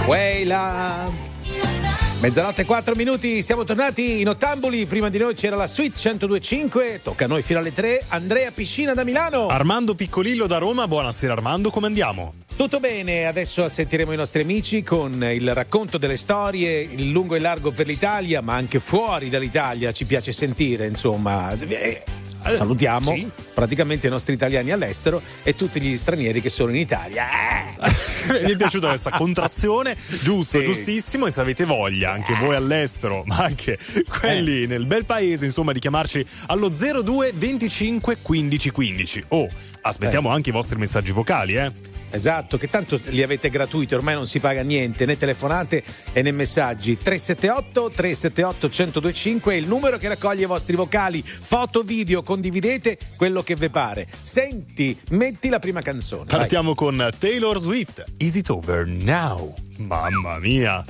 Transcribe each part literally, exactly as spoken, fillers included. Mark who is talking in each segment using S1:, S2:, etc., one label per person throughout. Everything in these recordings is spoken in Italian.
S1: Weila. Mezzanotte e quattro minuti, siamo tornati in Ottamboli. Prima di noi c'era la Suite centodue e cinque. Tocca a noi fino alle tre. Andrea Piscina da Milano.
S2: Armando Piccolillo da Roma. Buonasera Armando, come andiamo?
S1: Tutto bene, adesso sentiremo i nostri amici con il racconto delle storie in lungo e largo per l'Italia, ma anche fuori dall'Italia ci piace sentire, insomma. Salutiamo sì. praticamente i nostri italiani all'estero e tutti gli stranieri che sono in Italia.
S2: Mi è piaciuta questa contrazione, giusto,
S1: sì.
S2: giustissimo, e se avete voglia anche voi all'estero, ma anche quelli eh. nel bel paese, insomma, di chiamarci allo zero due venticinque quindici quindici. Oh, aspettiamo eh. anche i vostri messaggi vocali, eh.
S1: Esatto, che tanto li avete gratuiti, ormai non si paga niente, né telefonate e né messaggi. Tre sette otto tre sette otto uno zero due cinque è il numero che raccoglie i vostri vocali, foto, video, condividete quello che vi pare. Senti, metti la prima canzone.
S2: Partiamo vai. Con Taylor Swift, Is It Over Now? Mamma mia.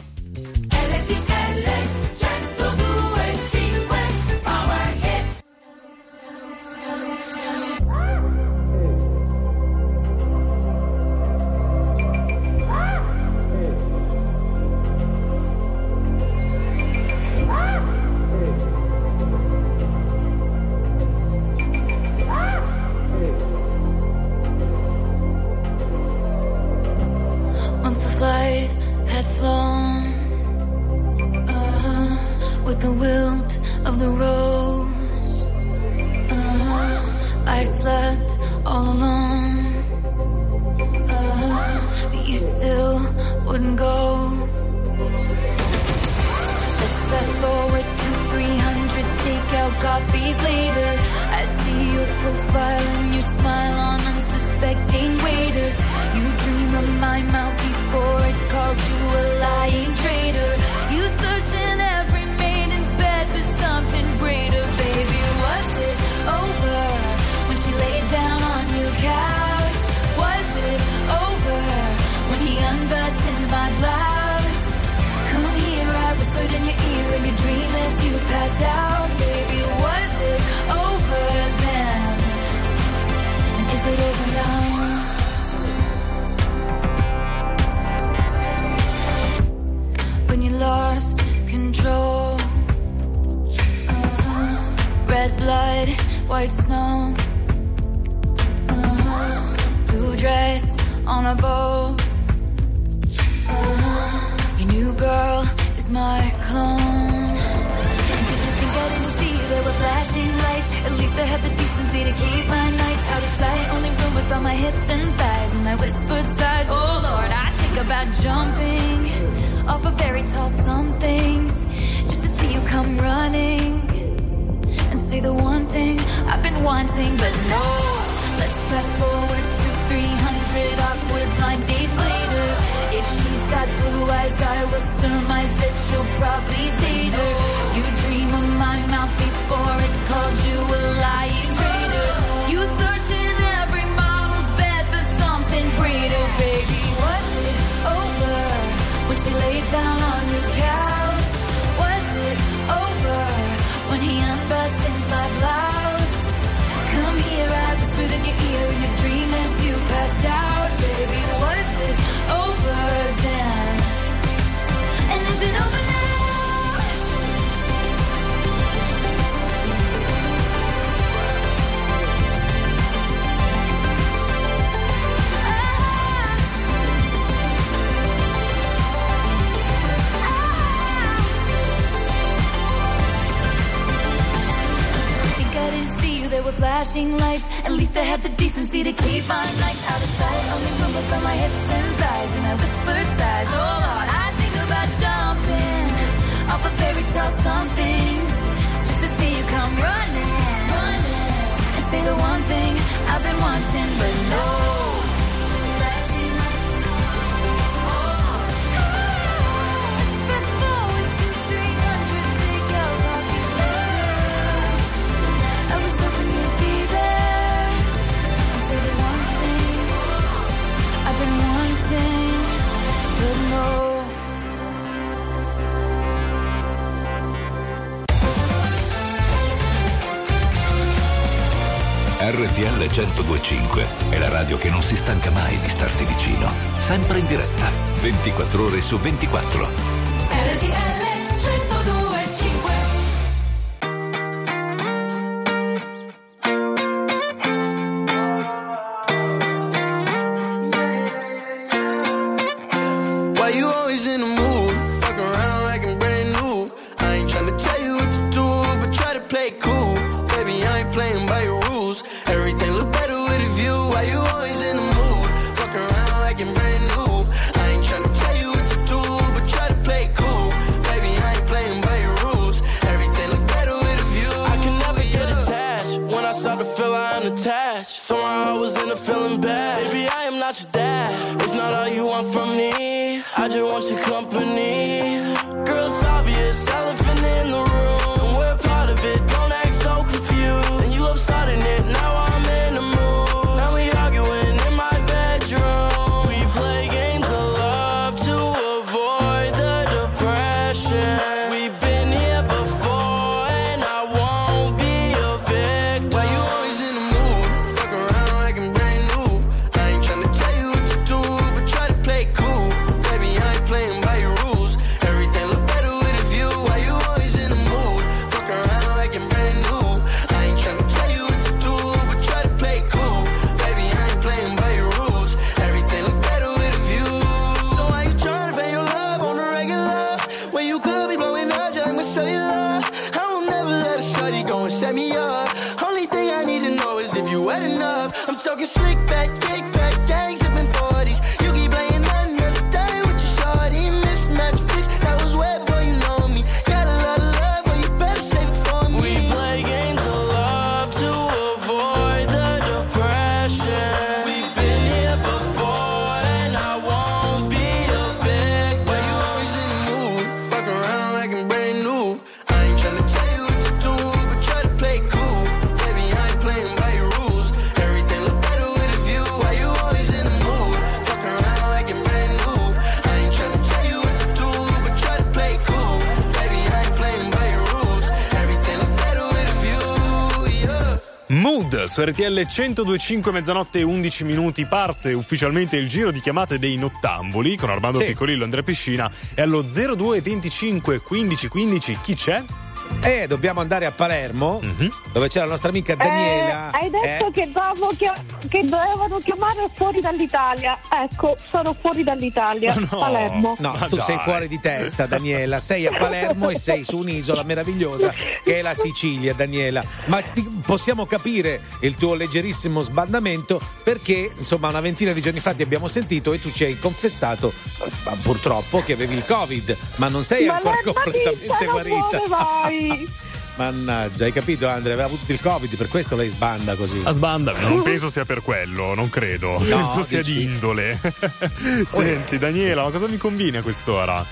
S3: The wilt of the rose. Uh-huh. I slept all alone. Uh-huh. But you still wouldn't go. Let's fast forward to three hundred takeout coffees later. I see your profile and your smile on unsuspecting waiters. You dream of my mouth before it called you a lying traitor. You search in every for something greater, baby. Was it over when she laid down on your couch? Was it over when he unbuttoned my blouse? Come here, I whispered in your ear in your dream as you passed out, baby. Was it over then? And is it over now? When you lost control. Red blood, white snow. Uh-huh. Blue dress on a boat. Uh-huh. Your new girl is my clone. And did you think I didn't see there were flashing lights? At least I had the decency to keep my nights out of sight. Only rumors about my hips and thighs and my whispered sighs. Oh Lord, I think about jumping off a very tall somethings just to see you come running. Say the one thing I've been wanting, but no. Let's fast forward to three hundred awkward blind dates later. If she's got blue eyes, I will surmise that she'll probably date her. You dream of my mouth before it called you a lying traitor. You search in every model's bed for something greater, baby. Was it over when she laid down on your couch? Was it over when he unbuttoned my blouse? Come here, I whispered in your ear in your dream as you passed out, baby. Was it over then? And is it over now? There were flashing lights. At least I had the decency to keep my nights out of sight. Only rumors from my hips and thighs and my whispered sighs. Oh Lord, I think about jumping off a fairy tale somethings just to see you come running, running, and say the one thing I've been wanting, but no. Say the one thing
S4: R T L centodue e cinque è la radio che non si stanca mai di starti vicino. Sempre in diretta, ventiquattro ore su ventiquattro.
S3: R T L centodue e cinque.
S5: Why you always in the mood? Fuck around like I'm brand new. I ain't tryna tell you what to do, but try to play it cool. Baby, I ain't playing by your rules. Everything look better with a view. Why you always in the mood? Fuck around like I'm brand new. I ain't tryna tell you what to do, but try to play it cool. Baby, I ain't playing by your rules. Everything look better with a view.
S6: I can never get attached. When I start to feel I'm attached, somehow I was in a feeling bad. Baby, I am not your dad. It's not all you want from me. I just want your company. Girl, it's obvious, elephant in the room, and we're part of it. Don't act so confused. And you love starting it. Now I'm in the mood. Now we arguing in my bedroom. We play games of love to avoid the depression. We've been here before, and I won't be a victim.
S5: Why you always in the mood? Fuck around like I'm brand new. I ain't tryna tell you what to do, but try to play it cool. Baby, I ain't playing by your rules. Everything look better with a view. Why you always in the mood? Fuck around like I'm brand new. I ain't tryna tell you what to do, but try to play it cool. Baby, I ain't playing by your rules. Everything look better with a view. So why you tryna fake your love on the regular? When you could be blowing up just with cellular. I will never let a shawty go and set me up. Only thing I need to know is if you wet enough. I'm talking slick back, kick back, gang sipping forties. You keep playing another day with your shawty. Mismatch fix, that was wet before you know me. Got a lot of love, but you better save it for me.
S6: We play games of love to avoid the depression. We've been here before, and I won't be a victim.
S5: Why you always in the mood? Fuck around like I'm brand new. I ain't tryna tell you what to do, but try to play it cool. Baby, I ain't playing by your rules. Everything look better with a view. Why you always in the mood? Fuck around like I'm brand new. I ain't tryna tell you what to do, but try to play it cool. Baby, I ain't playing by your rules. Everything look better with a view, yeah.
S2: Mood su R T L centodue e cinque, mezzanotte e undici minuti, parte ufficialmente il giro di chiamate dei nottamboli con Armando
S1: Sì.
S2: Piccolillo e Andrea Piscina. E allo zero due venticinque quindici quindici chi c'è?
S1: Eh, dobbiamo andare a Palermo,
S2: Mhm.
S1: dove c'è la nostra amica Daniela.
S7: Eh, hai detto
S1: Eh,
S7: che, dovevamo chia- che dovevano chiamare fuori dall'Italia. Ecco, sono fuori dall'Italia.
S2: Ma no.
S7: Palermo.
S1: No,
S2: Ma
S1: tu
S2: dai.
S1: sei fuori di testa, Daniela. Sei a Palermo e sei su un'isola meravigliosa che è la Sicilia, Daniela. Ma ti- possiamo capire il tuo leggerissimo sbandamento perché, insomma, una ventina di giorni fa ti abbiamo sentito e tu ci hai confessato, eh, purtroppo, che avevi il Covid, ma non sei
S7: Ma
S1: ancora
S7: la
S1: completamente
S7: Marisa non
S1: guarita.
S7: vuole mai.
S1: Mannaggia, hai capito, Andrea? Aveva avuto il Covid, per questo lei sbanda così.
S2: A sbanda, non penso sia per quello, non credo. penso sia
S1: dici?
S2: di indole. Senti, Daniela, ma cosa mi combini a quest'ora?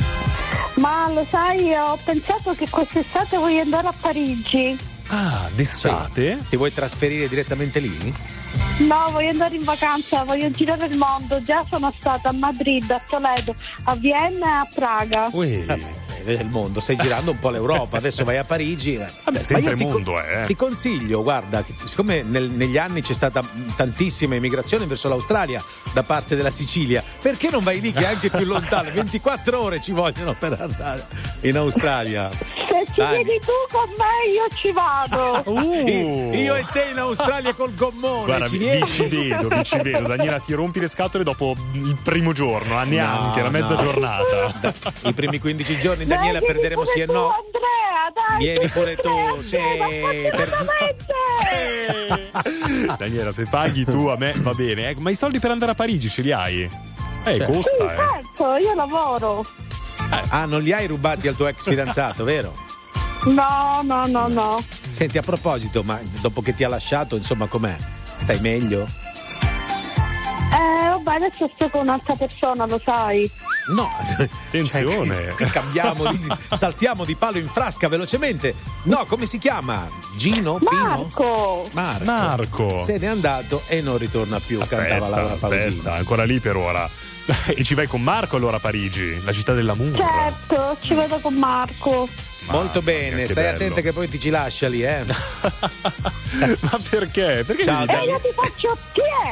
S7: Ma lo sai, ho pensato che quest'estate voglio andare a Parigi.
S2: Ah, d'estate?
S1: Ti vuoi trasferire direttamente lì?
S7: No, voglio andare in vacanza, voglio girare il mondo. Già sono stata a Madrid, a Toledo, a Vienna e a Praga.
S2: Uè.
S1: Vabbè, il mondo, stai girando un po' l'Europa, adesso vai a Parigi. eh.
S2: Vabbè,
S1: Ma
S2: sempre
S1: io ti
S2: mondo,
S1: co-
S2: eh.
S1: Ti consiglio, guarda, che siccome nel- negli anni c'è stata mh, tantissima immigrazione verso l'Australia da parte della Sicilia, perché non vai lì che è anche più lontano? ventiquattro ore ci vogliono per andare in Australia.
S7: Se ci
S1: Dai.
S7: vieni tu con me, io ci vado.
S2: Uh.
S1: Io e te in Australia col gommone,
S2: Guarda,
S1: ci
S2: vi,
S1: vieni?
S2: vi ci vedo, vi ci vedo. Daniela, ti rompi le scatole dopo il primo giorno, neanche
S1: No,
S2: la mezza
S1: no.
S2: giornata.
S1: I primi quindici giorni,
S7: Dai,
S1: Daniela,
S7: vieni
S1: perderemo
S7: pure
S1: sì e
S7: tu,
S1: no.
S7: Andrea, dai.
S1: Vieni pure tu, sì, per-
S7: Assolutamente.
S2: Daniela, se paghi tu a me va bene, eh, ma i soldi per andare a Parigi ce li hai? Eh,
S1: Certo.
S7: Sì,
S2: costa, eh.
S7: certo, io lavoro.
S1: Ah, non li hai rubati al tuo ex fidanzato, vero?
S7: No, no, no, no.
S1: Senti, a proposito, ma dopo che ti ha lasciato, insomma, com'è? Stai meglio?
S7: Eh, vabbè, adesso sto con un'altra persona, lo sai.
S1: No,
S2: Attenzione.
S1: Cioè, qui cambiamo, di, saltiamo di palo in frasca velocemente. No, come si chiama? Gino? Pino?
S7: Marco.
S1: Marco.
S2: Marco.
S1: Se n'è andato e non ritorna più,
S2: Aspetta,
S1: cantava Laura
S2: aspetta,
S1: Pausini.
S2: ancora lì per ora. E ci vai con Marco allora a Parigi, la città dell'amour.
S7: Certo, ci vedo con Marco.
S1: Molto bene,
S2: che
S1: stai
S2: bello.
S1: attenta che poi ti ci lascia lì, eh.
S2: Ma perché? Perché
S1: Ciao,
S2: devi-
S7: E io ti faccio chi è?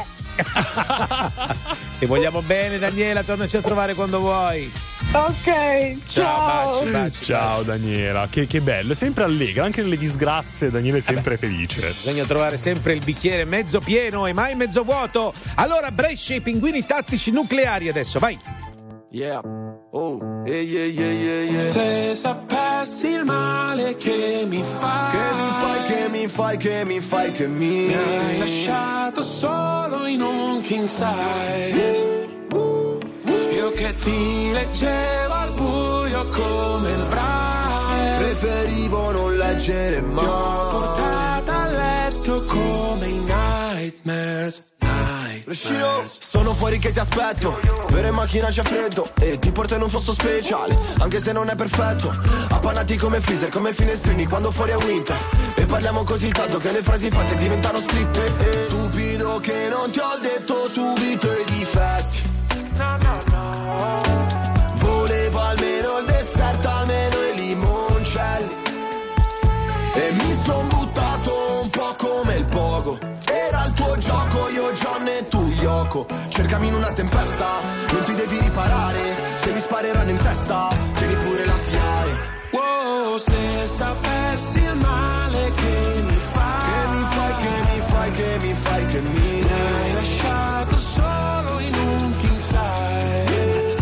S1: Ti vogliamo bene, Daniela, tornaci a trovare quando vuoi.
S7: Ok,
S1: Ciao,
S7: ciao.
S1: baci, baci.
S2: Ciao Daniela, che, che bello, è sempre allegra, anche nelle disgrazie Daniela è sempre felice.
S1: Bisogna trovare sempre il bicchiere mezzo pieno e mai mezzo vuoto. Allora, Brescia, i pinguini tattici nucleari adesso, vai.
S6: Yeah. Oh, yeah, yeah, yeah, yeah, yeah.
S8: Se sapessi il male che mi fai,
S6: Che mi fai, che mi fai, che mi fai, che mi
S8: mi hai lasciato solo in un king size. Io che ti leggevo al buio come il Braille,
S6: preferivo non leggere mai.
S8: ti ho portata a letto come i nightmares. Nightmares.
S6: Sono fuori che ti aspetto, vero in macchina c'è freddo e ti porto in un posto speciale, anche se non è perfetto. Appannati come freezer, come finestrini quando fuori è winter. E parliamo così tanto che le frasi fatte diventano scritte. E stupido che non ti ho detto subito i difetti. Volevo almeno il dessert, almeno i limoncelli. E mi son buttato un po' come il pogo. Era il tuo gioco, io John e tu Yoko. Cercami in una tempesta, non ti devi riparare. Se mi spareranno in testa, tieni pure la S I A E.
S8: Wow, se sapessi il male che mi fai,
S6: Che mi fai, che mi fai, che mi fai, che mi
S8: mi hai lasciato solo in un king size.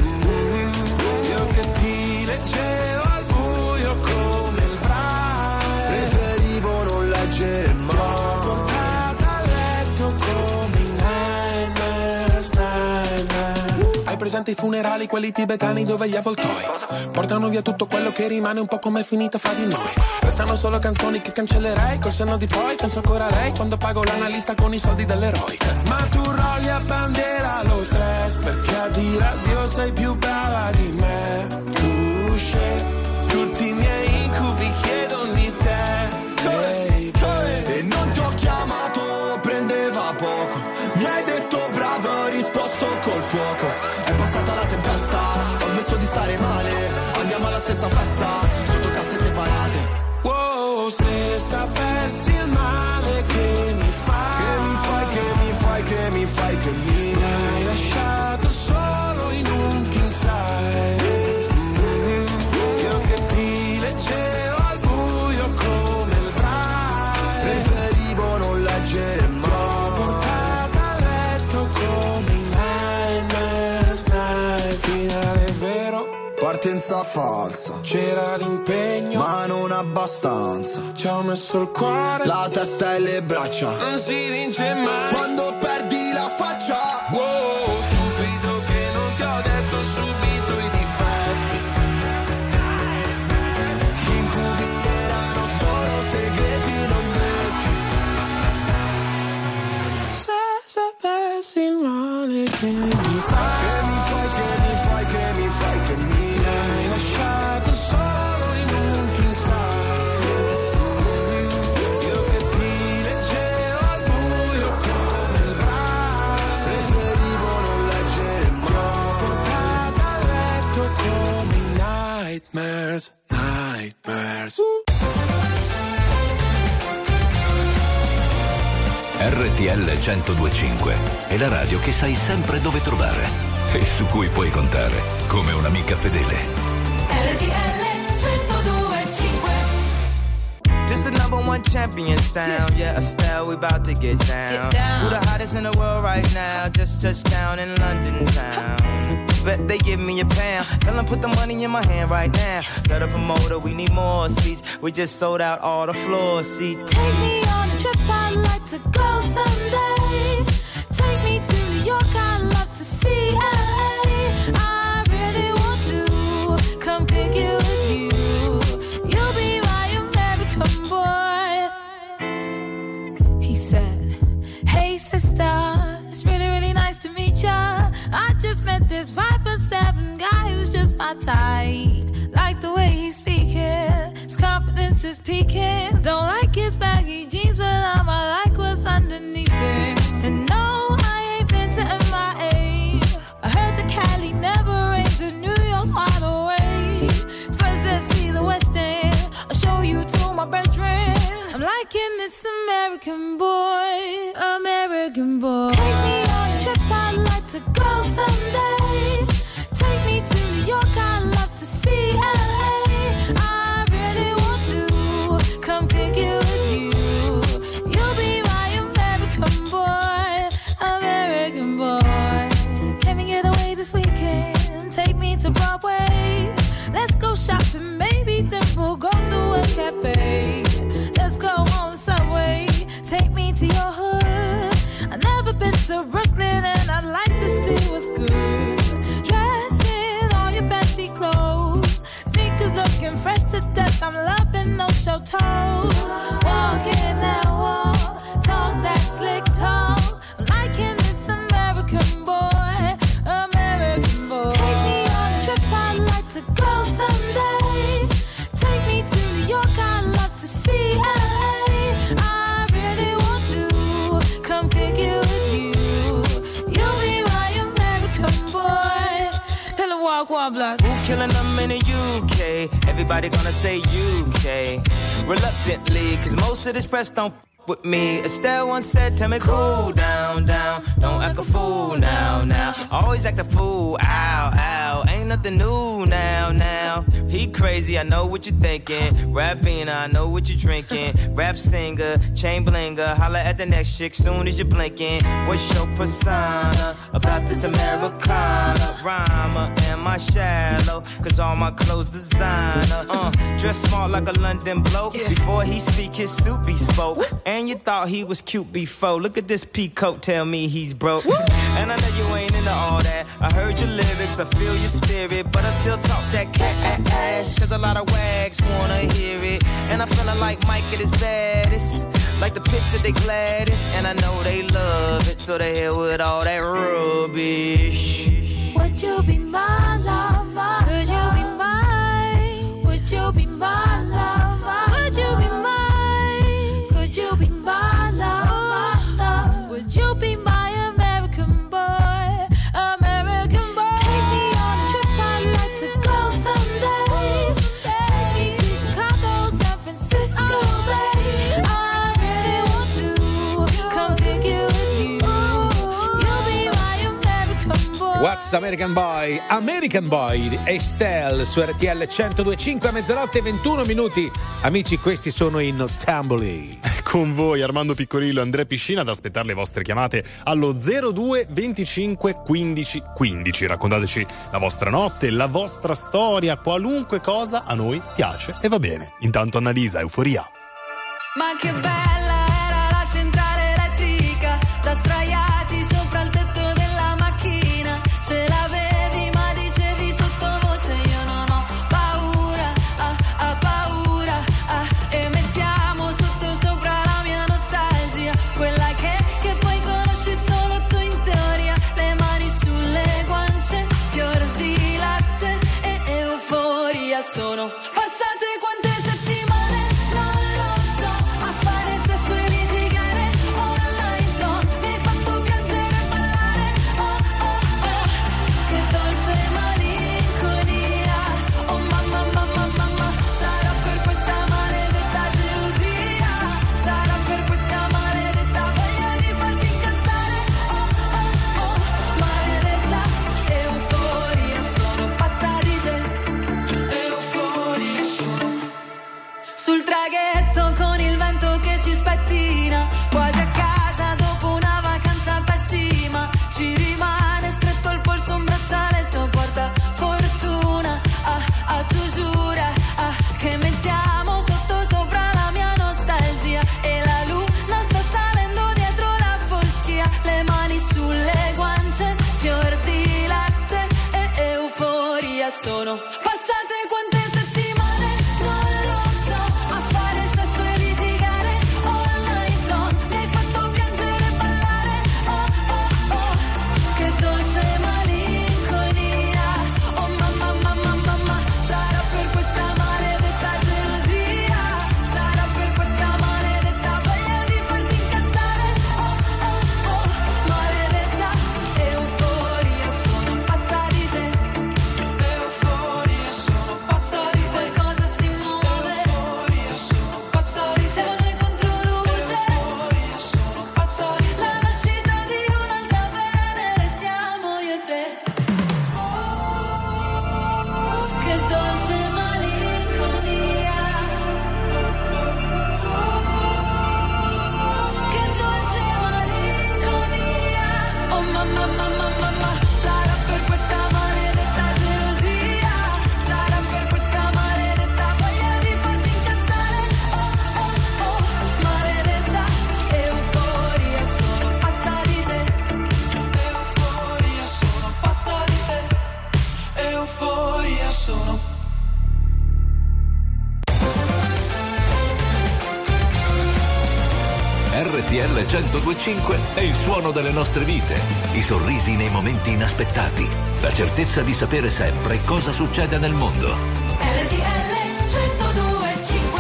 S8: Io che ti leggevo al buio come il Braille,
S6: preferivo non leggere mai.
S8: portata a letto come i nightmares, nightmares. Hai presente i funerali, quelli tibetani dove gli avvoltoi portano via tutto quello che rimane, un po' come è finita fra di noi. Restano solo canzoni che cancellerei, col senno di poi penso ancora a lei quando pago l'analista con i soldi dell'eroe. Ma tu rolli a bandiera lo stress, perché a dire addio sei più brava di me. Tu scegli tutti i miei incubi, chiedono di te, baby.
S6: E non ti ho chiamato, prendeva poco. Mi hai detto bravo, ho risposto col fuoco. È passata la tempesta, ho smesso di stare male. Andiamo alla stessa festa, sotto casse separate.
S8: Wow, se sapessi il male che mi fai,
S6: Che mi fai, che mi fai, che mi fai, che mi
S8: mi hai lasciato solo in un king size. Io che ti leggevo al buio come il Braille,
S6: preferivo non leggere mai.
S8: portata a letto come i nightmares, night. Finale vero,
S6: Partenza falsa,
S8: c'era l'impegno,
S6: ma non abbastanza.
S8: ci ho messo il cuore,
S6: La testa e le braccia,
S8: non si vince mai.
S6: quando perdi la faccia.
S8: Wow, stupido che non ti ho detto subito i difetti.
S6: Gli incubi erano solo segreti non detti.
S8: Se sapessi il male che mi fai,
S6: Che mi fai, che mi fai, che mi fai, che mi
S8: mi hai lasciato solo in un king size. Io che ti leggevo al buio come il Braille,
S6: preferivo non leggere mai.
S8: portata a letto come i nightmares, nightmares.
S4: R T L centodue e cinque è la radio che sai sempre dove trovare e su cui puoi contare come un'amica fedele.
S3: R T L centodue e cinque.
S9: Just a number one champion sound. Yeah, Estelle, we about to get down.
S3: Get down.
S9: Who the hottest in the world right now? Just touched down in London town. Bet they give me a pound. Tell them put the money in my hand right now. Set up a motor, we need more seats. We just sold out all the floor seats.
S3: Take me on a trip, I'd like to go someday. Take me to New York, I'd love to see L A. I really want to come pick you with you. You'll be my American boy. He said, hey sister, it's really, really nice to meet ya. I just met this five foot seven guy who's just my type. Like the way he's speaking, his confidence is peaking. Don't like his baggy jeans, but I'ma like what's underneath it. And no, I ain't been to M I A. I heard the Cali never rains and New York's wide awake. First let's see the West End, liking this American boy, American boy. Take me on a trip, I'd like to go someday. Take me to New York, I'd love to see L A. I really want to come kick it with you. You'll be my American boy, American boy. Can we get away this weekend? Take me to Broadway. Let's go shopping, maybe then we'll go to a cafe. Let's go on the subway, take me to your hood. I've never been to Brooklyn and I'd like to see what's good. Dressed in all your fancy clothes, sneakers looking fresh to death. I'm loving no show toes. Walking that wall, talk that slick talk. I'm liking this American boy, American boy. Take me on a trip, I'd like to go someday. Take me to New York, I'd love to see L A. I really want to come kick it with you. You'll be my American boy. Tell him walk one block.
S9: Who killing them in the U K? Everybody gonna say U K. Reluctantly, cause most of this press don't with me. Estelle once said, tell me cool down, down. Don't act a fool now, now. Always act a fool, ow, ow. Ain't nothing new now, now. He crazy, I know what you're thinking. Rapping, I know what you're drinking. Rap singer, chain blinger. Holla at the next chick soon as you're blinking. What's your persona about this Americana? Rhymer, am I shallow? Cause all my clothes designer. Uh, dress smart like a London bloke. Before he speak, his suit be spoke. And you thought he was cute before. Look at this peacoat, tell me he's broke. And I know you ain't into all that. I heard your lyrics, I feel your spirit, but I still talk that cat ass. Cause a lot of wags wanna hear it. And I'm feeling like Mike at his baddest. Like the picture they Gladys. And I know they love it, so they hell with all that rubbish.
S3: Would you be my lover? Could you be mine? Would you be my lover? Would you be mine? Could you be my lover? Would you be my American boy? American boy. Take me on a trip, I'd like to go someday. Take me to Chicago, San Francisco, babe. I really want to come pick you with you. You'll be my American boy.
S1: What's American Boy? American Boy di Estelle su R T L centodue e cinque a mezzanotte e ventuno minuti. Amici, questi sono i Noctambuli.
S2: Con voi Armando Piccorillo e Andrea Piscina ad aspettare le vostre chiamate allo zero due venticinque quindici quindici. Raccontateci la vostra notte, la vostra storia, qualunque cosa a noi piace e va bene. Intanto Annalisa, Euforia.
S10: Ma che bella era la centrale elettrica, da sdraiati sopra il tetto della macchina. Ce l'avevi ma dicevi sottovoce io non ho paura, ah, ah, paura, ah, e mettiamo sotto sopra la mia nostalgia, quella che, che poi conosci solo tu in teoria. Le mani sulle guance, fior di latte e euforia. Sono passate quante settimane, non lo so, a fare sesso e litigare online, no, mi hai fatto piangere e ballare, oh oh oh, che dolce malinconia, oh mamma mamma mamma, sarà per questa maledetta gelosia, sarà per questa maledetta voglia di farti incazzare, oh oh oh, maledetta euforia, sono pazza di te, euforia sono. Sul traghetto con il vento che ci spettina, quasi a casa dopo una vacanza pessima, ci rimane stretto al polso un braccialetto porta fortuna, ah ah tu giura, ah che mettiamo sotto sopra la mia nostalgia, e la luna sta salendo dietro la foschia, le mani sulle guance, fior di latte e euforia. Sono passate quante settimane, non lo so, a fare sesso e litigare online, no, mi hai fatto piangere e ballare, oh oh oh, che dolce malinconia, oh mamma mamma mamma, sarà per questa maledetta gelosia, sarà per questa maledetta voglia di farti incazzare, oh oh oh, maledetta euforia, sono pazza di te, euforia
S8: sono.
S4: R T L centodue e cinque è il suono delle nostre vite, i sorrisi nei momenti inaspettati, la certezza di sapere sempre cosa succede nel mondo.
S10: R T L centodue e cinque.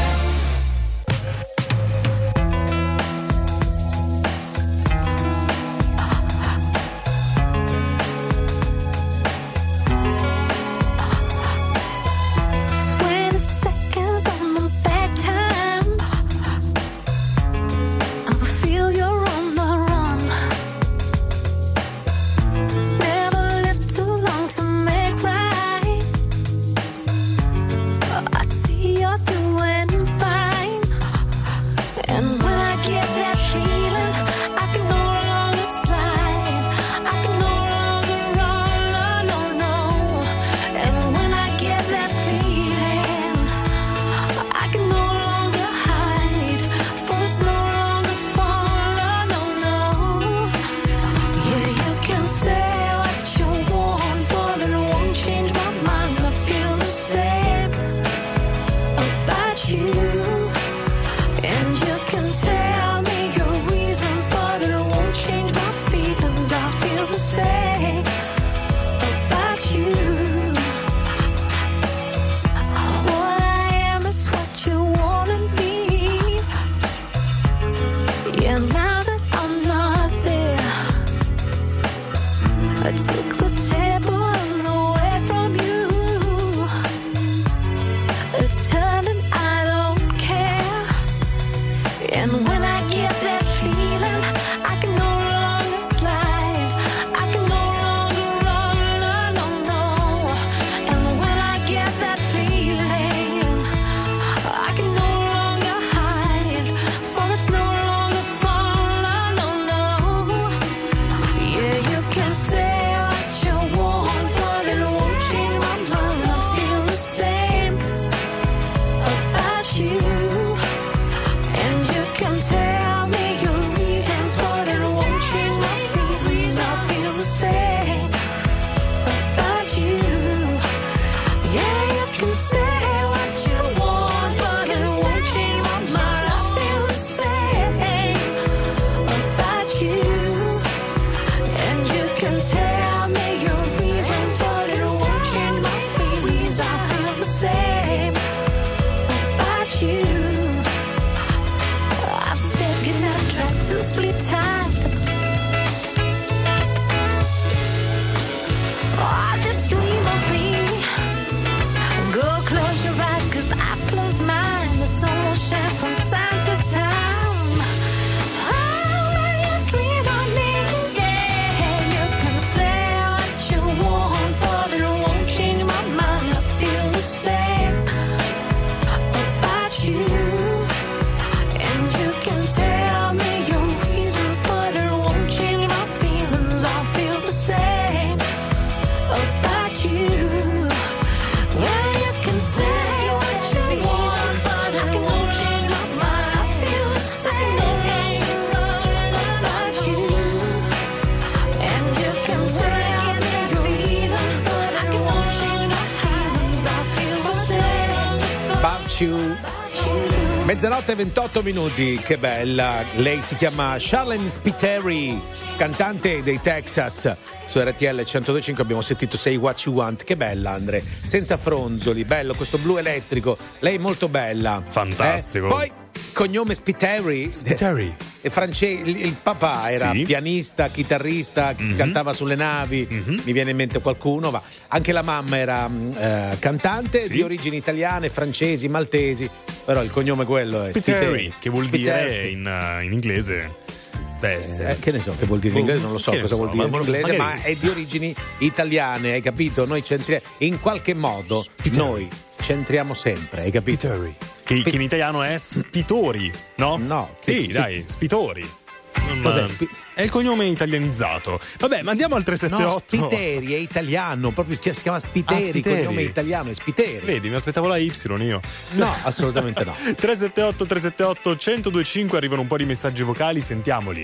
S1: Mezzanotte e ventotto minuti, che bella. Lei si chiama Charlene Spiteri, cantante dei Texas. Su R T L centodue e cinque abbiamo sentito Say What You Want. Che bella, Andre, senza fronzoli, bello questo blu elettrico. Lei molto bella,
S2: fantastico.
S1: Eh? Poi cognome Spiteri,
S2: Spiteri.
S1: E france- il, il papà era sì. pianista, chitarrista, mm-hmm. cantava sulle navi, mm-hmm. mi viene in mente qualcuno, ma anche la mamma era eh, cantante sì. di origini italiane, francesi, maltesi, però il cognome è quello
S2: Spiteri, è Spiteri, che vuol Spiteri. dire in, uh, in inglese
S1: Beh, eh, che ne so che vuol dire in inglese, non lo so cosa so, vuol dire ma, in inglese, magari... ma è di origini italiane, hai capito? Noi centri- in qualche modo Spiteri. Noi centriamo sempre, hai capito?
S2: Spiteri. Che, che in italiano è Spitori, no?
S1: No.
S2: Sì, sì. dai, Spitori.
S1: Cos'è? Spi-
S2: è il cognome italianizzato. Vabbè, ma andiamo al tre sette otto.
S1: No, Spiteri è italiano, proprio si chiama Spiteri, ah, Spiteri. Il cognome italiano è Spiteri.
S2: Vedi, mi aspettavo la Y io.
S1: No, assolutamente no.
S2: tre sette otto tre sette otto uno zero due cinque, arrivano un po' di messaggi vocali, sentiamoli.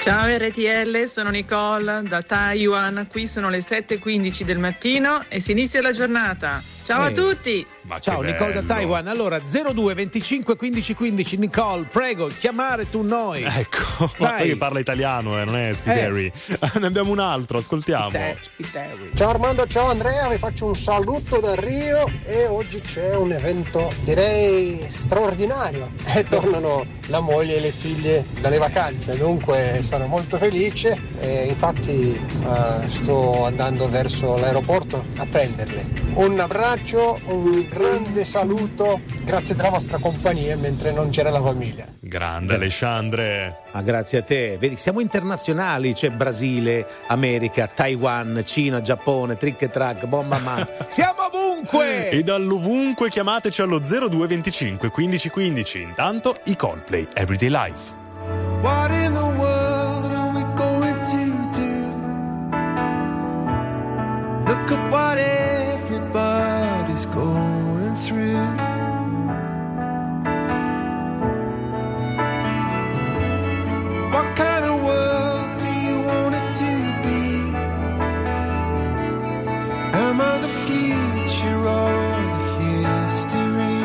S11: Ciao R T L, sono Nicole da Taiwan, qui sono le sette e quindici del mattino e si inizia la giornata. Ciao
S1: Ehi.
S11: a tutti!
S2: Ma
S1: Ciao Nicole da Taiwan. Allora zero due venticinque quindici quindici Nicole, prego, chiamare tu noi.
S2: Ecco, ma
S1: Vai.
S2: poi che parla italiano, eh, non è Spiteri. Eh. Ne abbiamo un altro, ascoltiamo.
S1: Spiteri.
S12: Ciao Armando, ciao Andrea, vi faccio un saluto da Rio e oggi c'è un evento direi straordinario. E tornano la moglie e le figlie dalle vacanze, dunque sono molto felice e infatti eh, sto andando verso l'aeroporto a prenderle. Un abbraccio, un grande saluto, grazie della vostra compagnia mentre non c'era la famiglia.
S2: Grande Alessandre.
S1: Ma grazie a te. Vedi, siamo internazionali, c'è Brasile, America, Taiwan, Cina, Giappone, trick e track, bomba ma. Siamo ovunque!
S2: E dall'ovunque chiamateci allo zero due venticinque quindici quindici. Intanto i Coldplay Everyday Life.
S5: What in the world are we going to do? Look at what everybody's going through. What kind of world do you want it to be? Am I the future or the history?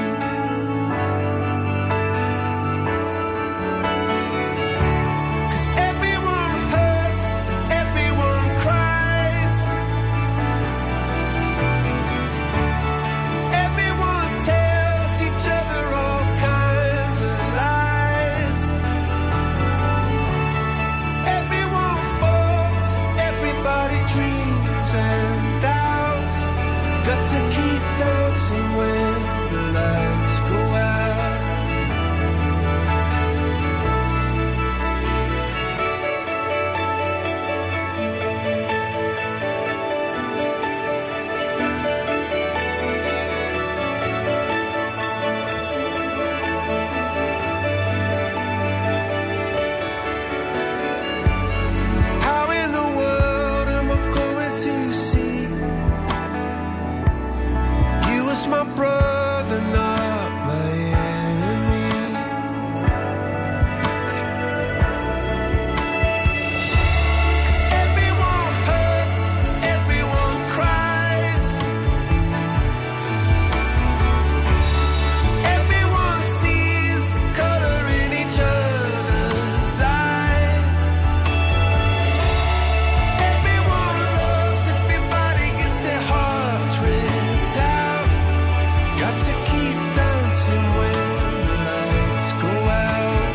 S5: My brother, not my enemy. 'Cause everyone hurts, everyone cries. Everyone sees the color in each other's eyes. Everyone loves, everybody gets their hearts ripped out. Got to keep dancing when the lights go out.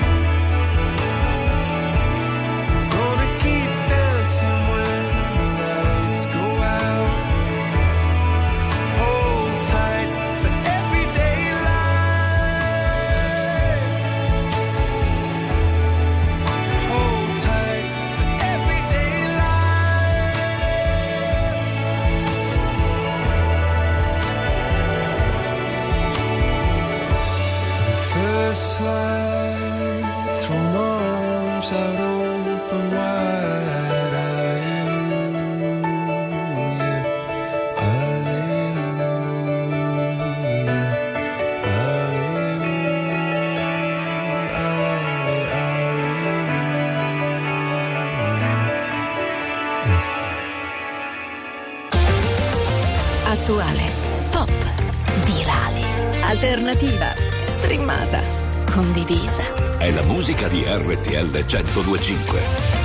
S5: Gonna keep dancing when the lights go out. Hold tight for everyday life. Hold tight for everyday life. First light, throw my arms out open wide. Hallelujah, hallelujah, hallelujah.
S13: Attuale, pop, virale, alternativa, streamata, condivisa.
S4: È la musica di R T L centodue e cinque.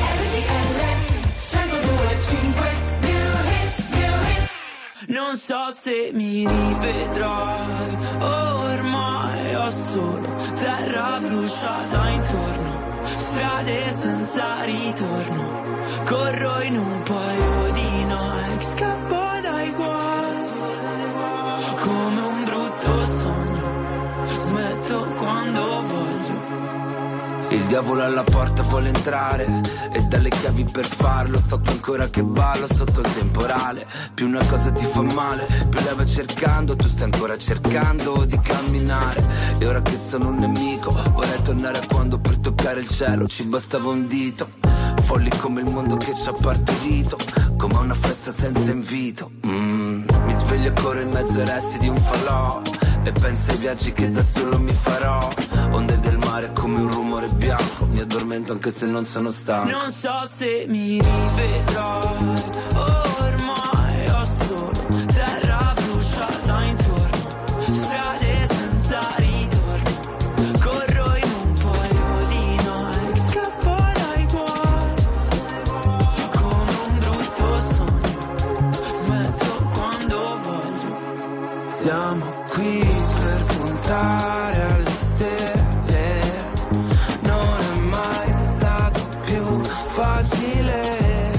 S14: Non so se mi rivedrai, ormai ho solo terra bruciata intorno, strade senza ritorno, corro in un paio di Nike, scappo dai guai, come un brutto sogno, smetto quando voglio.
S15: Il diavolo alla porta vuole entrare e dalle chiavi per farlo. Sto qui ancora che ballo sotto il temporale. Più una cosa ti fa male, più la vai cercando. Tu stai ancora cercando di camminare. E ora che sono un nemico vorrei tornare a quando per toccare il cielo ci bastava un dito. Folli come il mondo che ci ha partorito, come una festa senza invito. mm. Mi sveglio e corro in mezzo ai resti di un falò e penso ai viaggi che da solo mi farò. Onde del mare come un rumore bianco, mi addormento anche se non sono stanco.
S14: Non so se mi rivedrai, ormai ho solo terra bruciata intorno, strade senza ritorno, corro in un paio di Nike, scappo dai guai, come un brutto sogno, smetto quando voglio.
S15: Siamo qui per puntare alle stelle, non è mai stato più facile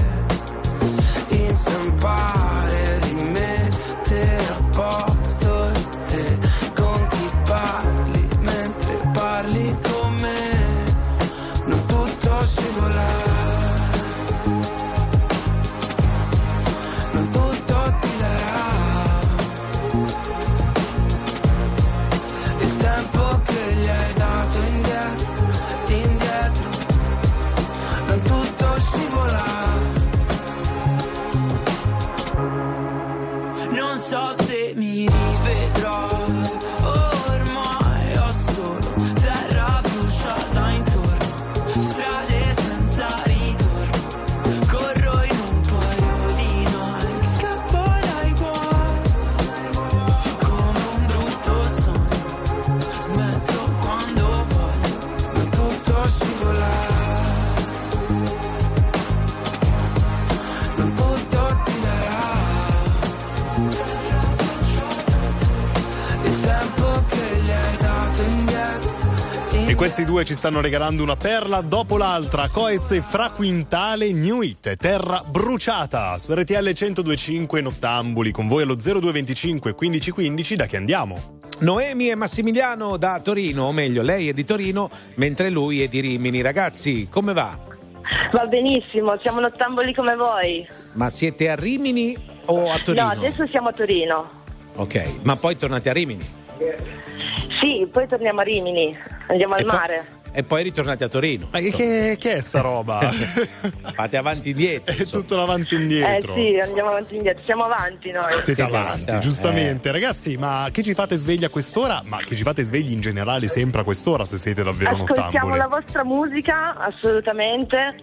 S15: inciampare, rimettere a posto te con chi parli mentre parli con me, non tutto scivola, non tutto ti darà il tempo che gli hai dato indietro, indietro, non tutto scivola.
S14: Non so se mi rivedrai, ormai ho solo terra bruciata intorno, strade senza ritorno, corro in un paio di Nike, scappo dai guai, come un brutto sogno, smetto quando voglio,
S15: non tutto scivola, non tutto ti darà il tempo che gli hai dato indietro.
S2: E questi due ci stanno regalando una perla dopo l'altra. Coez e Fra Quintale, New Hit, Terra Bruciata. Su R T L centodue e cinque Nottambuli, con voi allo zero due venticinque quindici quindici. Da che andiamo?
S1: Noemi e Massimiliano da Torino, o meglio, lei è di Torino, mentre lui è di Rimini. Ragazzi, come va?
S16: Va benissimo, siamo nottamboli come voi.
S1: Ma siete a Rimini o a Torino?
S16: No, adesso siamo a Torino.
S1: Ok, ma poi tornate a Rimini?
S16: Sì, poi torniamo a Rimini, andiamo al
S1: E poi-
S16: mare.
S1: E poi ritornate a Torino.
S2: Ma che, che è sta roba?
S1: Fate avanti e indietro.
S2: È tutto avanti e indietro.
S16: Eh sì, andiamo avanti e indietro, siamo avanti noi.
S2: Siete avanti,
S1: eh.
S2: giustamente. Ragazzi, ma che ci fate svegli a quest'ora? Ma che ci fate svegli in generale sempre a quest'ora, se siete davvero
S16: Ascoltiamo
S2: nottambuli?
S16: la vostra musica, assolutamente.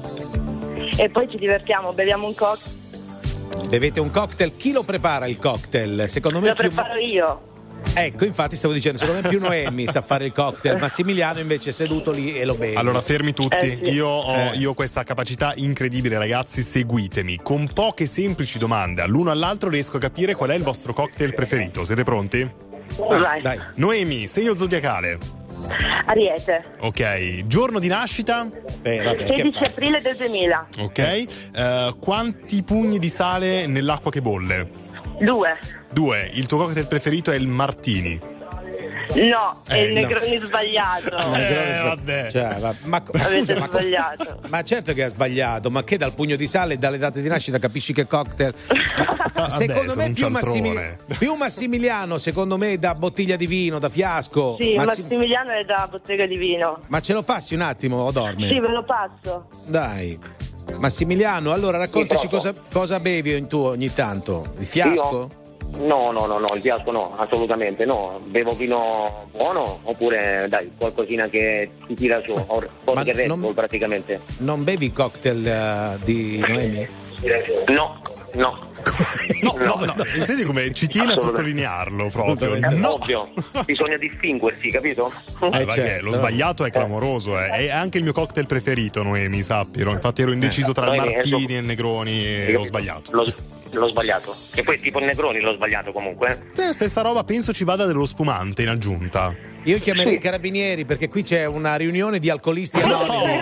S16: E poi ci divertiamo, beviamo un cocktail.
S1: Bevete un cocktail. Chi lo prepara il cocktail? Secondo me
S16: Lo
S1: più...
S16: preparo io.
S1: Ecco, infatti stavo dicendo, secondo me più Noemi sa fare il cocktail, Massimiliano invece è seduto lì e lo beve.
S2: Allora, fermi tutti.
S1: Eh, sì.
S2: Io ho
S1: Eh.
S2: io ho questa capacità incredibile, ragazzi. Seguitemi. Con poche semplici domande all'uno all'altro riesco a capire qual è il vostro cocktail preferito. Siete pronti?
S16: Vai.
S1: Dai.
S2: Noemi, segno zodiacale.
S16: Ariete.
S2: Ok. Giorno di nascita?
S1: Eh, vabbè,
S16: sedici aprile del duemila.
S2: Ok. Eh, quanti pugni di sale nell'acqua che bolle?
S16: Due.
S2: Due. Il tuo cocktail preferito è il martini.
S16: No, è
S2: Eh,
S16: il
S2: no.
S16: Negroni sbagliato.
S2: Eh, vabbè.
S1: Cioè, va- ma,
S16: Avete
S1: scusa, ma,
S16: sbagliato.
S1: ma certo che ha sbagliato, ma che dal pugno di sale e dalle date di nascita capisci che cocktail?
S2: Ah,
S1: Secondo
S2: vabbè,
S1: me
S2: sono
S1: più,
S2: un
S1: Massimili-
S2: cialtrone.
S1: più Massimiliano, secondo me da bottiglia di vino, da fiasco.
S16: Sì,
S1: Massi-
S16: Massimiliano è da bottega di vino.
S1: ma ce lo passi un attimo o dorme?
S16: Sì, ve lo passo.
S1: Dai. Massimiliano, allora raccontaci
S17: Sì,
S1: cosa, cosa bevi in tu ogni tanto? Il fiasco?
S17: Io? No, no, no, no, il fiasco no, assolutamente no. Bevo vino buono oppure dai, qualcosina che ti tira su, or-
S1: Ma
S17: che Red
S1: non-
S17: Bull praticamente.
S1: Non bevi cocktail eh, di Noemi?
S17: No, no.
S2: No, no, no. Senti come ci tiene a
S17: Assolutamente.
S2: sottolinearlo proprio.
S17: È
S2: No.
S17: ovvio, bisogna distinguersi, capito?
S2: Eh, perché
S1: certo.
S2: lo sbagliato è clamoroso, eh. È anche il mio cocktail preferito, Noemi, sappilo. Infatti ero indeciso tra il
S17: Noemi,
S2: martini
S17: adesso-
S2: e il Negroni e ho sbagliato.
S17: L'ho, l'ho sbagliato. E poi tipo il Negroni l'ho sbagliato comunque.
S2: Te, stessa roba penso ci vada dello spumante in aggiunta.
S1: Io chiamerei i carabinieri perché qui c'è una riunione di alcolisti anonimi.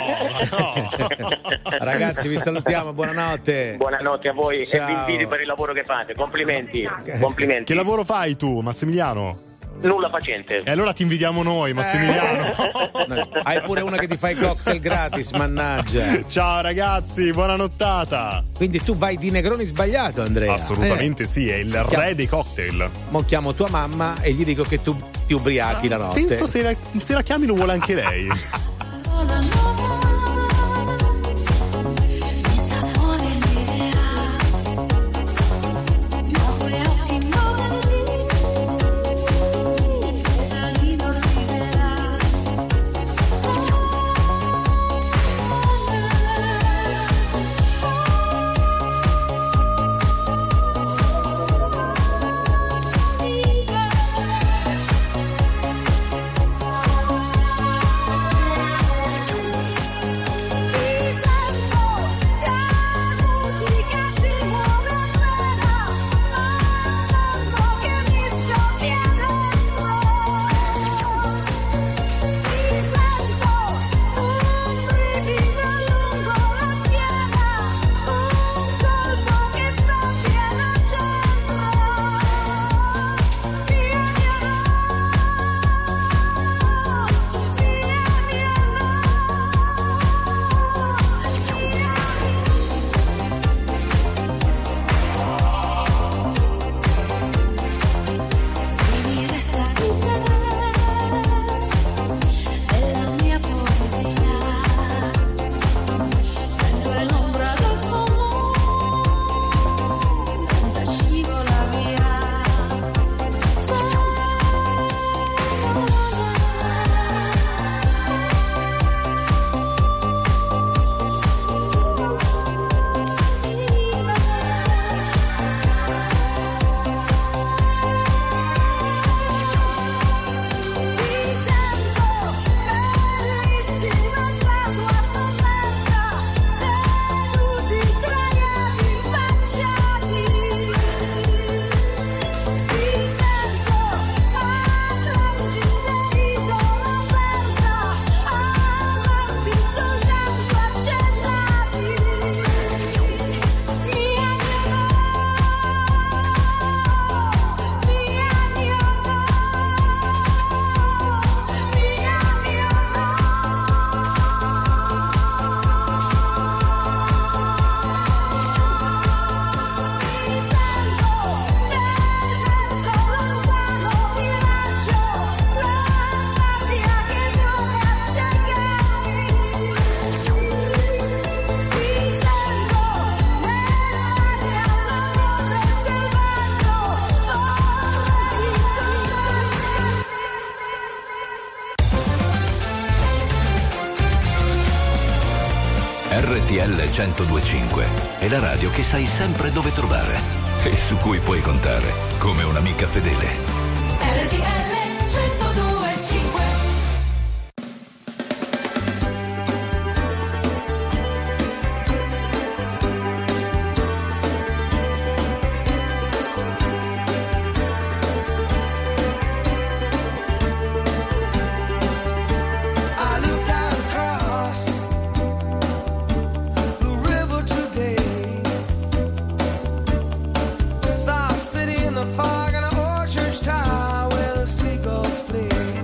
S1: Ragazzi, vi salutiamo, buonanotte.
S17: Buonanotte a voi
S1: Ciao.
S17: e vi invito per il lavoro che fate. Complimenti. Complimenti.
S2: Che lavoro fai tu, Massimiliano?
S17: Nulla facente.
S2: E allora ti invidiamo noi, Massimiliano.
S1: Hai pure una che ti fa i cocktail gratis, mannaggia.
S2: Ciao ragazzi, buona nottata.
S1: Quindi tu vai di Negroni sbagliato, Andrea.
S2: Assolutamente
S1: Eh.
S2: sì, è il
S1: Chiam-
S2: re dei cocktail.
S1: Mo chiamo tua mamma e gli dico che tu ti ubriachi la notte.
S2: Penso se la, se la chiami lo vuole anche lei.
S4: L centodue e cinque è la radio che sai sempre dove trovare e su cui puoi contare come un'amica fedele.
S10: R T L centodue e cinque.
S5: Fog and an old church tower where the seagulls play.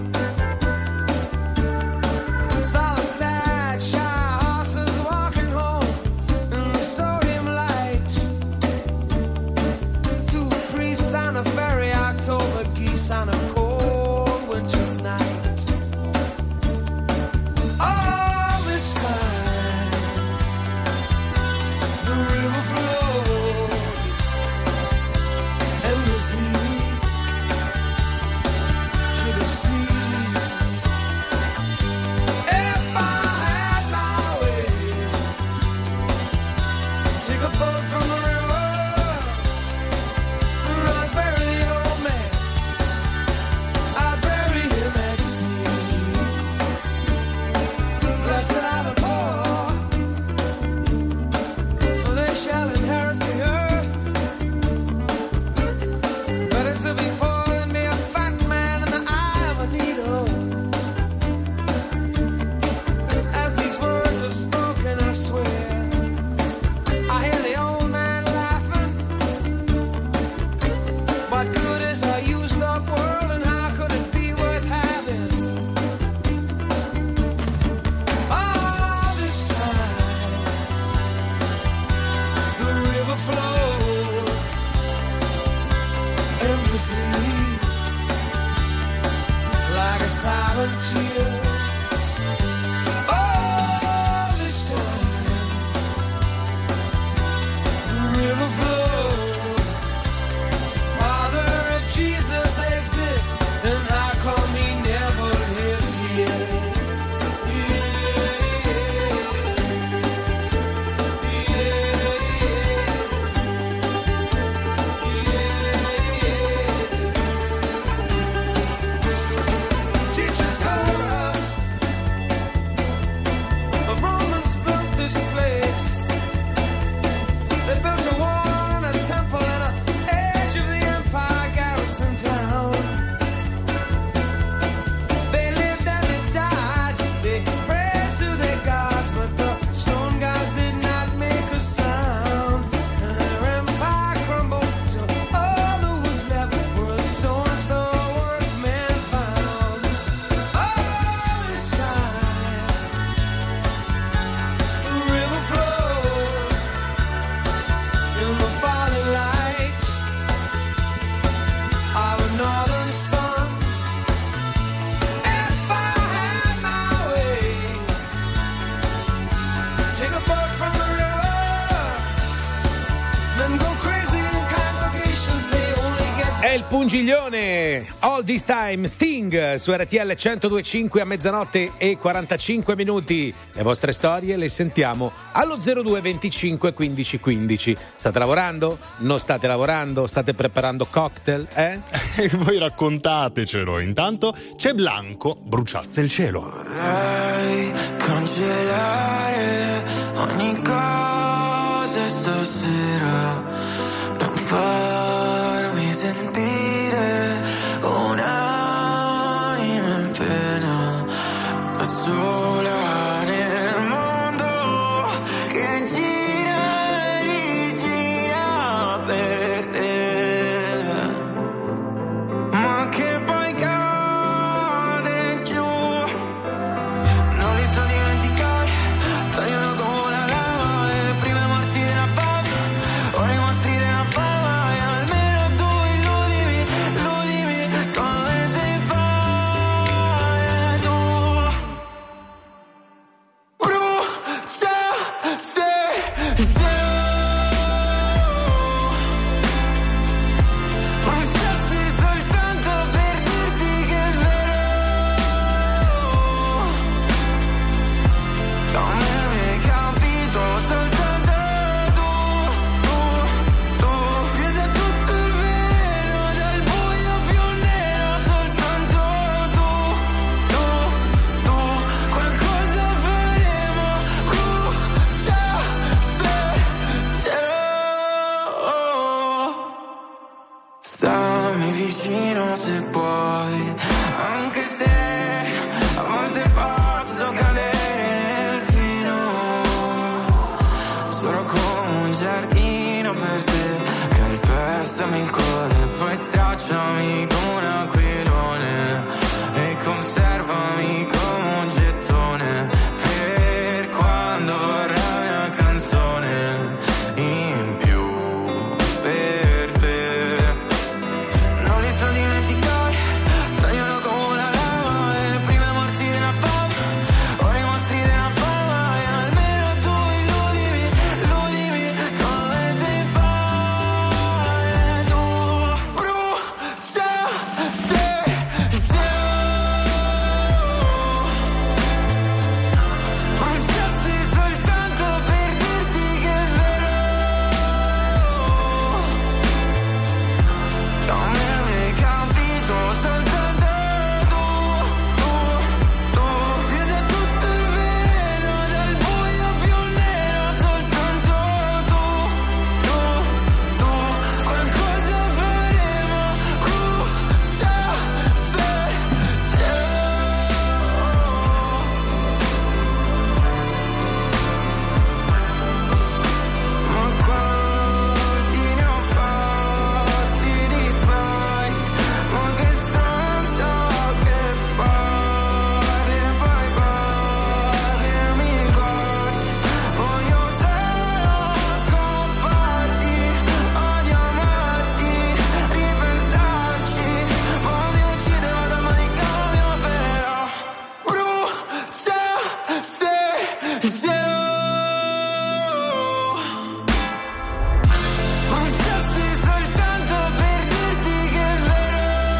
S1: il pungiglione All This Time, Sting su R T L centodue e cinque a mezzanotte e quarantacinque minuti. Le vostre storie le sentiamo allo zero due venticinque quindici quindici. State lavorando? Non state lavorando? State preparando cocktail? Eh?
S2: E voi raccontatecelo. Intanto c'è Blanco, Bruciasse il cielo.
S18: Vorrei cancellare ogni cosa stasera, non farmi sentire un'anima in pena, da sola nel mondo che gira e rigira per te, ma che poi cade giù. Non li so dimenticare, tagliano come una lama le prime morti della fame. vicino se puoi, anche se a volte posso cadere nel fino, sono come un giardino per te, calpestami il cuore, poi stracciami come un aquilone e conservami come un gettone per quando vorrai una canzone in più per te. Non li so dimenticare, tagliano come una lama e prima morti della fame, ora i mostri della fama, e almeno tu illudimi, illudimi come sei fare tu. Brucia se se bruciassi soltanto per dirti che è vero, non mi avevi capito soltanto tu, tu, tu, chiudi a tutto il veleno dal buio più nero, soltanto tu, tu, tu, qualcosa faremo, brucia se c'è. Ma quanti ne ho fatti di sbagli, ma che stronza che parli e poi parli e mi guardi, voglio solo scopparti, odio amarti, ripensarci, poi mi uccide vado al manicomio però, brucia se c'è. Bruciassi soltanto per dirti che è vero,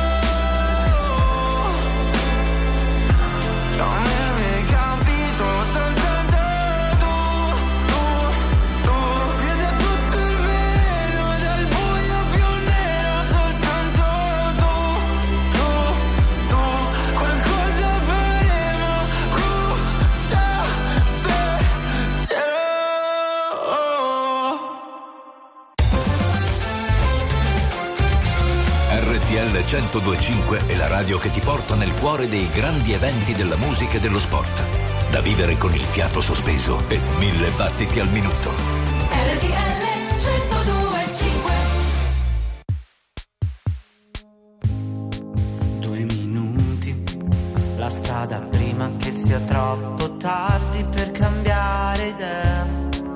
S18: non mi avevi capito soltanto tu, tu, tu, chiudi a tutto il veleno dal buio più nero, soltanto tu, tu, tu, qualcosa faremo, brucia se c'è.
S4: R T L centodue e cinque è la radio che ti porta nel cuore dei grandi eventi della musica e dello sport. Da vivere con il fiato sospeso e mille battiti al minuto.
S10: R T L centodue e cinque.
S19: Due minuti, la strada prima che sia troppo tardi per cambiare idea.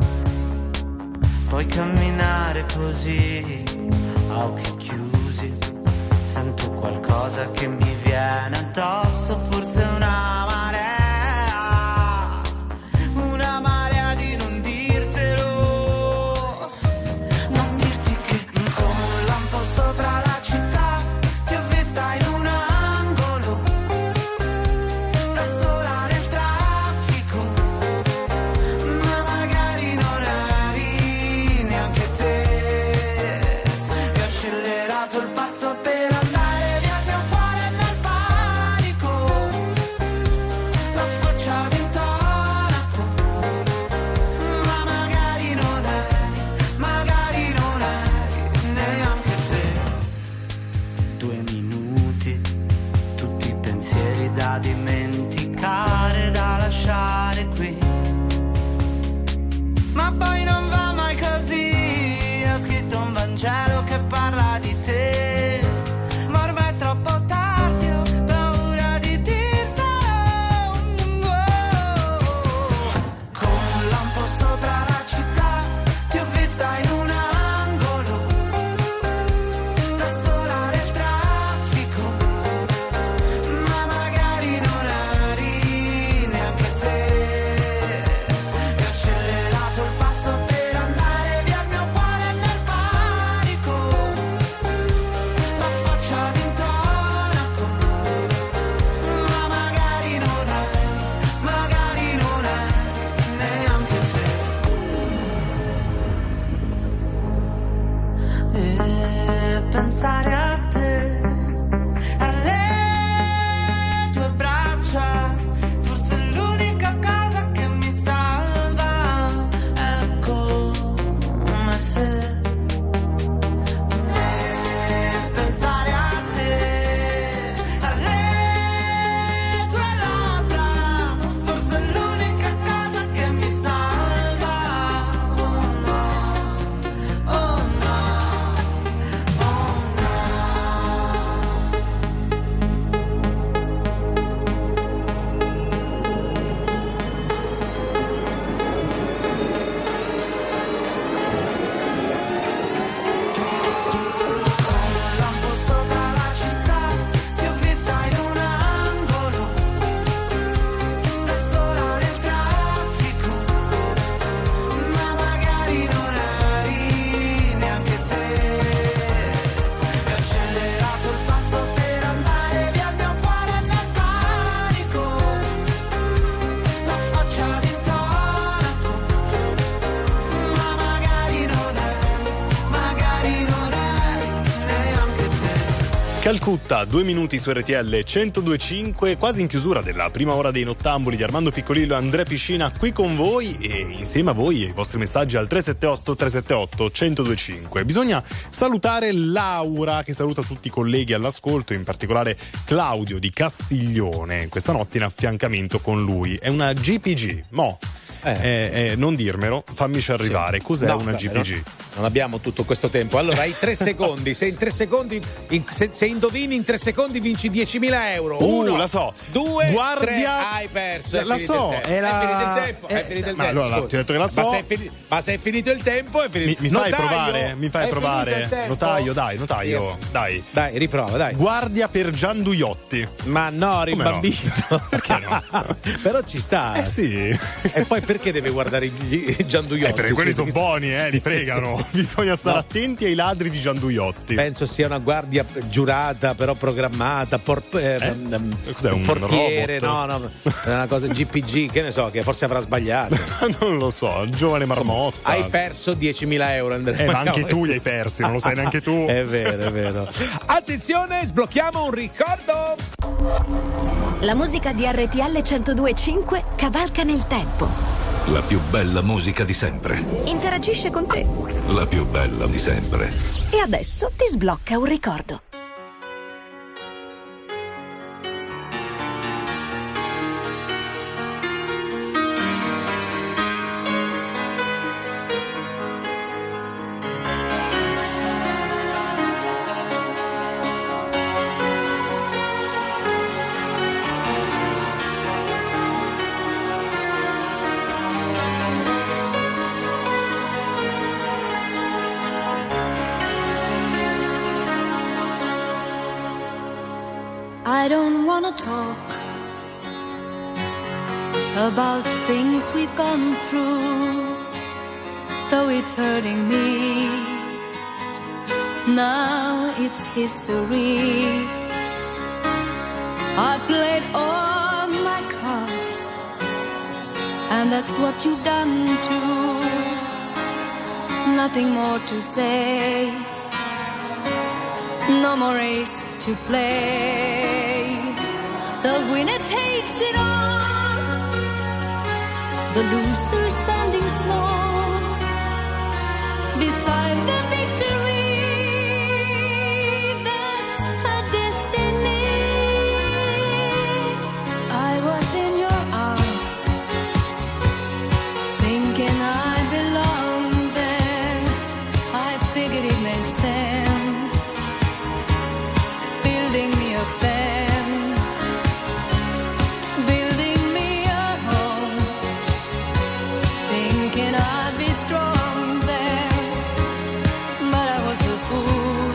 S19: Puoi camminare così, a occhi chiusi. Sento qualcosa che mi viene addosso, forse una marea, una marea di non dirtelo, non dirti che come un lampo sopra la città ti ho vista in un angolo, da sola nel traffico, ma magari non eri neanche te, e ho accelerato il passo per andare via, il mio cuore nel panico, la faccia d'intonaco, ma magari non eri, magari non eri neanche te. Due minuti, tutti i pensieri da dimenticare, da lasciare qui, ma poi non va mai così. Ho scritto un Vangelo che parla di te, ma ormai è troppo tardi, ho paura di dirtelo. Con un lampo sopra la città ti ho vista in un angolo, da sola nel traffico, ma magari non eri neanche te, e ho accelerato il passo per andare via, il mio cuore nel panico, la faccia d'intonaco, ma magari non eri, magari non eri neanche te. E pensare a te, alle tue braccia, forse è l'unica cosa che mi salva, è come se. E pensare a
S2: Calcutta, due minuti su R T L centodue e cinque, quasi in chiusura della prima ora dei Nottambuli di Armando Piccolillo e Andrea Piscina qui con voi e insieme a voi e i vostri messaggi al tre sette otto tre sette otto centodue e cinque. Bisogna salutare Laura che saluta tutti i colleghi all'ascolto, in particolare Claudio di Castiglione, questa notte in affiancamento con lui. È una G P G, mo. Eh. Eh, eh, non dirmelo, fammici arrivare. Sì. Cos'è no, una vabbè, G P G?
S1: Non, non abbiamo tutto questo tempo. Allora hai tre secondi. Se in tre secondi, in, se, se indovini in tre secondi, vinci diecimila euro. Uno,
S2: uh, la so.
S1: Due,
S2: Guardia.
S1: Tre, hai perso.
S2: La so.
S1: È, la... è finito il tempo. È finito il
S2: ma
S1: tempo.
S2: Allora, ti ho detto che la so.
S1: Ma se è, fini... ma se è finito il tempo, è finito.
S2: Mi, mi fai provare? Mi fai
S1: è
S2: provare? Notaio, dai, notaio, yeah. dai.
S1: Dai, riprova, dai.
S2: Guardia per Gianduiotti.
S1: Ma no, rimbambito.
S2: No? Perché no?
S1: Però ci sta.
S2: Eh sì.
S1: E poi perché deve guardare i Gianduiotti?
S2: Eh, perché quelli sono buoni, eh, li fregano. Bisogna stare no. attenti ai ladri di Gianduiotti.
S1: Penso sia una guardia giurata, però programmata. Por- eh,
S2: eh? Cos'è, un
S1: portiere?
S2: robot?
S1: No, no, è una cosa G P G, che ne so, che forse avrà sbagliato.
S2: Non lo so, giovane marmotta.
S1: Hai perso diecimila euro, Andrea.
S2: Eh, ma anche tu li hai persi, non lo sai neanche tu.
S1: È vero, è vero. Attenzione, sblocchiamo un ricordo.
S13: La musica di R T L centodue e cinque cavalca nel tempo.
S4: La più bella musica di sempre.
S13: Interagisce con te.
S4: La più bella di sempre.
S13: E adesso ti sblocca un ricordo.
S10: I don't wanna talk about things we've gone through, though it's hurting me. Now it's history. I played all my cards, and that's what you've done too. Nothing more to say, no more race to play. The winner takes it all, the loser standing small beside the victory. That's her destiny. I was in your arms, thinking I belonged there. I figured it made sense, building me a fence, building me a home, thinking I'd be strong there, but I was a fool,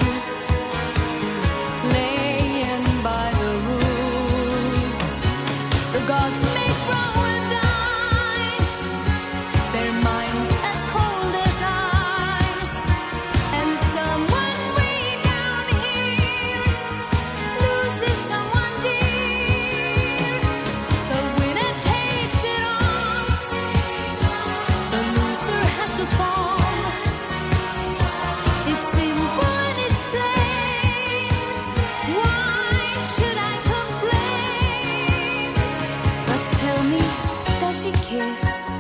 S10: laying by the rules. The gods make wrong with eyes, their minds as cold as ice, and someone way down here loses someone dear. The winner takes it all, the loser has to fall. It's simple and it's plain. Why should I complain? But tell me, does she kiss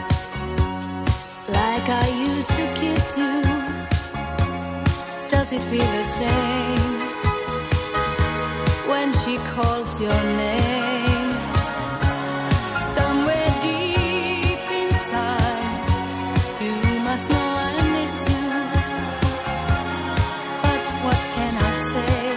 S10: like I used to kiss you? Does it feel the same when she calls your name? Somewhere deep inside, you must know I miss you. But what can I say?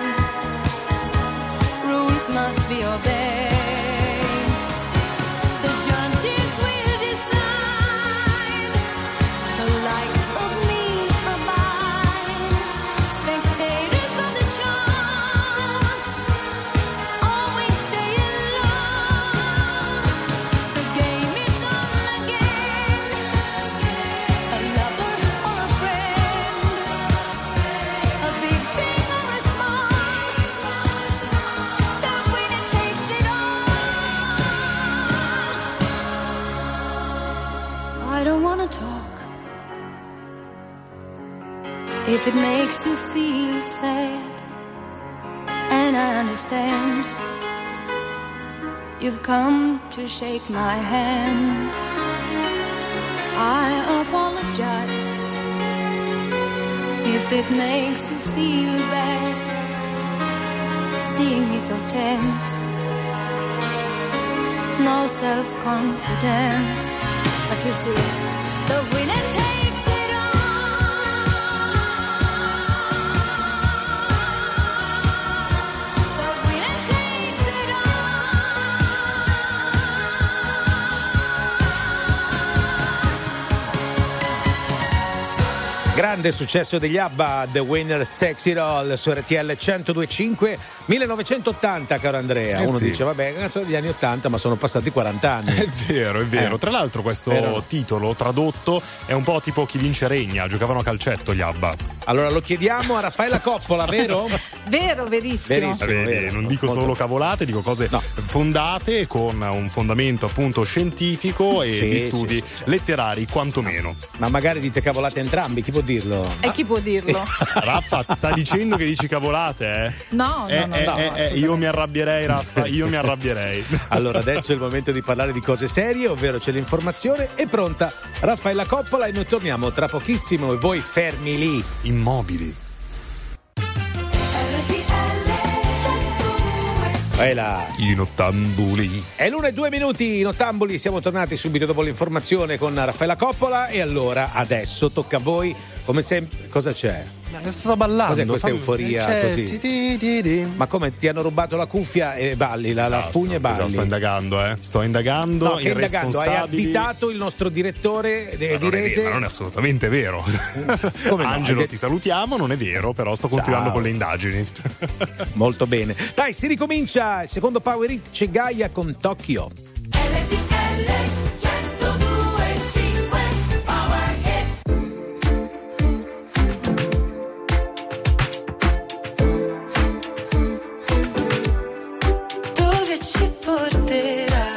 S10: Rules must be obeyed. The judges will decide. The likes of me abide. Spectators of the show always stay alone. The game is on again. A lover or a friend, a big thing or a small, the winner takes it all. I don't wanna talk if it makes you feel sad,
S3: then I understand. You've come to shake my hand. I apologize if it makes you feel bad, seeing me so tense, no self-confidence. But you see, the winner takes it all. The winner takes it all.
S1: Grande successo degli ABBA, The Winner Takes It All su R T L centodue e cinque. millenovecentottanta, caro Andrea.
S2: Eh
S1: Uno
S2: sì.
S1: dice, vabbè, è una canzone degli anni ottanta, ma sono passati quaranta anni.
S2: È vero, è vero.
S1: Eh.
S2: Tra l'altro questo
S1: Vero.
S2: titolo tradotto è un po' tipo Chi vince regna, giocavano a calcetto gli ABBA.
S1: Allora lo chiediamo a Raffaella Coppola, vero?
S20: Vero, verissimo.
S1: Verissimo.
S2: Vedi,
S1: vero,
S2: non dico
S1: molto-
S2: solo cavolate, dico cose fondate con un fondamento appunto scientifico e
S1: Sì,
S2: di
S1: sì,
S2: studi
S1: sì, sì.
S2: letterari quantomeno.
S1: Ma magari dite cavolate entrambi, chi può dirlo?
S20: E chi può dirlo?
S2: Raffa, sta dicendo che dici cavolate, eh?
S20: No, no,
S2: Eh,
S20: no,
S2: eh,
S20: no,
S2: eh, eh, io mi arrabbierei, Raffa, io mi arrabbierei.
S1: Allora adesso è il momento di parlare di cose serie, ovvero c'è l'informazione. È pronta Raffaella Coppola e noi torniamo tra pochissimo e voi fermi lì,
S2: immobili.
S1: E là.
S2: In ottambuli.
S1: È l'una e due minuti in Ottamboli, siamo tornati subito dopo l'informazione con Raffaella Coppola e allora adesso tocca a voi, come sempre. Cosa c'è?
S2: Ma sto ballando.
S1: Cos'è questa
S2: fammi-
S1: euforia
S2: c'è
S1: così?
S2: ti- ti- ti- ti.
S1: Ma come ti hanno rubato la cuffia e balli, la, la
S2: Esatto,
S1: spugna e balli?
S2: esatto, sto indagando, eh. Sto indagando.
S1: No, che indagando, hai
S2: irresponsabili.
S1: additato il nostro direttore de-
S2: Ma
S1: di
S2: non, è
S1: rete.
S2: vero, ma non è assolutamente vero.
S1: Come no?
S2: Angelo,
S1: Hai
S2: ti salutiamo, non è vero, però sto continuando
S1: Ciao.
S2: con le indagini.
S1: Molto bene. Dai, si ricomincia. Il secondo Power Hit c'è Gaia con Tokyo.
S3: Dove ci porterà?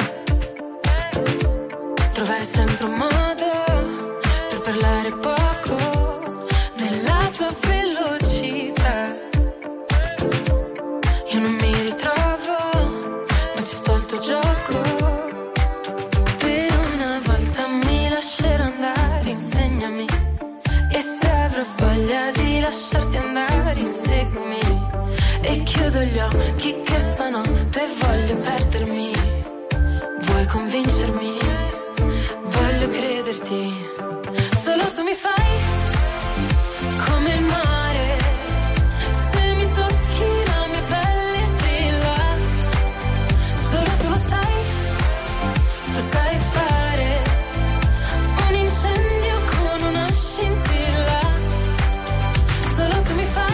S3: Trovare sempre un modo per parlare poco nella tua velocità. Io non mi ritrovo, ma ci sto il tuo gioco. Per una volta mi lascerò andare, insegnami. E se avrò voglia di lasciarti andare, inseguimi. E chiudo gli occhi che stanotte voglio perdermi. Vuoi convincermi? Voglio crederti. Solo tu mi fai come il mare. Se mi tocchi la mia pelle brilla. Solo tu lo sai. Tu sai fare un incendio con una scintilla. Solo tu mi fai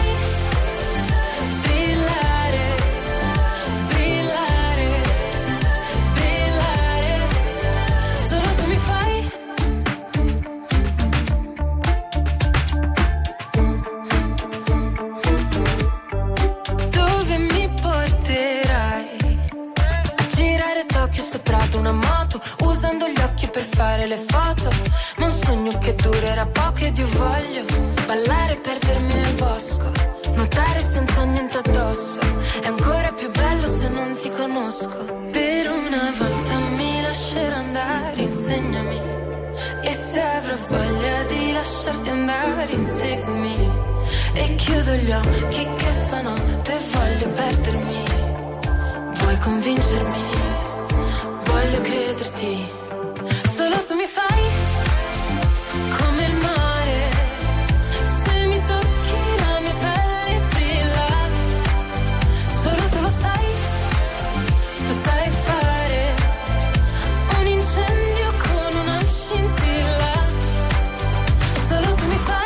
S3: brillare, brillare, brillare. Solo tu mi fai. Dove mi porterai? A girare Tokyo sopra ad una moto, usando gli occhi per fare le foto. Ma un sogno che durerà poco ed io voglio ballare e perdermi nel bosco, nuotare senza niente addosso. È ancora più bello se non ti conosco. Per una volta mi lascerò andare, insegnami. E se avrò voglia di lasciarti andare, inseguimi. E chiudo gli occhi che stanotte voglio perdermi. Vuoi convincermi? Voglio crederti. Solo tu mi fai come il mare. Se mi tocchi la mia pelle brilla. Solo tu lo sai. Tu sai fare un incendio con una scintilla. Solo tu mi fai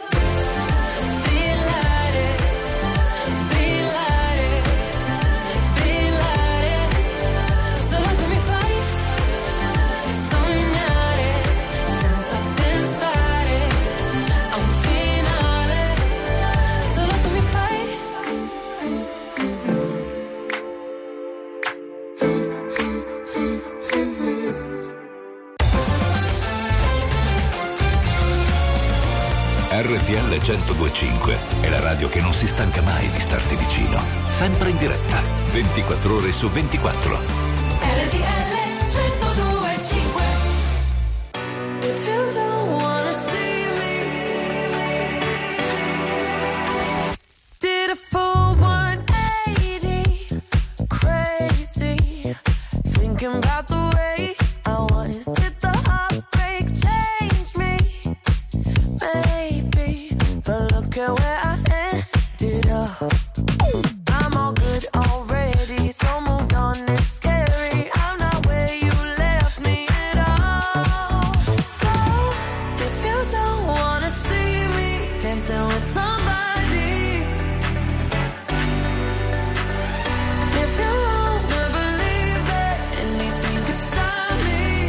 S3: brillare, brillare, brillare. Solo tu mi fai sognare,
S4: centodue e cinque è la radio che non si stanca mai di starti vicino. Sempre in diretta, ventiquattro ore su ventiquattro.
S10: R T L centodue e cinque. If you don't wanna see me, did a full one eighty, crazy, thinking about the way I was. Did the heartbreak change me? Maybe, but look at where I ended up. I'm all good already, so moved on, it's scary. I'm not where you left me at all. So, if you don't wanna see me dancing with somebody, if you wanna believe that anything could stop me,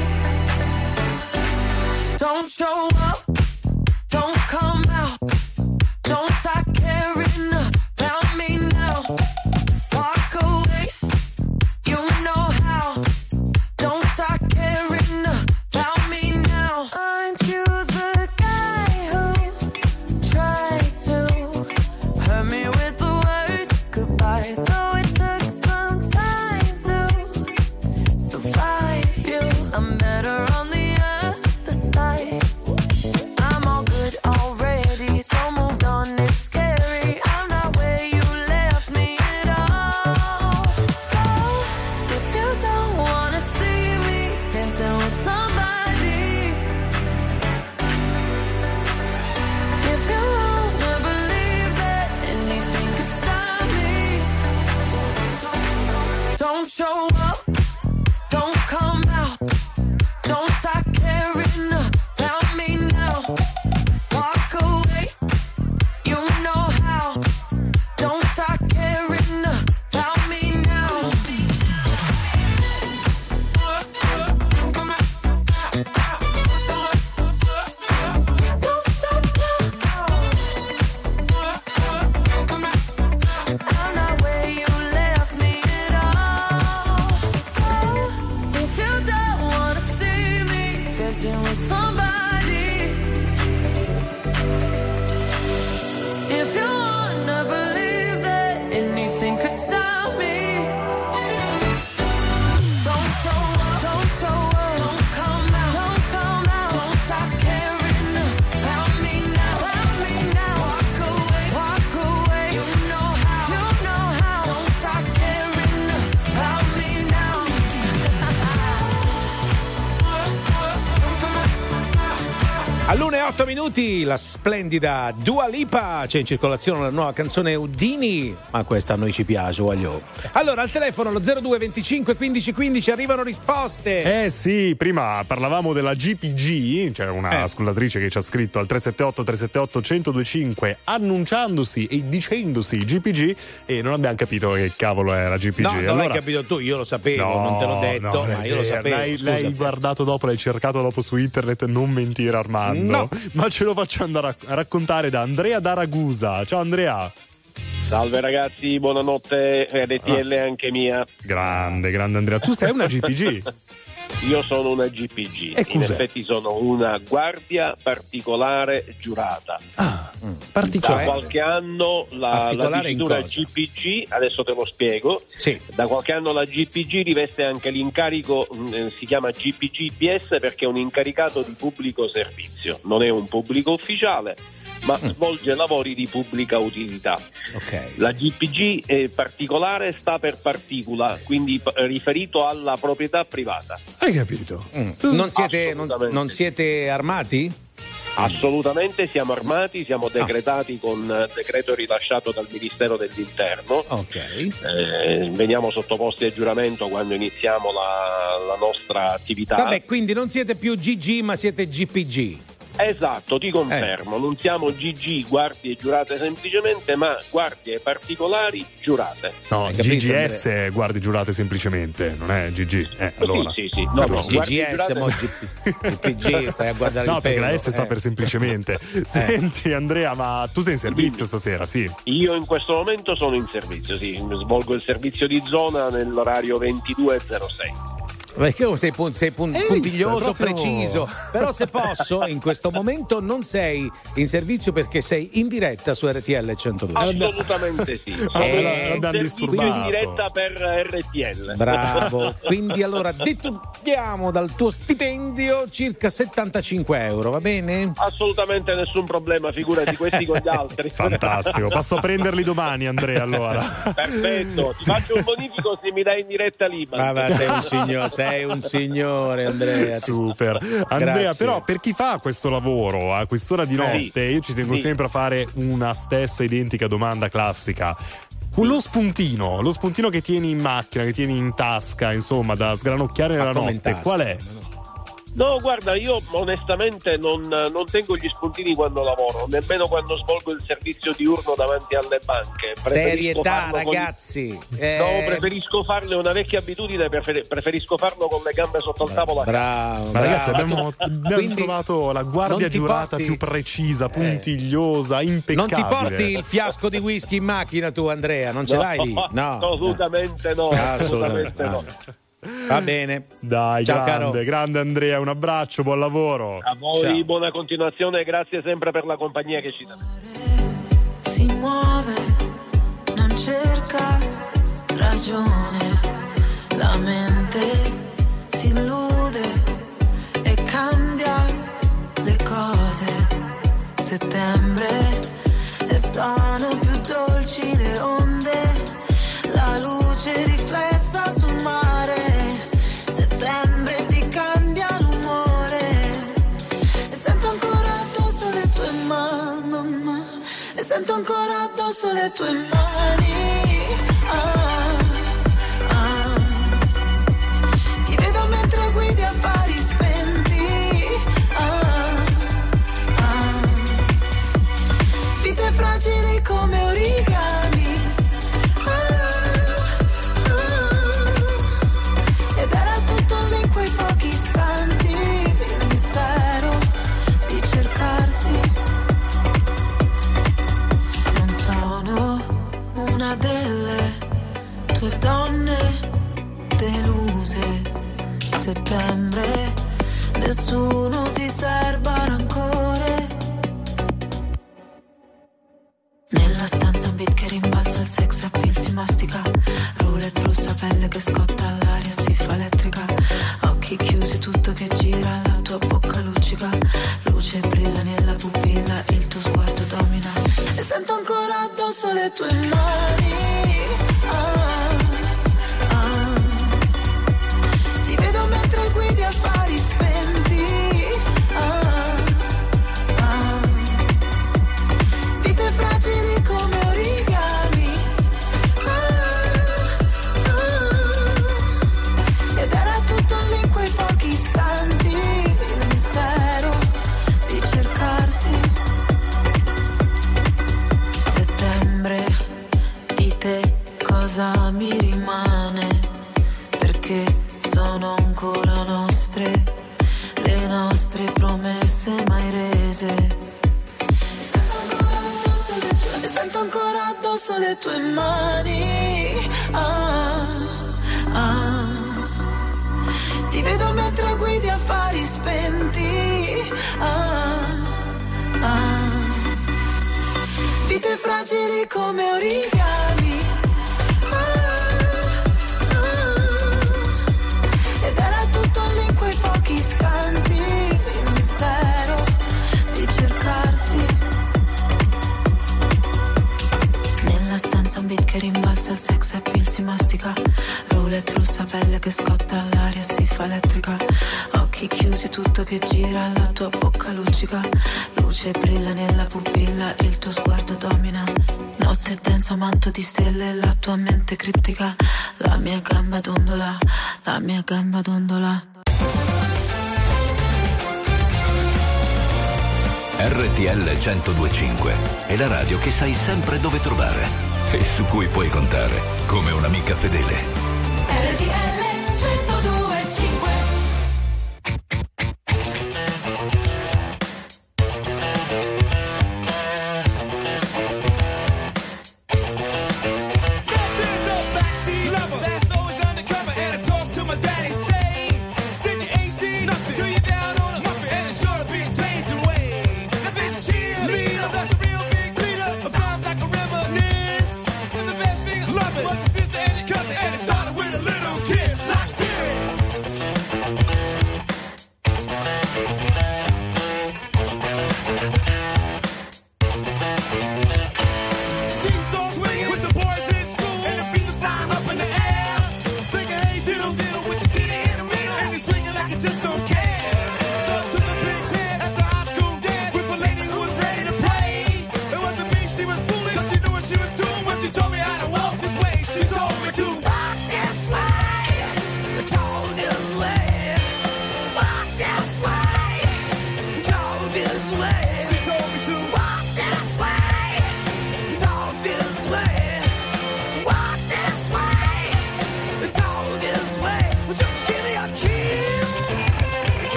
S10: don't show up, don't come out, don't start caring about me now. Walk away, you know how. Don't start caring about me now. Aren't you the guy who tried to hurt me with the word goodbye? Though it took some time to survive you, I'm better on the other side. I'm all good already, so moved on, it's scary. I'm not where you left me at all. So, if you don't wanna see me dancing with somebody, if you wanna believe that anything could stop me, don't show up, don't come out, don't start caring about me now. Walk away, you know how. Don't start caring about me now. Don't stop now. I'm not where you left me at all. So, if you don't wanna see me dancing with somebody, if you wanna believe that anything could stop me, don't show up, don't show up, don't come out, don't come out, don't stop caring about me now, about me now. Walk away, walk away, you know how, you know how. Don't stop caring about me now.
S1: All'una e otto minuti, la splendida Dua Lipa. C'è in circolazione la nuova canzone Houdini, ma questa a noi ci piace, voglio. Allora, al telefono allo zero due venticinque quindici quindici arrivano risposte.
S2: Eh sì, prima parlavamo della G P G, c'è una
S1: Eh.
S2: ascoltatrice che ci ha scritto al tre sette otto tre sette otto uno zero due cinque annunciandosi e dicendosi G P G e non abbiamo capito che cavolo è la G P G.
S1: No, non
S2: allora...
S1: l'hai capito tu, io lo sapevo,
S2: No,
S1: non te l'ho detto,
S2: no,
S1: ma io lo
S2: eh,
S1: sapevo.
S2: L'hai,
S1: scusa.
S2: l'hai guardato dopo, l'hai cercato dopo su internet, non mentire Armando.
S1: No.
S2: Ma ce lo faccio andare a, a raccontare da Andrea da Ragusa. Ciao Andrea.
S21: Salve ragazzi, buonanotte, R T L anche mia.
S2: Grande, grande Andrea. Tu sei una G P G?
S21: Io sono una G P G,
S2: E
S21: in
S2: cos'è?
S21: effetti sono una guardia particolare giurata.
S2: Ah,
S21: Da
S2: particolare.
S21: qualche anno la, la
S1: Particolare in
S21: dicitura
S1: cosa?
S21: G P G, adesso te lo spiego,
S1: Sì.
S21: da qualche anno la G P G riveste anche l'incarico, mh, si chiama G P G P S perché è un incaricato di pubblico servizio, non è un pubblico ufficiale, ma svolge lavori di pubblica utilità.
S1: Ok.
S21: La G P G è particolare, sta per particula, quindi p- riferito alla proprietà privata.
S2: Hai capito?
S1: Mm. Non, siete, non, non siete armati?
S21: Assolutamente, siamo armati, siamo decretati con eh, decreto rilasciato dal Ministero dell'Interno.
S1: Ok.
S21: Eh, veniamo sottoposti a giuramento quando iniziamo la, la nostra attività.
S1: Vabbè, quindi non siete più G G ma siete G P G.
S21: Esatto, ti confermo, non siamo G G, guardie giurate semplicemente, ma guardie particolari giurate.
S2: No,
S21: Hai capito,
S2: G G S guardi giurate semplicemente, non è G G. Eh,
S21: Sì,
S2: allora.
S21: sì, sì.
S2: No,
S21: No,
S2: no.
S1: G G S, mo G P G, stai a guardare
S2: No,
S1: il
S2: perché
S1: pelo.
S2: la S sta
S1: eh.
S2: per semplicemente. Senti Andrea, ma tu sei in servizio stasera, sì?
S21: Io in questo momento sono in servizio, sì, svolgo il servizio di zona nell'orario ventidue e zero sei.
S1: Perché sei, pun- sei pun-
S2: Hai
S1: puntiglioso,
S2: visto? È proprio-
S1: preciso. Però se posso, in questo momento non sei in servizio perché sei in diretta su R T L centodue.
S21: Assolutamente sì.
S1: Eh,
S21: Sono in
S1: l'abbiamo
S21: servizio
S1: disturbato.
S21: in diretta per R T L.
S1: Bravo. Quindi allora deduciamo dal tuo stipendio circa settantacinque euro, va bene?
S21: Assolutamente nessun problema, figurati questi con gli altri.
S2: Fantastico, posso prenderli domani, Andrea, allora.
S21: Perfetto, ti faccio un bonifico se mi dai in diretta libera.
S1: Ma va, sei un signore, sei un signore, Andrea.
S2: Super. Andrea,
S1: Grazie.
S2: però per chi fa questo lavoro a quest'ora di notte,
S21: Sì.
S2: io ci tengo
S21: Sì.
S2: sempre a fare una stessa identica domanda classica. Lo spuntino, lo spuntino che tieni in macchina, che tieni in tasca, insomma, da sgranocchiare nella
S1: come in
S2: notte,
S1: tasca?
S2: qual è?
S21: No, guarda, io onestamente non, non tengo gli spuntini quando lavoro, nemmeno quando svolgo il servizio diurno davanti alle banche. Preferisco
S1: Serietà,
S21: farlo con-
S1: ragazzi. Eh,
S21: No, preferisco farlo, è una vecchia abitudine, prefer- preferisco farlo con le gambe sotto il tavolo.
S1: Bravo,
S2: Ma ragazzi,
S1: bravo.
S2: abbiamo, abbiamo
S1: Quindi
S2: trovato la guardia
S1: non ti
S2: giurata
S1: porti-
S2: più precisa, puntigliosa, impeccabile.
S1: Non ti porti il fiasco di whisky in macchina tu, Andrea? Non ce
S21: No,
S1: l'hai lì? No.
S21: assolutamente no.
S1: Assolutamente
S21: Assolutamente no.
S1: no. Va bene.
S2: Dai,
S1: Ciao,
S2: grande,
S1: caro.
S2: grande Andrea, un abbraccio, buon lavoro.
S21: A voi
S1: Ciao.
S21: buona continuazione e grazie sempre per la compagnia che ci date.
S10: Si muove, non cerca ragione, la mente si illude e cambia le cose. Settembre e sono più dolci le onde, la luce riflessa sul mare. Settembre ti cambia l'umore e sento ancora addosso le tue mani, e sento ancora addosso le tue mani. Ah, ah. Ti vedo mentre guidi affari spenti. Ah, ah. Vite fragili come origami. Ah, ah. Ed era tutto lì in quei pochi istanti, il mistero di cercarsi. Non sono una delle tue donne deluse. Settembre, nessuno ti serba rancore. Nella stanza un beat che rimbalza, il sex appeal si mastica. Roulette russa, pelle che scotta, all'aria si fa elettrica. Occhi chiusi, tutto che gira, la tua bocca luccica. Luce brilla nella pupilla, il tuo sguardo domina. E sento ancora addosso le tue mani. Ah, ah. Ti vedo mentre guidi affari spenti. Ah, ah. Vite fragili come origami. Ah, ah. Ed era tutto lì in quei pochi istanti, il mistero di cercarsi. Settembre, di te cosa mi rimane? Perché sono ancora nostre, le nostre promesse mai rese. E sento ancora addosso le tue mani. Ah, ah. Ti vedo mentre guidi affari spenti. Ah, ah. Vite fragili come origami. Ah, ah. Ed era tutto lì in quei pochi istanti, il mistero di cercarsi. Nella stanza un beat che rimbalza, il sex appeal si mastica. Roulette russa, pelle che scotta, all'aria si fa elettrica. Occhi chiusi, tutto che gira, la tua bocca luccica. Luce brilla nella pupilla, il tuo sguardo domina. Notte densa, manto di stelle, la tua mente criptica. La mia gamba dondola, la mia gamba dondola.
S4: R T L centodue e cinque è la radio che sai sempre dove trovare e su cui puoi contare come un'amica fedele.
S10: R T L centodue e cinque.
S5: That's always undercover and I talk to my daddy, say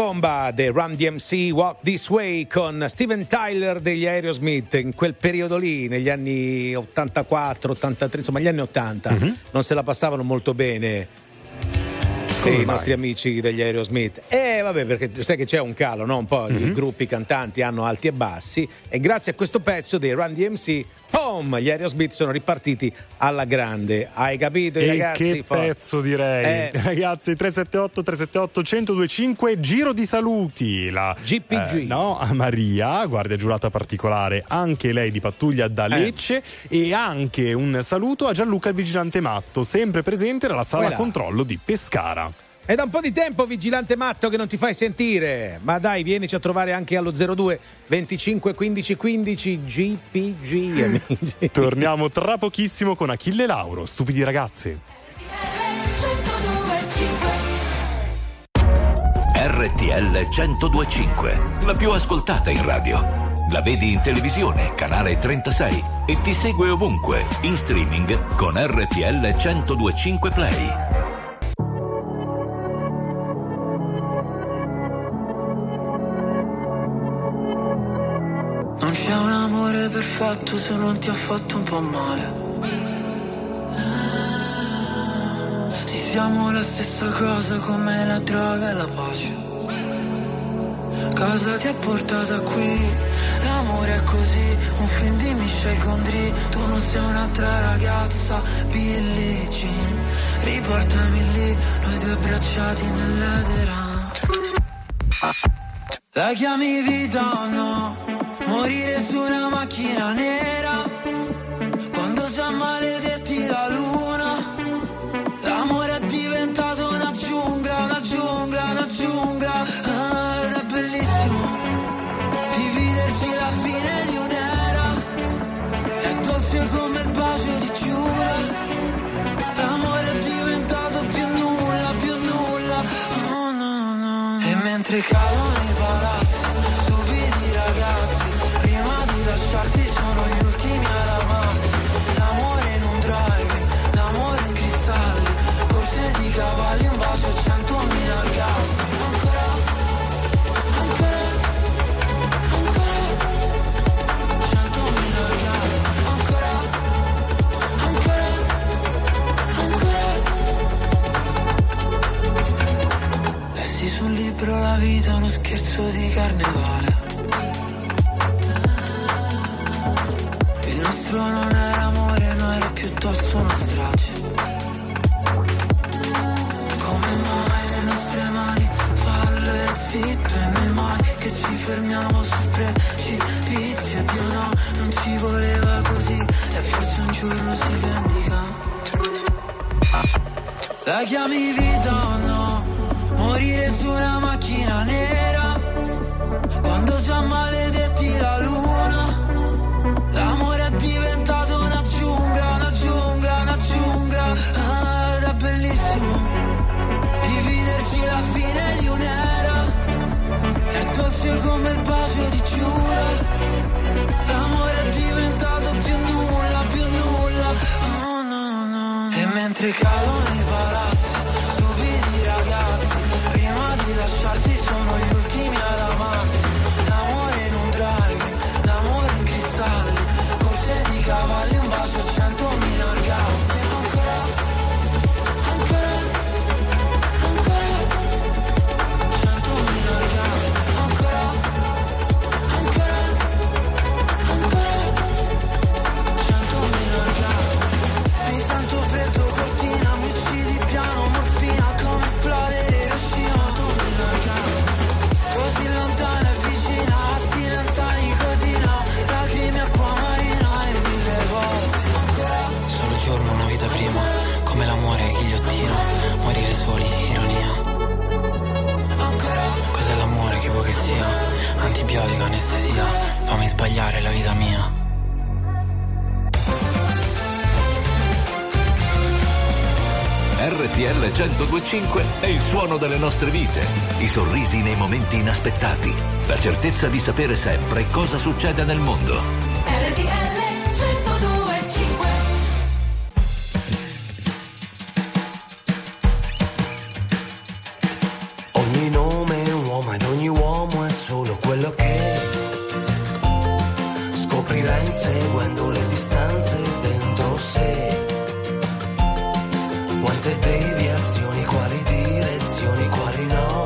S1: bomba dei Run D M C, Walk This Way, con Steven Tyler degli Aerosmith. In quel periodo lì, negli anni ottantaquattro ottantatré, insomma gli anni ottanta, mm-hmm. non se la passavano molto bene
S2: Come
S1: i
S2: mai?
S1: nostri amici degli Aerosmith. E eh, vabbè, perché sai che c'è un calo, no? Un po' mm-hmm. i gruppi cantanti hanno alti e bassi, e grazie a questo pezzo dei Run D M C, boom, gli Aerosmith sono ripartiti alla grande. Hai capito,
S2: e
S1: ragazzi?
S2: Che pezzo, direi.
S1: Eh.
S2: Ragazzi, tre sette otto tre sette otto uno zero due cinque, giro di saluti. La
S1: G P G.
S2: Eh, no, a Maria, guardia giurata particolare, anche lei di pattuglia da Lecce, eh. e anche un saluto a Gianluca il vigilante matto, sempre presente nella sala
S1: Voilà.
S2: controllo di Pescara.
S1: È da un po' di tempo, vigilante matto, che non ti fai sentire. Ma dai, vienici a trovare anche allo zero due venticinque quindici quindici G P G, amici.
S2: Torniamo tra pochissimo con Achille Lauro, Stupidi ragazzi.
S4: R T L centodue e cinque, la più ascoltata in radio. La vedi in televisione, canale trentasei, e ti segue ovunque, in streaming con R T L centodue e cinque Play.
S18: Non c'è un amore perfetto se non ti ha fatto un po' male. Sì, siamo la stessa cosa come la droga e la pace. Cosa ti ha portata qui? L'amore è così, un film di Michel Gondry. Tu non sei un'altra ragazza, Billie Jean. Riportami lì, noi due abbracciati nell'edera. La chiami vita o no? Morire su una macchina nera, quando già maledetti la luna. L'amore è diventato una giungla, una giungla, una giungla. Ah, ed è bellissimo dividerci la fine di un'era. È dolce come il bacio di Giura. L'amore è diventato più nulla, più nulla. Oh no, no. E mentre cadono i palazzi, stupidi ragazzi, prima di lasciarsi sono gli ultimi ad amarsi. L'amore in un drive, l'amore in cristalli, corse di cavalli, un bacio, centomila orgasmi. Ancora, ancora, ancora, centomila orgasmi. Ancora, ancora, ancora. Lessi sul libro La vita è uno scherzo di carnevale. Il nostro non era amore, no, era piuttosto una strage. Come mai le nostre mani fallo e zitto, e noi mai che ci fermiamo su precipizio. E Dio no, non ci voleva così, e forse un giorno si vendica. La chiami vita o no? Morire su una macchina nera, quando già maledetti la luna. L'amore è diventato una giungla, una giungla, una giungla. Ah, ed è bellissimo dividerci la fine di un'era. È dolce come il bacio di Giura. L'amore è diventato più nulla, più nulla. Oh no, no, no. E mentre cadono i palazzi, stupidi ragazzi, prima di lasciarsi sono gli ultimi ad amarsi. L'amore in un drive, l'amore in cristalli, corse di cavalli, un bacio, centomila orgasmi. Ancora, ancora, ancora, centomila orgasmi. Ancora, ancora, ancora, centomila orgasmi. Mi sento freddo, cortina, mi uccidi piano, morfina, come esplodere Hiroshima. Centomila orgasmi. Così lontana e vicina, astinenza, nicotina, lacrime, acqua marina e mille volte. Ancora, solo giorno, una vita prima, come l'amore, ghigliottina, morire soli, ironia. Ancora, cos'è l'amore, che vuoi che sia? Antibiotico, anestesia, fammi sbagliare la vita mia.
S4: R T L centodue e cinque è il suono delle nostre vite, i sorrisi nei momenti inaspettati, la certezza di sapere sempre cosa succede nel mondo.
S10: R T L centodue e cinque.
S18: Ogni nome è un uomo e
S7: quello che scoprirai inseguendo le distanze dentro sé. Quante deviazioni, quali direzioni, quali no,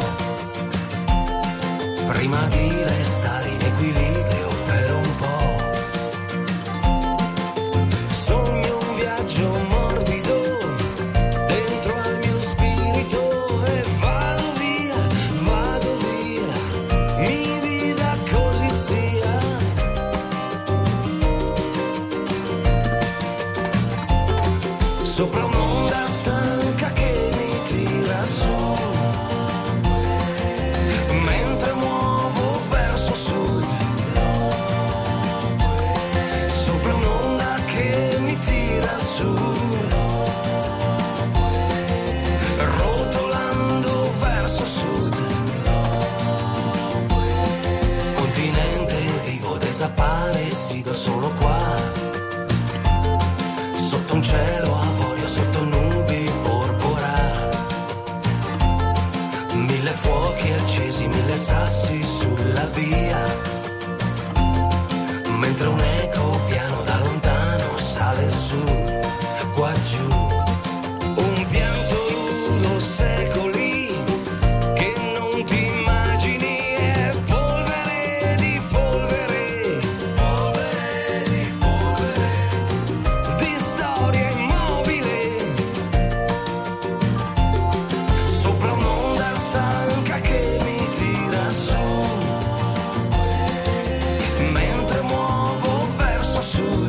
S7: prima di restare in equilibrio per un po'. Sogno un viaggio morbido dentro al mio spirito e vado via, vado via, mi vida così sia. Sopra un'onda stanca che mi tira su, mentre muovo verso sud. Sopra un'onda che mi tira su, rotolando verso sud. Continente vivo, desaparecido solo qua, sotto un cielo avorio, sotto nubi porpora. Mille fuochi accesi, mille sassi sulla via, mentre un eco piano da lontano sale su, qua giù. Un pianto lungo secoli che non ti immagini, è polvere di polvere, polvere di polvere, di storia immobile. Sopra un'onda stanca che mi tira su, mentre muovo verso sud.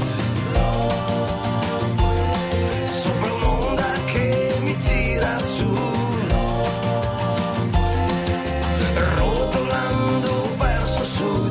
S7: Sopra un'onda che mi tira su, rotolando verso sud.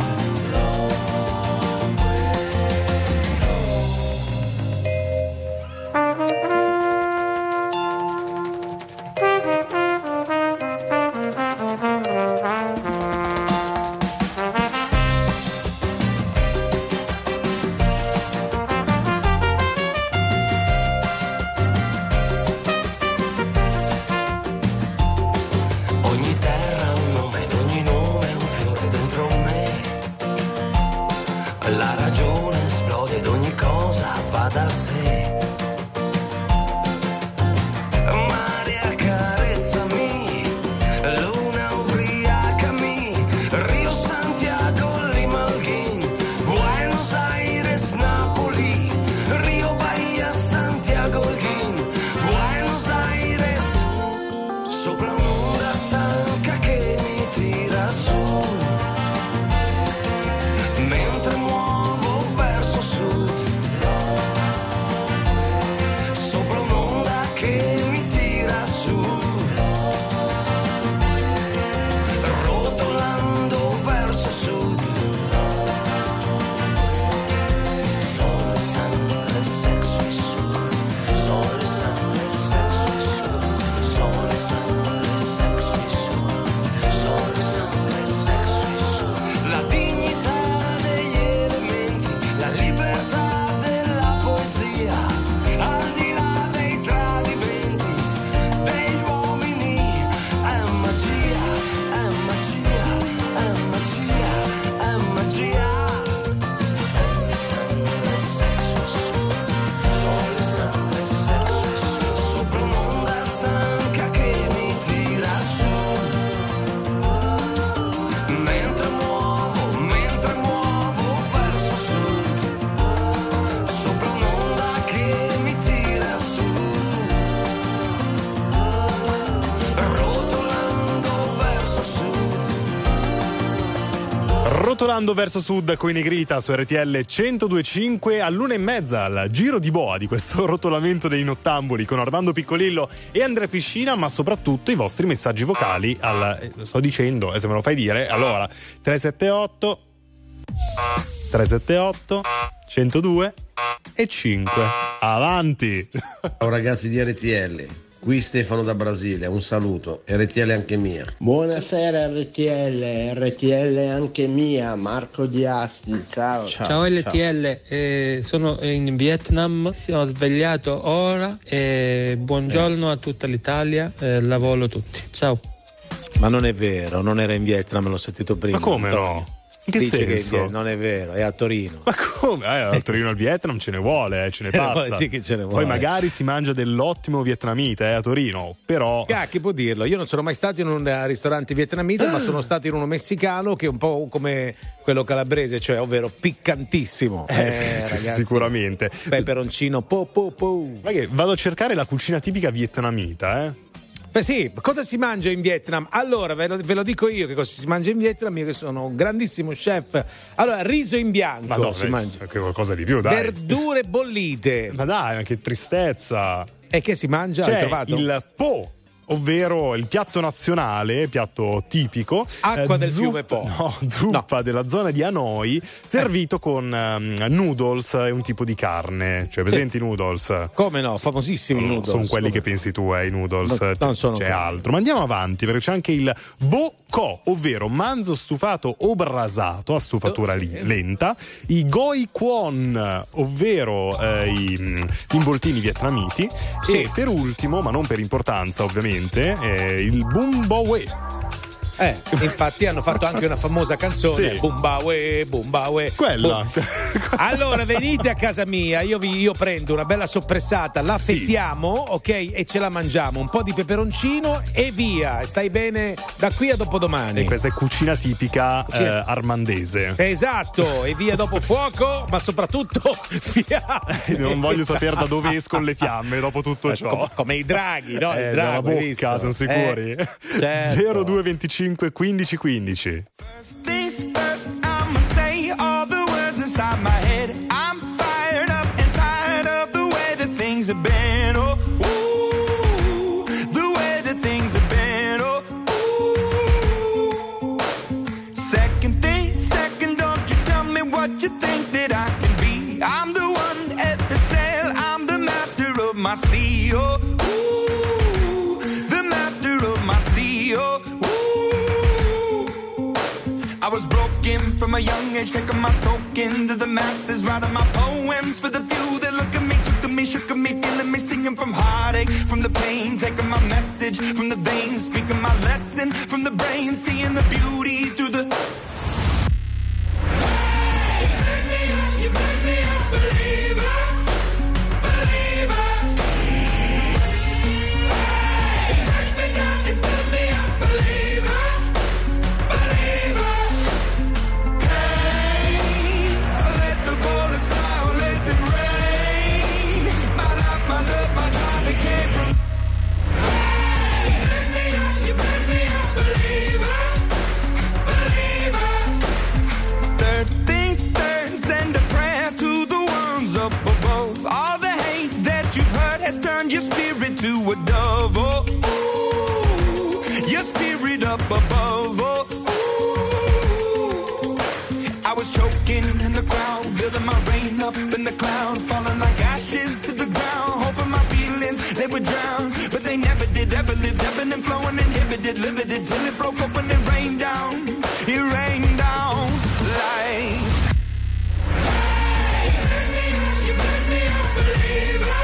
S7: Ogni terra ha un nome ed ogni nome è un fiore dentro me. La ragione esplode ed ogni cosa va da sé. Mare accarezzami, luna ubriacami, Rio Santiago, Lima Holguín, Buenos Aires, Napoli, Rio Bahia, Santiago Holguín, Buenos Aires. Sopra un'onda stanca che mi tira su, mentre muovo verso sud. Sopra un'onda che mi tira su, rotolando verso sud. Sole, sangue, sexo e sud. Sole, sangue, sexo e sud. Sole, sangue, sexo e sud. Sole, sangue, sexo e sud. La dignità degli elementi, la libertà della poesia, al di là dei tradimenti degli uomini. È magia, è magia, è magia, è magia. Sole, sangue, sexo e sud. Sole, sangue, sexo e sud. Sopra un'onda stanca che mi tira su, mentre muovo, mentre muovo verso sud. Sopra un'onda che mi tira su, rotolando verso sud.
S2: Rotolando verso sud con i Negrita su R T L centodue e cinque all'una e mezza, al giro di boa di questo rotolamento dei nottamboli con Armando Piccolillo e Andrea Piscina, ma soprattutto i vostri messaggi vocali al, eh, sto dicendo, e se me lo fai dire, allora tre sette otto tre sette otto centodue e cinque. Avanti.
S22: Ciao ragazzi di R T L, qui Stefano da Brasile, un saluto, R T L anche mia.
S23: Buonasera R T L, R T L anche mia, Marco Di Asti, ciao.
S24: Ciao, ciao L T L, eh, sono in Vietnam, sono svegliato ora e buongiorno eh. a tutta l'Italia, eh, lavoro tutti, ciao.
S1: Ma non è vero, non era in Vietnam, l'ho sentito prima.
S2: Ma come no? In che
S1: dice
S2: senso?
S1: che non è vero, è a Torino.
S2: Ma come? Eh, a Torino al Vietnam ce ne vuole, eh, ce ne
S1: Ce ne
S2: passa.
S1: vuole, sì che ce ne
S2: Poi
S1: vuole.
S2: magari si mangia dell'ottimo vietnamita eh, a Torino, però.
S1: Ah, chi può dirlo? Io non sono mai stato in un ristorante vietnamita, ma sono stato in uno messicano che è un po' come quello calabrese, cioè ovvero piccantissimo.
S2: Eh,
S1: Eh,
S2: sì,
S1: ragazzi,
S2: sicuramente.
S1: peperoncino po po po.
S2: Ma che vado a cercare la cucina tipica vietnamita, eh?
S1: Beh sì, cosa si mangia in Vietnam? Allora, ve lo, ve lo dico io che cosa si mangia in Vietnam, io che sono un grandissimo chef. Allora, riso in bianco
S2: Ma no,
S1: si
S2: eh,
S1: mangia.
S2: che qualcosa di più, dai.
S1: Verdure bollite.
S2: Ma dai, ma che tristezza.
S1: E che si mangia?
S2: C'è
S1: Hai trovato?
S2: il po, ovvero il piatto nazionale, piatto tipico.
S1: Acqua del
S2: zu-
S1: fiume Po.
S2: No, zuppa della zona di Hanoi, servito con um, noodles e un tipo di carne. Cioè, presenti i noodles?
S1: Come no, famosissimi
S2: No,
S1: noodles.
S2: sono quelli
S1: Come?
S2: che pensi tu, eh, i noodles.
S1: No, non sono
S2: c'è
S1: quelli.
S2: altro. Ma andiamo avanti, perché c'è anche il bo co, ovvero manzo stufato o brasato a stufatura
S1: Oh,
S2: li-
S1: sì.
S2: lenta, i goi kwon, ovvero eh, i mm, involtini vietnamiti,
S1: Sì.
S2: e per ultimo, ma non per importanza ovviamente, eh, il bum bo we.
S1: Eh, infatti hanno fatto anche una famosa canzone,
S2: Sì.
S1: Bumbawe, Bumbawe.
S2: Quella.
S1: Bum. Allora venite a casa mia, io, vi, io prendo una bella soppressata, la fettiamo, ok? E ce la mangiamo, un po' di peperoncino e via. Stai bene da qui a dopodomani.
S2: E questa è cucina tipica
S1: Cucina-
S2: eh, armandese.
S1: Esatto, e via dopo fuoco, ma soprattutto fiamme.
S2: Non voglio sapere da dove escono le fiamme dopo tutto ciò.
S1: Com- come i draghi, no?
S2: Eh,
S1: Il
S2: dalla
S1: drago, hai
S2: bocca,
S1: visto?
S2: sono sicuri.
S1: Eh, certo.
S2: zero due venticinque quindici quindici.
S18: Things first, I'ma say all the words inside my head. I'm fired up and tired of the way that things have been. Oh, ooh, the way that things have been. Oh, ooh. Second thing, second, don't you tell me what you think that I can be. I'm the one at the sail, I'm the master of my sea. Oh, ooh, the master of my sea. Oh, ooh. I was broken from a young age, taking my soak into the masses, writing my poems for the few that look at me, took to me, shook at me, feeling me, singing from heartache, from the pain, taking my message from the veins, speaking my lesson from the brain, seeing the beauty through the. Hey, you made me up, you made me a believer, believer. Hey, you break me down, you build me up, believer. Your spirit to a dove, oh, ooh, your spirit up above, oh, ooh. I was choking in the crowd, building my rain up in the cloud, falling like ashes to the ground, hoping my feelings, they would drown, but they never did, ever lived, ebbing and flowing, inhibited, limited, till it broke open and rained down, it rained down like. Hey, you made me up, you made me a believer.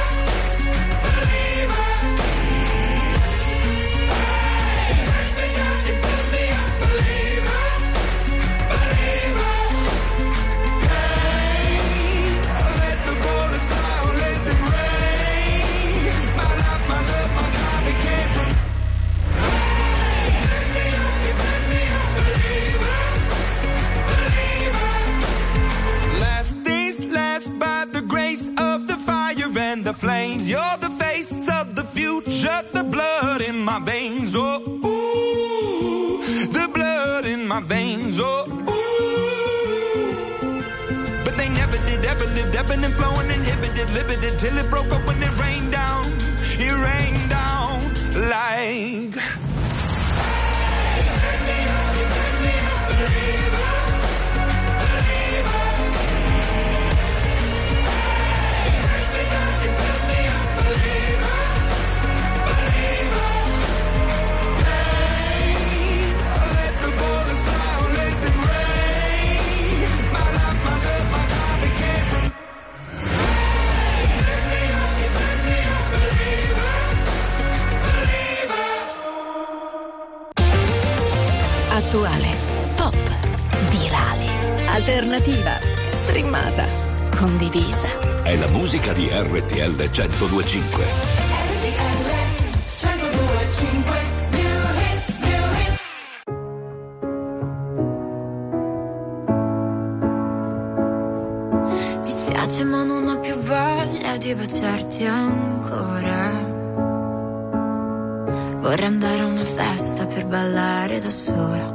S18: The flames, you're the face of the future, the blood in my veins, oh, ooh, the blood in my veins, oh, ooh. But they never did, ever lived, ebbing and flowing, inhibited, limited, till it broke up when it rained down, it rained down like. Hey, you made me up, you made me a believer, believer.
S13: alternativa, streamata, condivisa.
S4: È la musica di R T L centodue e cinque.
S10: Mi spiace ma non ho più voglia di baciarti ancora. Vorrei andare a una festa per ballare da sola,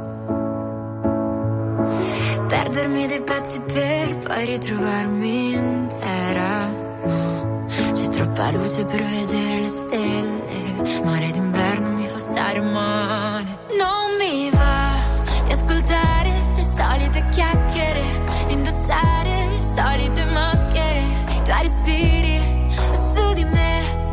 S10: perdermi dei pezzi per poi ritrovarmi intera. No, c'è troppa luce per vedere le stelle, mare d'inverno mi fa stare male. Non mi va di ascoltare le solite chiacchiere, indossare le solite maschere, i tuoi respiri su di me.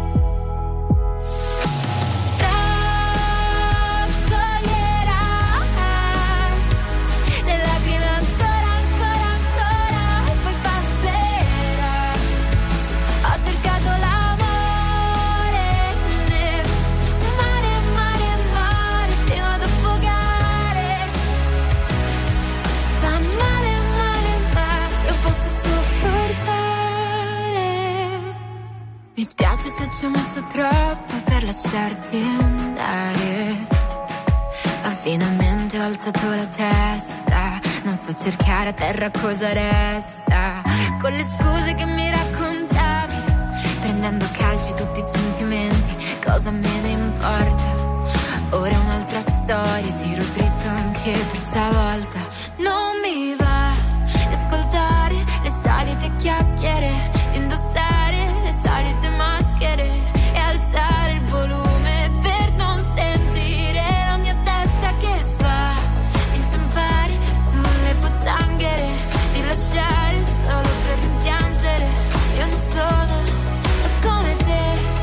S10: Mi spiace se ci ho messo troppo per lasciarti andare, ma finalmente ho alzato la testa. Non so cercare a terra cosa resta, con le scuse che mi raccontavi, prendendo a calci tutti i sentimenti. Cosa me ne importa? Ora è un'altra storia, tiro dritto anche per stavolta. Non mi va di ascoltare le solite chiacchiere, indossare le solite maschere e alzare il volume per non sentire la mia testa che fa inciampare sulle pozzanghere, di lasciare solo per rimpiangere. Io non sono come te.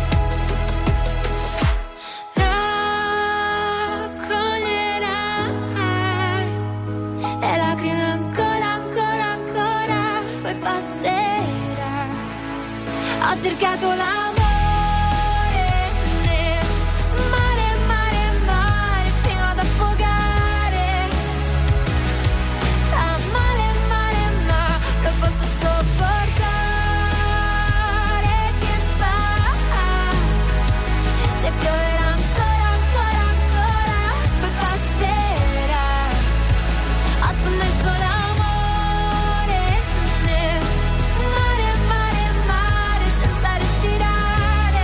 S10: Raccoglierai le lacrime ancora, ancora, ancora, poi passerà. Ho cercato l'amore nel mare, mare, mare, fino ad affogare. Ah, male, male, ma lo posso sopportare. Che fa? Se pioverà ancora, ancora, ancora, poi passerà. Ho sommesso l'amore nel mare, mare, mare, senza respirare.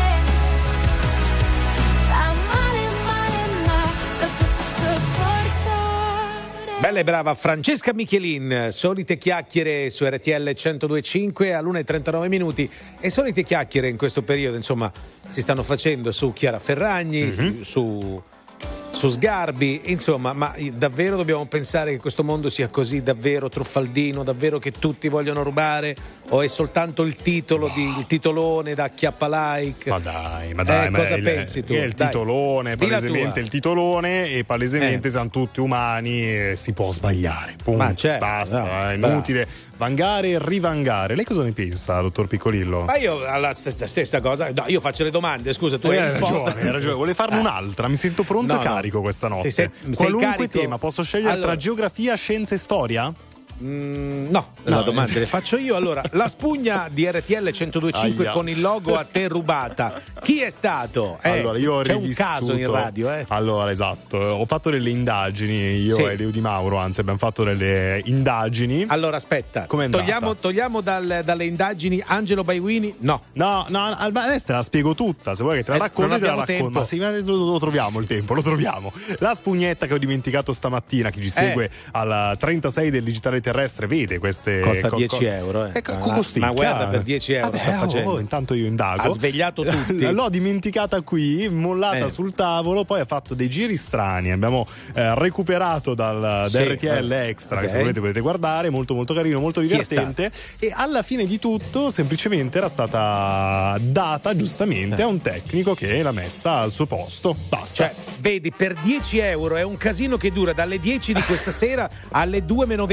S10: Fa male, male, ma lo posso sopportare.
S1: Bella e brava Francesca Michelin, solite chiacchiere su R T L centodue e cinque all'una e trentanove minuti. E solite chiacchiere in questo periodo, insomma, si stanno facendo su Chiara Ferragni,
S2: Mhm.
S1: su, su, su Sgarbi, insomma, ma davvero dobbiamo pensare che questo mondo sia così davvero truffaldino, davvero che tutti vogliono rubare? O è soltanto il titolo, di, il titolone da acchiappa like?
S2: Ma dai, ma dai,
S1: Eh,
S2: ma
S1: cosa
S2: il-
S1: pensi tu?
S2: È il
S1: Dai.
S2: titolone,
S1: Di la
S2: palesemente
S1: tua.
S2: il titolone, e palesemente
S1: Eh.
S2: siamo tutti umani e si può sbagliare. Punto.
S1: Ma certo,
S2: Basta,
S1: no,
S2: è
S1: bravo.
S2: inutile vangare e rivangare. Lei cosa ne pensa, dottor Piccolillo?
S1: Ma io alla stessa, stessa cosa, no, io faccio le domande, scusa, tu
S2: Eh,
S1: hai
S2: hai
S1: risposto.
S2: ragione, hai ragione. Vuole farne
S1: Eh.
S2: un'altra? Mi sento pronto
S1: No,
S2: e
S1: no.
S2: carico questa notte.
S1: Ti sei- sei
S2: Qualunque
S1: carico?
S2: tema, posso scegliere
S1: Allora-
S2: tra geografia, scienze e storia?
S1: Mm, no,
S2: No,
S1: la domanda
S2: eh.
S1: le faccio io. Allora, la spugna di R T L centodue e cinque
S2: Aia.
S1: con il logo a te rubata, chi è stato? Eh,
S2: Allora, io ho
S1: c'è un
S2: rivissuto-
S1: caso in radio, eh?
S2: Allora, esatto, ho fatto delle indagini, io
S1: Sì.
S2: e Leo Di Mauro, anzi abbiamo fatto delle indagini.
S1: Allora, aspetta,
S2: Com'è andata?
S1: togliamo, togliamo dal- dalle indagini Angelo Baiuini? No.
S2: No, no, Alba, adesso te la spiego tutta, se vuoi che te la
S1: Eh,
S2: racconti
S1: non
S2: te la
S1: abbiamo
S2: racconto.
S1: tempo.
S2: Ma sì, ma lo, lo troviamo il tempo, lo troviamo. La spugnetta che ho dimenticato stamattina, chi ci segue
S1: Eh.
S2: al trentasei del digitale terrestre vede queste
S1: Costa
S2: co-
S1: dieci
S2: co-
S1: euro, eh.
S2: Eh, co-
S1: Ma-
S2: costicchia.
S1: ma guarda, per dieci euro
S2: Vabbè,
S1: sta
S2: oh,
S1: facendo.
S2: oh, intanto io indago.
S1: Ha svegliato tutti.
S2: L'ho dimenticata qui, mollata
S1: Eh.
S2: sul tavolo, poi ha fatto dei giri strani. Abbiamo eh, recuperato dal,
S1: Sì,
S2: da R T L
S1: eh.
S2: Extra, che
S1: Ok.
S2: se volete potete guardare, molto molto carino, molto
S1: Chi è
S2: divertente. E alla fine di tutto, semplicemente era stata data giustamente a un tecnico che l'ha messa al suo posto. Basta.
S1: Cioè, vedi, per dieci euro è un casino che dura dalle dieci di questa sera alle due meno venti,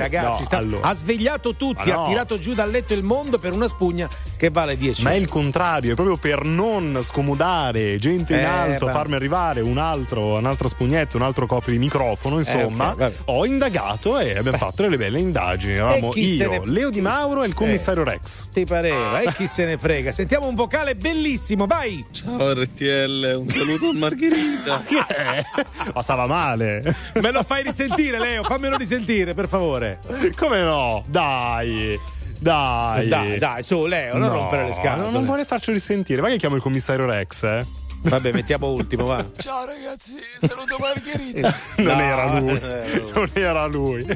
S1: ragazzi,
S2: No,
S1: sta-
S2: allora.
S1: ha svegliato tutti,
S2: Ma no.
S1: ha tirato giù dal letto il mondo per una spugna che vale dieci
S2: Ma è
S1: euro.
S2: il contrario, è proprio per non scomodare gente in
S1: Eh,
S2: alto,
S1: va.
S2: farmi arrivare un altro, un'altra spugnetta, un altro copio di microfono, insomma,
S1: Eh, ok, vabbè.
S2: ho indagato e abbiamo fatto delle belle indagini. Eravamo
S1: chi se
S2: io,
S1: ne f-
S2: Leo Di Mauro e il commissario
S1: Eh.
S2: Rex.
S1: Ti pareva, e chi se ne frega. Sentiamo un vocale bellissimo, vai!
S6: Ciao R T L, un saluto a Margherita.
S2: Ma stava male.
S1: Me lo fai risentire, Leo? Fammelo risentire, per favore.
S2: Come no? Dai. Dai.
S1: Dai, dai, su, Leo, non
S2: No,
S1: rompere le scatole.
S2: no, non vuole farci risentire. Vai che chiamo il commissario Rex, eh.
S1: Vabbè, mettiamo ultimo, va.
S8: Ciao ragazzi, saluto Margherita.
S2: Non
S1: No,
S2: era lui.
S1: eh,
S2: Non era lui.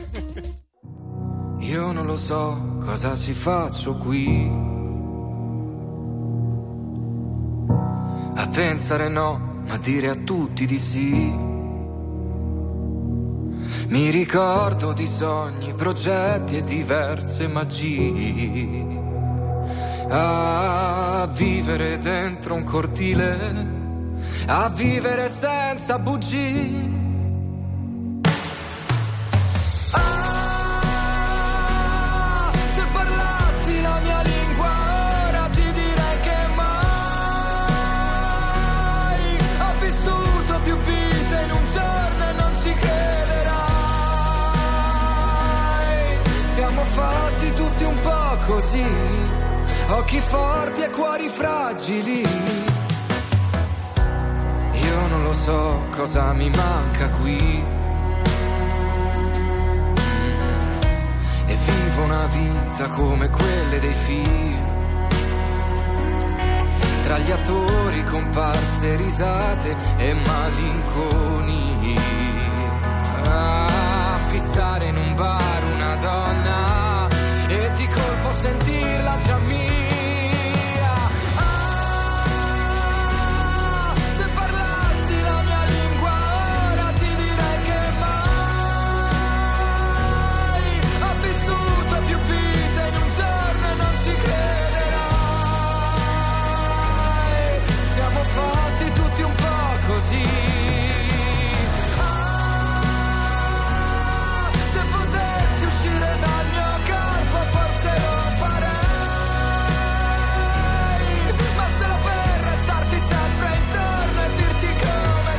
S18: Io non lo so cosa ci faccio qui. A pensare no, ma dire a tutti di sì. Mi ricordo di sogni, progetti e diverse magie. A vivere dentro un cortile, a vivere senza bugie. Ah, se parlassi la mia lingua ora ti direi che mai ho vissuto più vite in un giorno e non ci crederai. Siamo fatti tutti un po' così, occhi forti e cuori fragili. Io non lo so cosa mi manca qui. E vivo una vita come quelle dei film, tra gli attori, comparse, risate e malinconia. A fissare in un bar una donna e di colpo sentirla già mia. Ah, se parlassi la mia lingua ora ti direi che mai ho vissuto più vite in un giorno e non ci crederai. Siamo fatti tutti un po' così. Ah, se potessi uscire dal mio corpo forse lo farei, ma solo per restarti sempre intorno e dirti come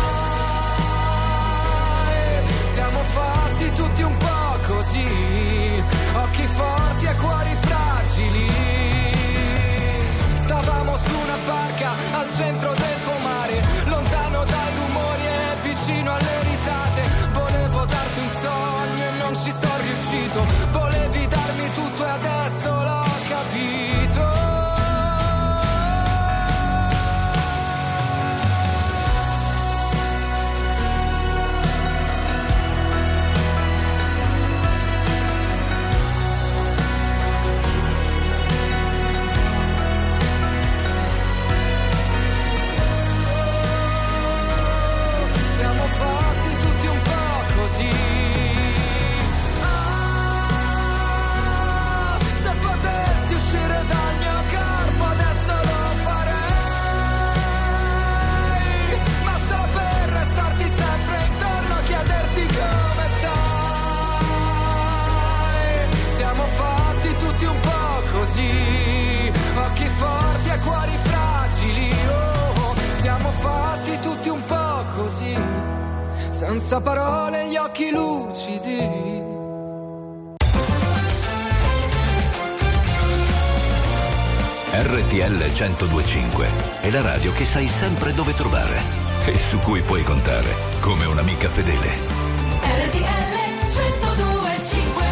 S18: stai. Siamo fatti tutti un po' così, occhi forti e cuori fragili. Stavamo su una barca al centro del pomare, lontano dai rumori e vicino alle risate. Volevo darti un sogno e non ci sono riuscito. Volevi darmi tutto e adesso l'ho capito. Siamo fatti tutti un po' così. Ah, se potessi uscire dal mio corpo adesso lo farei, ma solo per restarti sempre intorno, chiederti come stai. Siamo fatti tutti un po' così, occhi forti e cuori fragili. Oh, siamo fatti tutti un po' così, senza parole gli occhi lucidi.
S4: R T L centodue e cinque è la radio che sai sempre dove trovare e su cui puoi contare come un'amica fedele.
S10: R T L centodue e cinque.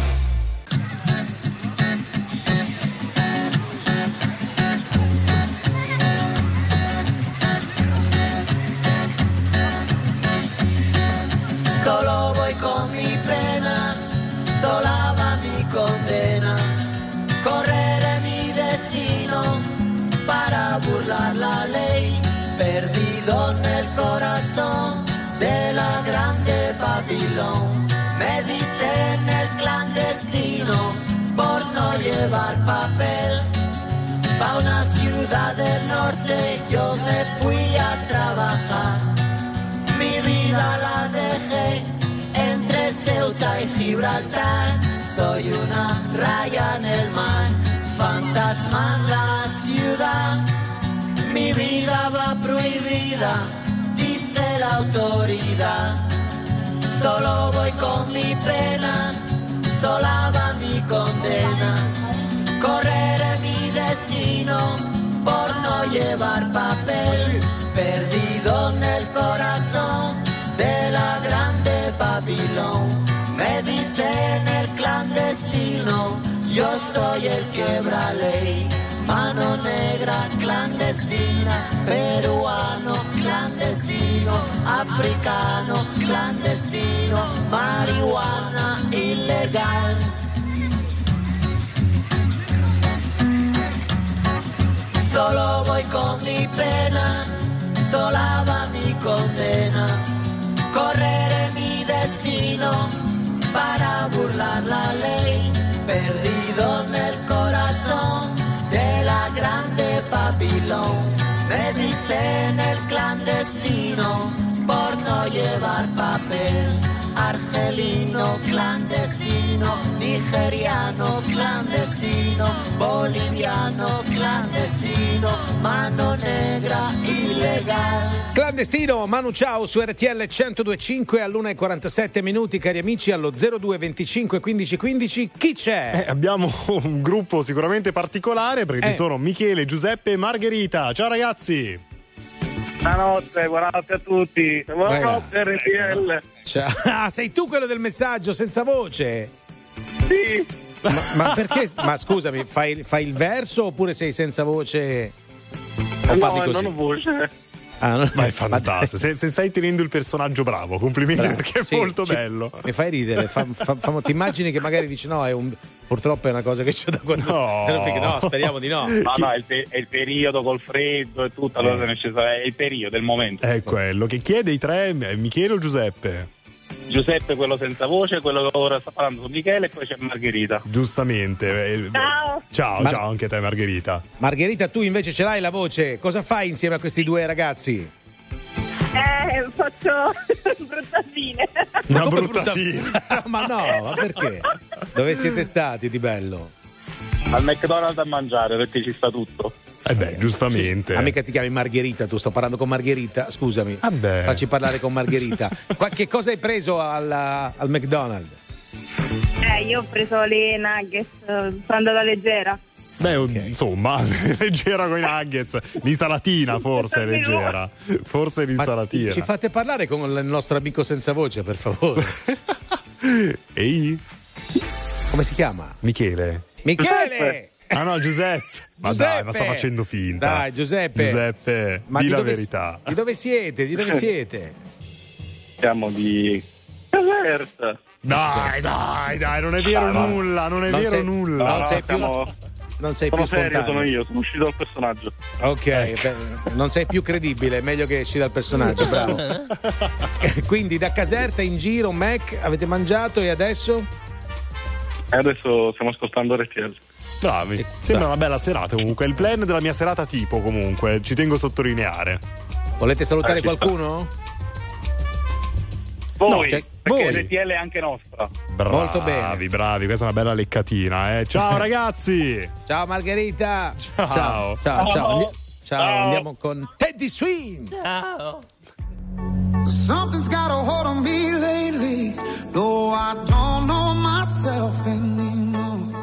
S23: Solo voy con mi pena, sola va mi condena. Correré mi destino para burlar la ley. Perdido en el corazón de la grande Babilón. Me dicen el clandestino por no llevar papel. Pa' una ciudad del norte yo me fui a trabajar. Mi vida la dejé entre Ceuta y de Gibraltar, soy una raya en el mar, fantasma en la ciudad. Mi vida va prohibida, dice la autoridad. Solo voy con mi pena, sola va mi condena. Correré mi destino por no llevar papel, perdido en el corazón de la grande Babilón. Me dicen el clandestino, yo soy el quebra ley. Mano negra clandestina, peruano clandestino, africano clandestino, marihuana ilegal. Solo voy con mi pena, sola va mi condena. Correré mi destino para burlar la ley, perdido en el corazón de la grande Babilón. Me dicen el clandestino por no llevar papel. Argelino clandestino, nigeriano clandestino, boliviano clandestino, mano negra ilegal.
S1: Clandestino, Manu Ciao su R T L centodue e cinque all'una e quarantasette minuti, cari amici, allo zero due venticinque quindici quindici. Chi c'è?
S2: Eh, abbiamo un gruppo sicuramente particolare perché
S1: Eh.
S2: ci sono Michele, Giuseppe e Margherita. Ciao ragazzi!
S9: Buonanotte, buonanotte a tutti. Buonanotte R T L.
S1: Ciao. Ah, sei tu quello del messaggio senza voce?
S9: Sì.
S1: Ma, ma perché? Ma scusami, fai, fai il verso oppure sei senza voce? O
S9: No,
S1: parli così?
S9: non ho voce.
S1: Ah, non...
S2: Ma è fantastico, se, se stai tenendo il personaggio bravo, complimenti.
S1: Bravo.
S2: Perché è
S1: Sì,
S2: molto
S1: ci-
S2: bello.
S1: Mi fai ridere, fa, fa, fa- ti immagini che magari dici no, è un, purtroppo è una cosa che c'è da guardare.
S2: No.
S1: No, speriamo di no.
S9: No, no, è il, pe- è il periodo col freddo e tutto, allora
S2: Eh.
S9: è necessario- è il periodo, è il momento.
S2: È quello. Che chiede i tre? Michele o Giuseppe?
S9: Giuseppe quello senza voce, quello che ora sta parlando con Michele e poi c'è Margherita.
S2: Giustamente. Eh,
S9: Ciao.
S2: Ciao,
S1: Mar-
S2: ciao anche a te Margherita.
S1: Margherita, tu invece ce l'hai la voce. Cosa fai insieme a questi due ragazzi?
S11: Eh, faccio brutta fine.
S2: Una
S1: come
S2: brutta fine.
S1: Ma no, ma perché? Dove siete stati di bello?
S9: Al McDonald's a mangiare perché ci sta tutto.
S2: Eh beh, giustamente.
S1: Ah, mica ti chiami Margherita, tu sto parlando con Margherita, scusami.
S2: Vabbè.
S1: Facci parlare con Margherita. Qua- che cosa hai preso alla- al McDonald's?
S11: Eh, io ho preso le nuggets, eh, sono andata leggera.
S2: Beh, insomma, leggera con i nuggets. L'insalatina forse è leggera. Forse l'insalatina.
S1: Ci fate parlare con il nostro amico senza voce, per favore.
S2: Ehi?
S1: Come si chiama?
S2: Michele.
S1: Michele!
S2: Ah no, Giuseppe. Ma
S1: Giuseppe!
S2: dai, ma sta facendo finta.
S1: Dai, Giuseppe.
S2: Giuseppe,
S1: Ma
S2: di
S1: di
S2: la
S1: dove-
S2: verità.
S1: Di dove siete? Di dove siete?
S9: Siamo di Caserta.
S2: Dai, dai, dai, non è vero
S9: Ah, no.
S2: nulla, non è
S1: Non
S2: vero
S1: sei-
S2: nulla.
S1: non sei più-
S9: Siamo-
S1: Non sei
S9: sono
S1: più
S9: serio,
S1: spontaneo.
S9: sono io, sono uscito dal personaggio.
S1: Ok, beh, non sei più credibile, è meglio che esci dal personaggio, bravo. Quindi da Caserta in giro, Mac, avete mangiato e adesso?
S9: E adesso stiamo ascoltando R T L.
S2: Bravi. Sembra una bella serata comunque. È il plan della mia serata tipo comunque. Ci tengo a sottolineare.
S1: Volete salutare
S9: Eh, ci sta.
S1: qualcuno?
S9: Voi,
S1: No, c'è-
S9: perché
S1: voi.
S9: R T L è anche nostra.
S2: Bravi,
S1: Molto bene.
S2: bravi, questa è una bella leccatina, eh. Ciao ragazzi!
S1: Ciao Margherita.
S2: Ciao.
S1: Ciao, ciao, ciao. Andi- ciao,
S9: Ciao.
S1: andiamo con Teddy Swing.
S7: Ciao.
S12: Something's got a hold on me lately. No, I don't know myself anymore.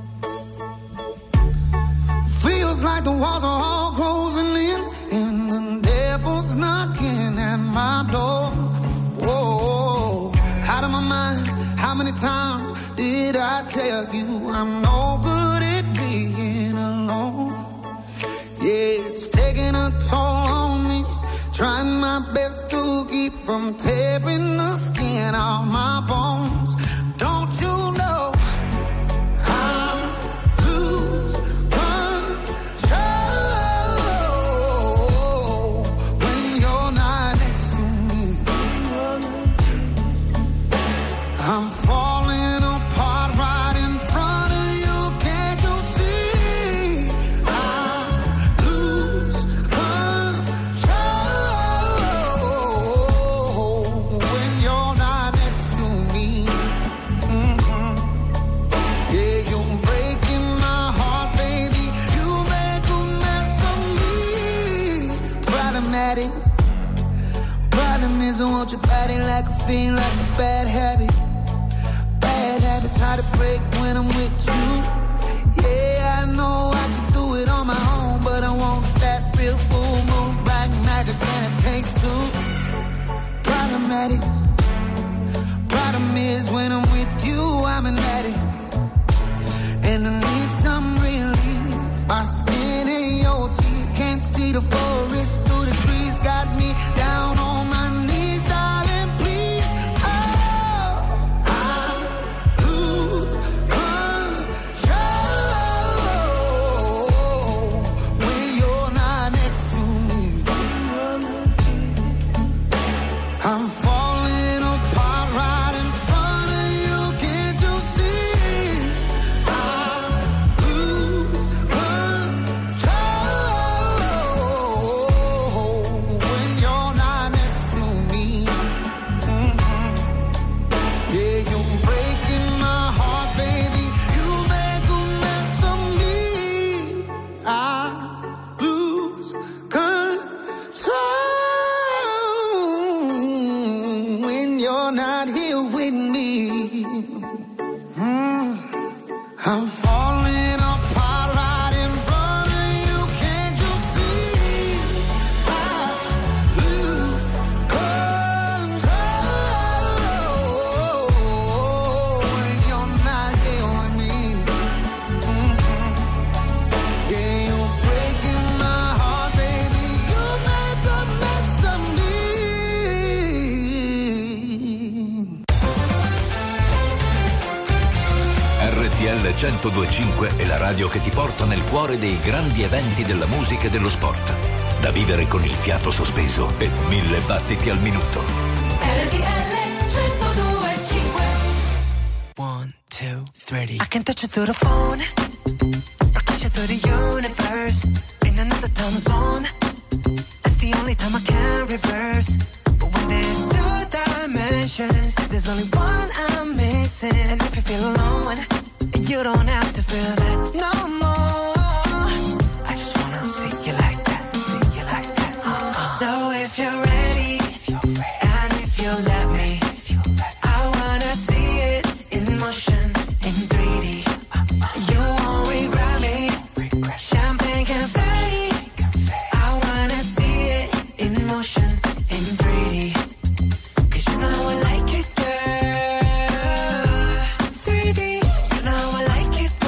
S12: Feels like the walls are all closing in, and the devil's knocking at my door. Whoa, out of my mind. How many times did I tell you I'm no good at being alone? Yeah, it's taking a toll on me. Trying my best to keep from tearing the skin off my bones. Don't you know I'm lose control when you're not next to me? I'm falling apart right in front of you. Can't you see? I lose control when you're not next to me. at it. Problem is, I want your body like a fiend, like a bad habit. Bad habits hard to break when I'm with you. Yeah, I know I can do it on my own, but I want that real full moon, black magic, and it takes two. Problematic. Problem is, when I'm with you, I'm an addict, and I need some relief. My skin ain't your teeth, can't see the forest through the trees. Got me down on my knees, darling, please. Oh, I lose control when you're not next to me. I'm falling apart right in front of you, can't you see? I lose control when you're not next to me. Mhm. Yeah, you're breaking my heart, baby. You make a mess of me. I lose control when you're not here with me. Mm. I'm falling apart right in front of you, can't you see? I lose control when you're not here with me. Mhm. Yeah, you're breaking my heart, baby. You make a mess of me.
S4: R T L centodue e cinque è la radio che ti porta nel cuore dei grandi eventi della musica e dello sport. Da vivere con il fiato sospeso e mille battiti al minuto.
S10: R T L centodue e cinque.
S7: One, two, three. I can touch it through the phone, or catch it through the universe. In another time zone, that's the only time I can reverse. But when there's two dimensions, there's only one I'm missing. And if you feel alone, you don't have to feel that no more. I just wanna see you like that, see you like that. Uh-uh. So if you're ready, and if you let me, I wanna see it in motion, in three D. You won't regret me. Champagne confetti. I wanna see it in motion, in three D. 'Cause you know I like it, girl. three D. You know I like it,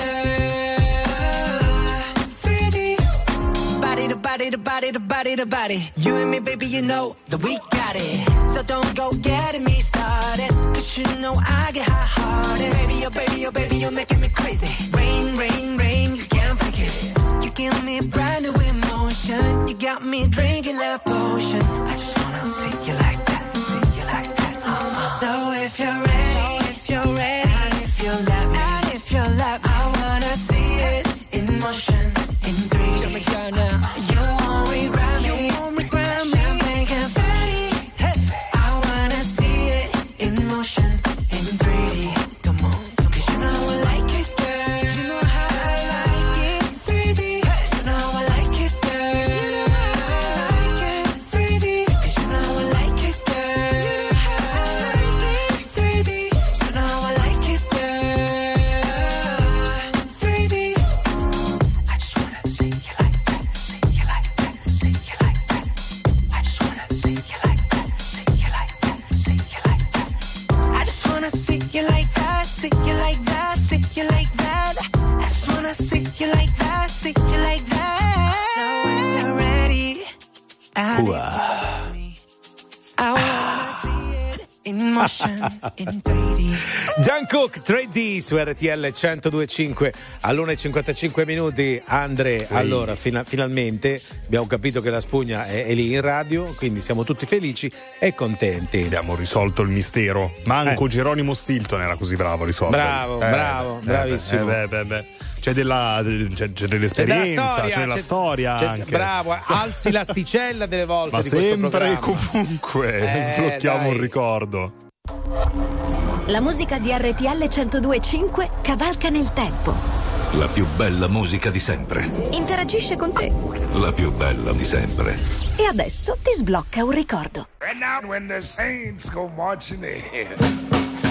S7: girl. three D. Body to body to body to body to body. You and me, baby, you know that we got it. So don't go getting me started. 'Cause you know I get hot-hearted. Baby, oh baby, oh baby, you're making me crazy. Rain, rain, rain, you can't fake it. You give me brand new emotion. You got me drinking that potion. I just wanna see you like that, see you like that. Uh-uh. So if you're ready, if you're ready, and if you let me, and if you let me, I wanna see it in motion, in three D. Show me girl now. You won't regret me. You won't regret me. Champagne confetti. Hey. I wanna see it in motion, in three D. Come on, come on. 'Cause you know I like it, girl. You know how I like it. three D. Hey. You know I like it, girl. You know how I like it. three D. 'Cause you know I like it, girl. You know how I like it. three D. You know I like it, girl. three D. I just wanna see you like that, see you like that, see you like that. I just wanna see you like that, see you like that, see you like that. I just wanna see you like that, see you like that, see you like that. I just wanna see you like that, see you like that. So if you're ready, and if you let me, I wanna see it in motion, in three D.
S1: Jungkook tre D su R T L centodue e cinque all'una e cinquantacinque minuti. Andre, allora fina- finalmente abbiamo capito che la spugna è, è lì in radio, quindi siamo tutti felici e contenti.
S2: Abbiamo risolto il mistero. Manco
S1: Eh.
S2: Geronimo Stilton era così bravo a risolverlo.
S1: Bravo,
S2: Eh,
S1: bravo,
S2: eh,
S1: bravissimo.
S2: eh, beh, beh, beh. C'è, della, c'è, c'è dell'esperienza, c'è, della
S1: c'è-
S2: storia
S1: c'è-
S2: anche.
S1: Bravo, alzi l'asticella delle volte
S2: Ma
S1: di questo
S2: sempre e
S1: programma.
S2: comunque
S1: Eh,
S2: sblocchiamo
S1: dai.
S2: un ricordo.
S13: La musica di R T L centodue e cinque cavalca nel tempo.
S4: La più bella musica di sempre.
S13: Interagisce con te.
S4: La più bella di sempre.
S13: E adesso ti sblocca un ricordo.
S8: And now when the saints go marching in.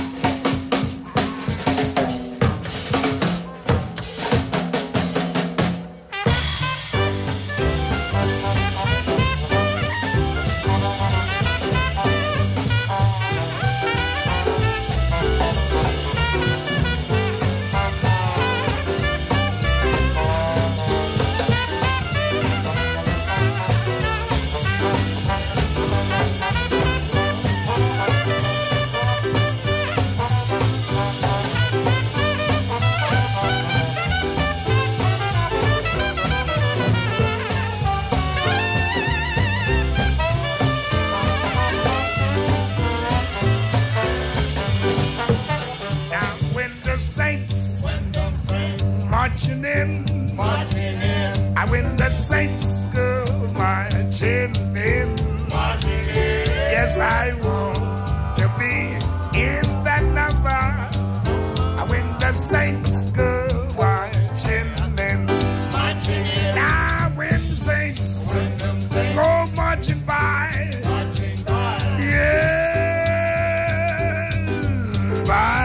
S8: Marching in, marching in. I win the saints go marching in, marching in. Yes, I want to be in that number. I win the saints go marching in, marching in. Now when the saints, when them saints go marching by, marching by. Yeah, by.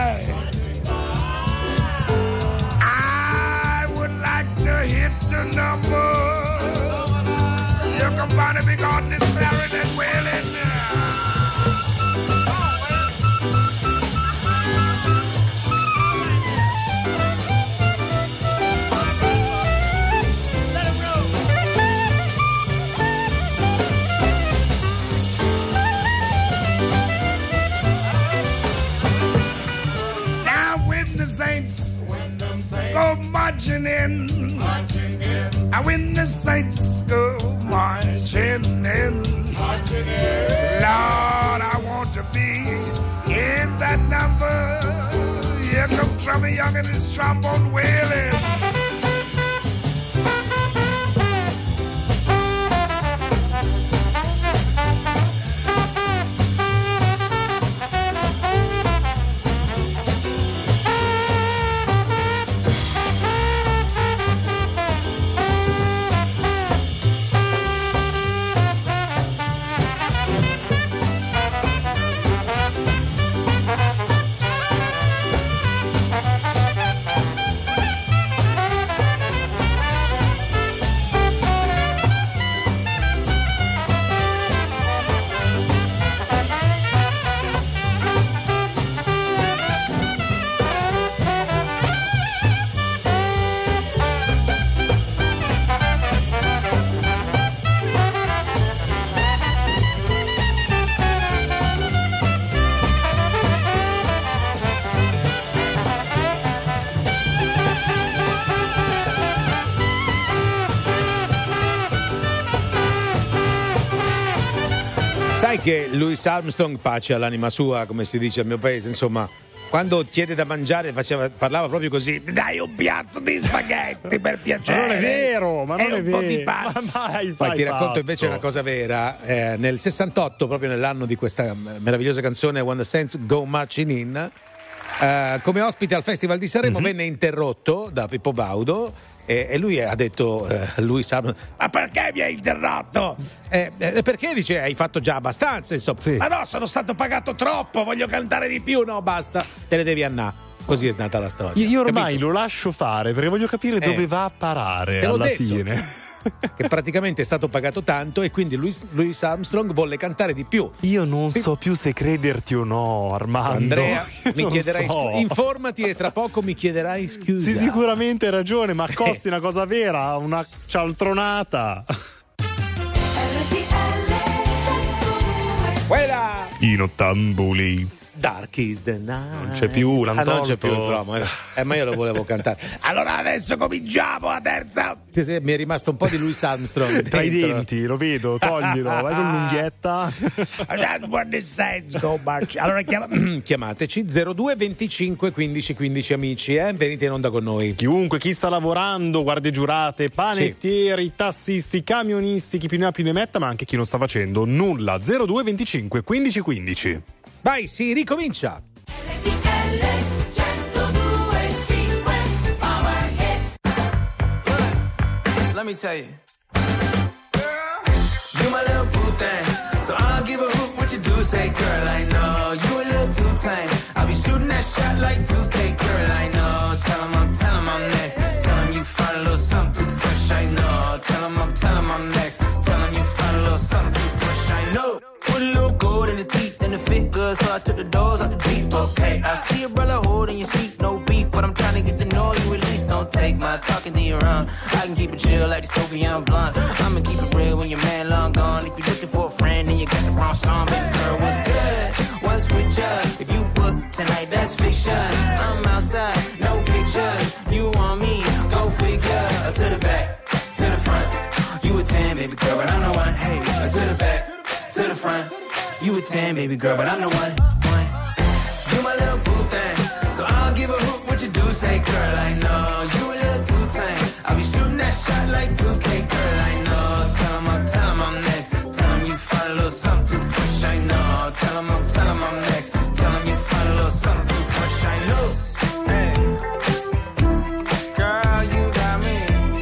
S8: Hit the number. You can find a big on this claret and wailing. Let him go. Now when the saints go marching in, marching in. I when the saints go marching in, marching in. Lord, I want to be in that number. Here comes Trummy Young and his trombone wailing.
S1: Sai che Louis Armstrong, pace all'anima sua, come si dice al mio paese, insomma, quando chiede da mangiare faceva, parlava proprio così: dai un piatto di spaghetti per piacere.
S2: Ma non è vero, ma non
S1: e
S2: è
S1: un
S2: vero.
S1: po' di pasta.
S2: Ma mai
S1: Poi
S2: fai
S1: ti racconto
S2: fatto.
S1: invece una cosa vera. Eh, nel sessantotto, proprio nell'anno di questa meravigliosa canzone When the Saints Go Marching In, eh, come ospite al Festival di Sanremo, mm-hmm. venne interrotto da Pippo Baudo. E, e lui ha detto, eh, lui sa, ma perché mi hai interrotto? Eh, eh, perché dice, hai fatto già abbastanza, insomma. Sì. Ma no, sono stato pagato troppo, voglio cantare di più. No, basta, te ne devi andare. Così è nata la storia.
S2: Io, io ormai
S1: capito?
S2: Lo lascio fare perché voglio capire
S1: Eh,
S2: dove va a parare
S1: te l'ho
S2: alla
S1: detto.
S2: fine.
S1: Che praticamente è stato pagato tanto e quindi Louis, Louis Armstrong volle cantare di più.
S2: Io non
S1: Sì.
S2: so più se crederti o no, Armando.
S1: Andrea, mi
S2: Non
S1: chiederai
S2: so.
S1: scu- informati e tra poco mi chiederai scusa.
S2: Sì, sicuramente hai ragione, ma costi una cosa vera, una cialtronata.
S1: Quella
S2: In ottambuli.
S1: Dark is the night.
S2: Non c'è più
S1: Ah, non c'è
S2: l'antolto.
S1: più il promo, eh. Eh, ma io lo volevo cantare. Allora adesso cominciamo la terza. Mi è rimasto un po' di Louis Armstrong
S2: Tra i
S1: dentro.
S2: denti, lo vedo, toglilo, vai con l'unghietta.
S1: When the saints go march. Allora chiama- chiamateci zero due venticinque quindici quindici amici, eh? Venite in onda con noi.
S2: Chiunque, chi sta lavorando, guardie giurate, panettieri, tassisti, camionisti, chi più ne ha più ne metta, ma anche chi non sta facendo nulla. zero due venticinque quindici quindici.
S1: Vai, si ricomincia.
S18: let me tell you. You my little boo thing, so I'll give a hoot what you do say, girl, I know. You a little too tame, I'll be shooting that shot like two K, girl, I know. Tell 'em I'm, tell 'em I'm next. Tell 'em you find a little something too fresh, I know. Tell 'em I'm, tell 'em I'm next. Tell 'em you find a little something too fresh, I know. Put a little gold in the teeth and it fit good, so I took the doors out the deep, okay. I see a brother holding your seat, no beef, but I'm trying to get to know you at least. Don't take my talking to your own. I can keep it chill like the Soviet blunt. I'ma keep it real when your man long gone. If you're looking for a friend and you got the wrong song, baby girl, what's good? What's with ya? If you book tonight, that's fiction. I'm outside, no pictures. You want me? Go figure. To the back, to the front. You a ten, baby girl, but I'm the one. Hey, to the back, to the front. You a ten, baby girl, but I'm the one. one. You my little boo thing, so I'll give a hoot what you do say, girl, I know. You a little too tame, I'll be shooting that shot like two K, girl, I know. Tell 'em I'm, tell 'em I'm next. Tell 'em you find a little something too fresh, I know. Tell 'em I'm, tell 'em I'm next. Tell 'em you find a little something too fresh, I know. Hey, girl, you got me.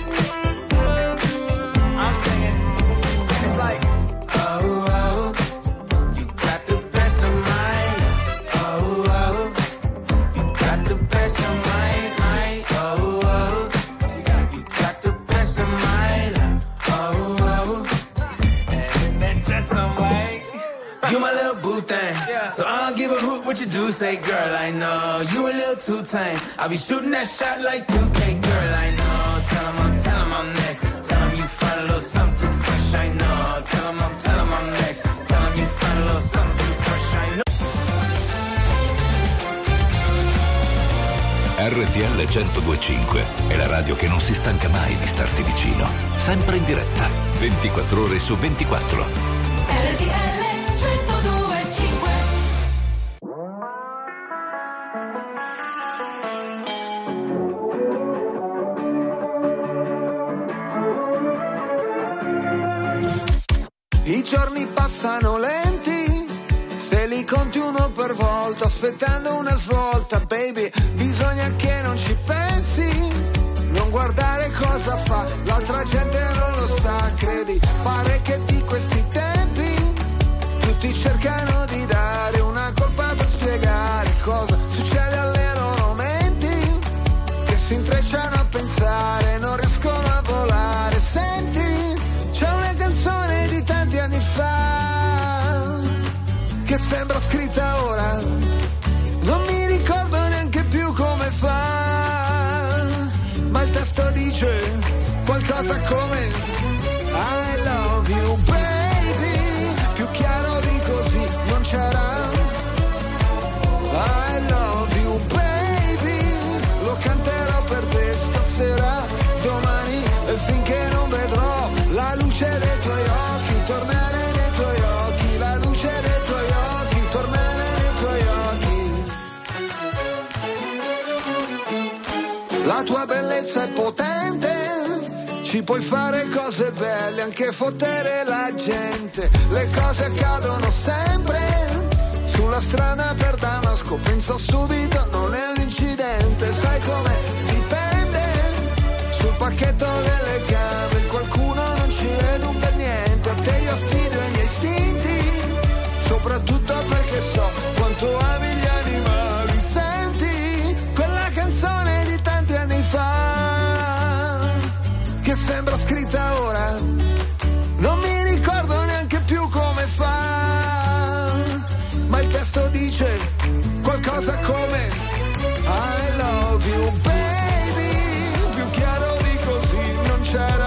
S18: I'm singing, it's like, oh, oh, you got the best of mine. Oh, oh, you got the best of mine. Oh, oh, you got the best of mine. Oh, oh, and then that's some way. You my little boo thing, so I don't give a hoot what you do say, girl, I know. You a little too tame, I'll be shooting that shot like two K, girl, I know. Tell 'em I'm, tell 'em I'm next. Tell 'em you find a little something too fresh, I know. Tell 'em I'm, tell 'em I'm next. Tell 'em you find a little something too fresh, I know.
S4: R T L centodue e cinque è la radio che non si stanca mai di starti vicino, sempre in diretta, ventiquattro ore su ventiquattro.
S10: R T L centodue e cinque.
S12: I giorni passano lenti, se li conti uno per volta, aspettando una svolta, baby, bisogna che non ci pensi, non guardare cosa fa, l'altra gente non lo sa, credi, pare che di questi tempi tutti cercano di dare una colpa per spiegare cosa succede alle loro menti, che si intrecciano a pensare, non riescono a volare, senti, c'è una canzone di tanti anni fa che sembra scritta ora, non mi ricordo neanche più come fa, ma il testo dice qualcosa come I love you baby, più chiaro di così non c'era, I love you baby, lo canterò per te stasera, domani e finché non vedrò la luce dei tuoi occhi, tornare nei tuoi occhi, la luce dei tuoi occhi, tornare nei tuoi occhi. La tua bellezza è potente, ci puoi fare cose belle, anche fottere la gente, le cose accadono sempre, sulla strada per Damasco, penso subito non è un incidente, sai come dipende, sul pacchetto delle gambe, qualcuno non ci vedo per niente, a te io affido i miei istinti, soprattutto perché so quanto ami gli animali, senti, quella canzone di tanti anni fa, che sembra scritta ora, non mi ricordo neanche più come fa, ma il testo dice qualcosa come I love you baby, più chiaro di così non c'era,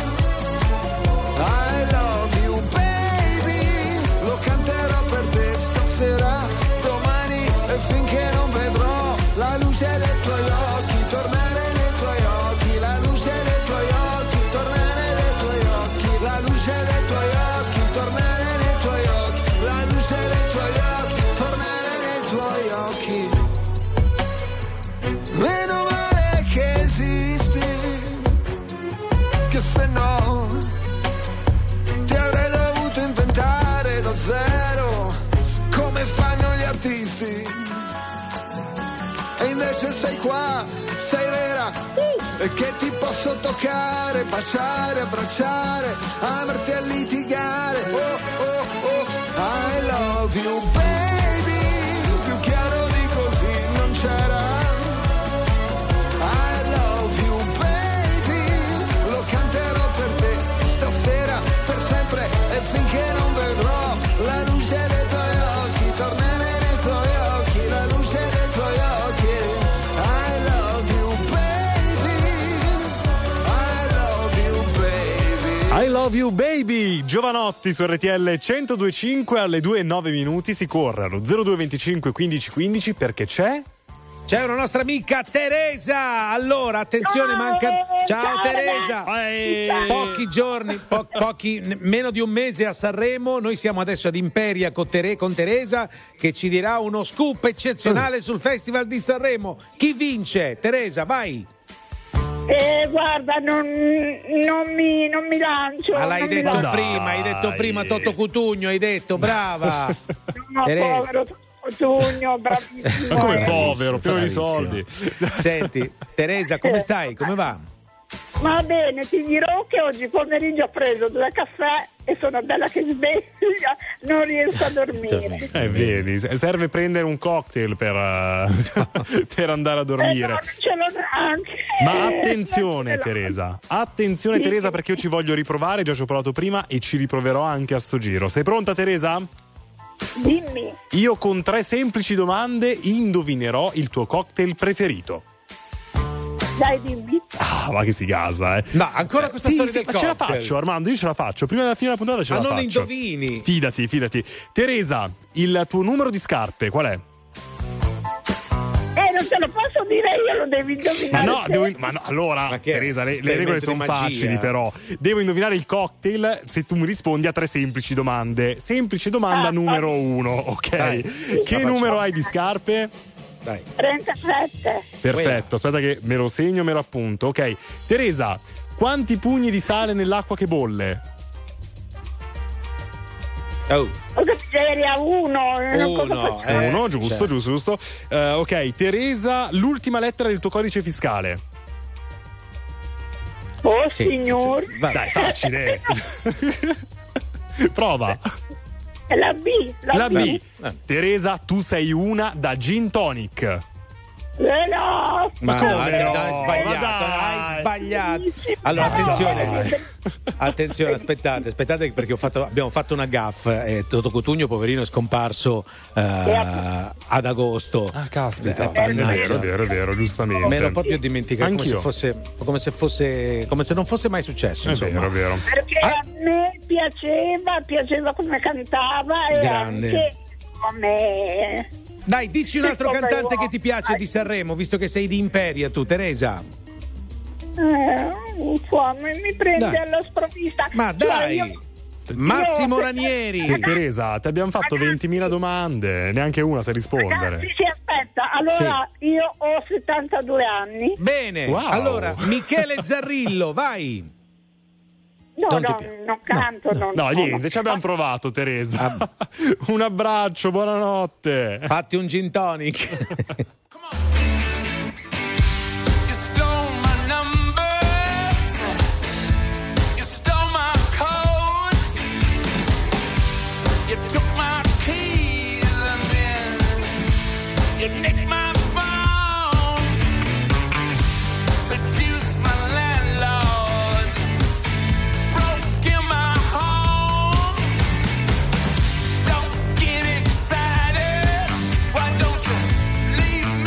S12: I love you baby, lo canterò per te stasera, domani e finché non vedrò la luce dei tuoi occhi, tornare nei tuoi occhi, la luce dei tuoi occhi, tornare nei tuoi occhi, la luce dei tuoi occhi, tornare nei tuoi occhi, la luce dei tuoi occhi, tornare nei tuoi occhi. Meno male che esisti, che se no ti avrei dovuto inventare da zero, come fanno gli artisti. E invece sei qua, sei vera, uh, e
S14: che ti posso toccare, baciare, abbracciare, amarti a litigare. Oh, oh, oh, I love you, baby. Più chiaro di così non c'era. I love you, baby. Lo canterò per te stasera, per sempre e finché non vedrò la luce dei tuoi occhi, tornare nei tuoi occhi, la luce dei tuoi occhi. I love you, baby. I love you, baby.
S2: I love you baby. Giovanotti su R T L centodue e cinque alle due e nove minuti. Si corre allo zero due venticinque quindici quindici perché c'è
S1: C'è una nostra amica Teresa. Allora, attenzione,
S15: Ciao,
S1: manca. Ciao,
S15: ciao,
S1: Teresa.
S15: ragazzi.
S1: Pochi giorni, po- pochi, n- meno di un mese a Sanremo. Noi siamo adesso ad Imperia con, Tere- con Teresa, che ci dirà uno scoop eccezionale sul Festival di Sanremo. Chi vince? Teresa, vai.
S15: Eh, guarda, non, non, mi, non mi lancio.
S1: Ma l'hai
S15: non mi
S1: detto
S15: lancio.
S1: prima, hai detto prima Toto Cutugno, hai detto brava.
S15: No,
S1: Teresa.
S15: povero Cutugno, bravissimo.
S2: Ma come
S15: eh.
S2: povero, pieno di soldi.
S1: Senti, Teresa, come stai? Come va?
S15: Va bene, ti dirò che oggi pomeriggio ho preso due caffè e sono bella che sveglia, non riesco a dormire.
S2: Eh, vedi, serve prendere un cocktail per, uh, per andare a dormire.
S15: Eh no, non ce l'ho neanche.
S2: Ma attenzione Teresa, attenzione
S15: Sì.
S2: Teresa, perché io ci voglio riprovare, già ci ho provato prima e ci riproverò anche a sto giro. Sei pronta Teresa?
S15: Dimmi.
S2: Io con tre semplici domande indovinerò il tuo cocktail preferito.
S15: Dai, dimmi.
S2: Ah, ma che si gasa, eh.
S1: No, ancora questa
S2: Sì,
S1: storia
S2: sì,
S1: del
S2: ma ce la
S1: cocktail.
S2: faccio, Armando, io ce la faccio. Prima della fine della puntata ce
S1: Ma
S2: la
S1: non
S2: faccio.
S1: indovini.
S2: Fidati, fidati. Teresa, il tuo numero di scarpe qual è?
S15: Eh, non te lo posso dire io, lo devi
S2: Ma
S15: indovinare.
S2: no,
S15: te.
S2: devo in- ma no, allora,
S1: Ma che
S2: Teresa, le, le
S1: esperimento
S2: regole
S1: di
S2: sono
S1: magia?
S2: facili, però. Devo indovinare il cocktail se tu mi rispondi a tre semplici domande. Semplice domanda
S15: Ah,
S2: numero uno, ok?
S1: Dai,
S2: che
S1: la
S2: numero
S1: facciamo.
S2: hai di scarpe?
S1: Dai.
S15: trentasette.
S2: Perfetto, aspetta che me lo segno, me lo appunto. Ok, Teresa, quanti pugni di sale nell'acqua che bolle?
S1: Oh.
S15: Cosa miseria, uno. eh, non cosa
S1: Uno,
S15: facciamo?
S1: Eh,
S2: Uno, giusto,
S1: certo.
S2: giusto, giusto. Eh, ok, Teresa, l'ultima lettera del tuo codice fiscale.
S15: Oh,
S1: Sì,
S15: signor.
S1: sì. Vai.
S2: Dai, facile. Prova.
S15: È la B. La,
S2: La B.
S1: Eh.
S2: Teresa, tu sei una da gin tonic.
S15: Eh, no.
S1: Ma
S2: come
S1: no, hai
S2: no?
S1: sbagliato,
S2: Ma dai.
S1: hai sbagliato. Allora, attenzione, attenzione, aspettate, aspettate perché ho fatto, abbiamo fatto una gaffa. Eh, Toto Cutugno, poverino, è scomparso eh, ad agosto.
S2: Ah, caspita.
S1: Eh,
S2: È vero,
S1: mannaggia.
S2: è vero, è vero, giustamente.
S1: Me l'ho proprio dimenticato, come se,
S2: Anch'io.
S1: fosse, come se fosse, come se non fosse mai successo.
S2: È
S1: Insomma.
S2: vero, è vero.
S15: Perché
S1: Ah.
S15: a me piaceva, piaceva come cantava e
S1: Grande.
S15: anche come...
S1: Dai, dici un altro
S15: Che
S1: cantante
S15: cosa
S1: che ti piace di Sanremo, visto che sei di Imperia tu, Teresa.
S15: Eh, un po', mi, mi prende
S1: Dai.
S15: alla sprovvista.
S1: Ma
S15: Cioè,
S1: dai,
S15: io-
S1: Massimo
S15: io-
S1: Ranieri.
S2: Che, Teresa, ti abbiamo fatto ventimila domande, neanche una sai rispondere.
S15: Ragazzi, sì, aspetta, allora io ho settantadue anni.
S1: Bene,
S2: Wow.
S1: allora Michele Zarrillo, vai.
S15: No,
S1: Non ti
S15: no,
S1: piace?
S15: non canto, non
S2: No, niente, ci abbiamo provato, Teresa. Un abbraccio, buonanotte.
S1: Fatti un gin tonic.
S18: You stole my numbers. You stole my code. You took my keys and then you nicked my phone. Seduced my landlord. Broke in my home. Don't get excited. Why don't you leave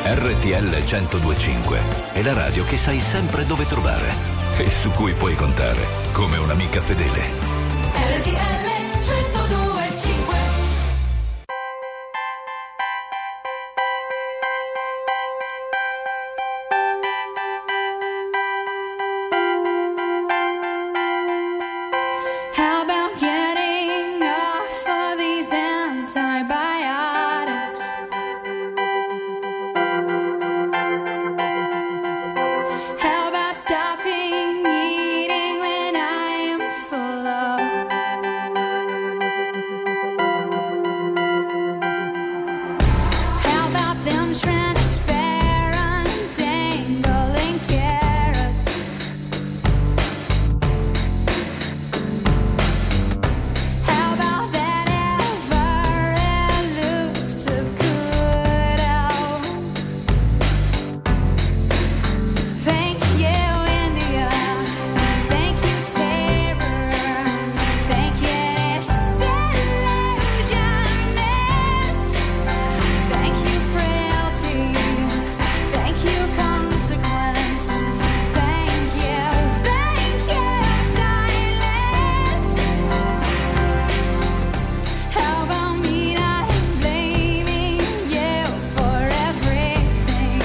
S4: R T L centodue e cinque è la radio che sai sempre dove trovare e su cui puoi contare come un'amica fedele.
S10: R T L centodue e cinque.
S3: How about getting off of these antibiotics? How about stopping eating when I am full of? How about them transparent dangling carrots? How about that ever elusive good out? Thank you, India. Thank you, terror. Thank you, disillusionment. Thank you, frailty. Thank you, consequence. Thank you, thank you, silence. How about me not blaming you for everything?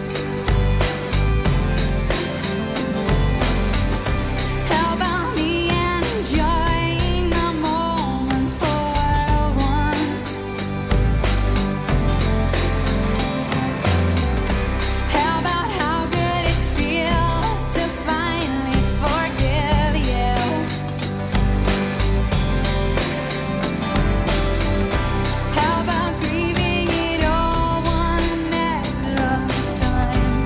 S3: How about me enjoying the moment for once? How about how good it feels to finally forgive you? How about grieving it all one at a time?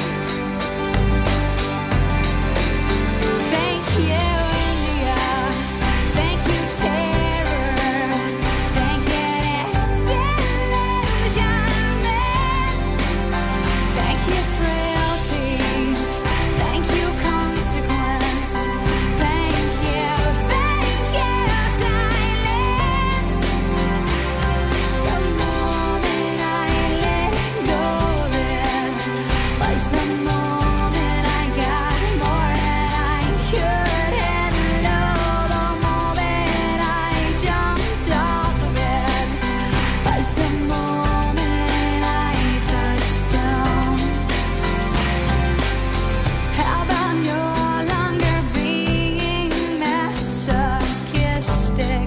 S3: Thank you, India. Thank you, terror. Thank you, disillusionment. Thank you, frailty. Thank you, consequence. Thank you, thank you, silence. The moment I let go of it was the moment I got more than I could handle. The moment I jumped off of it was the moment I touched down. How about no longer being masochistic?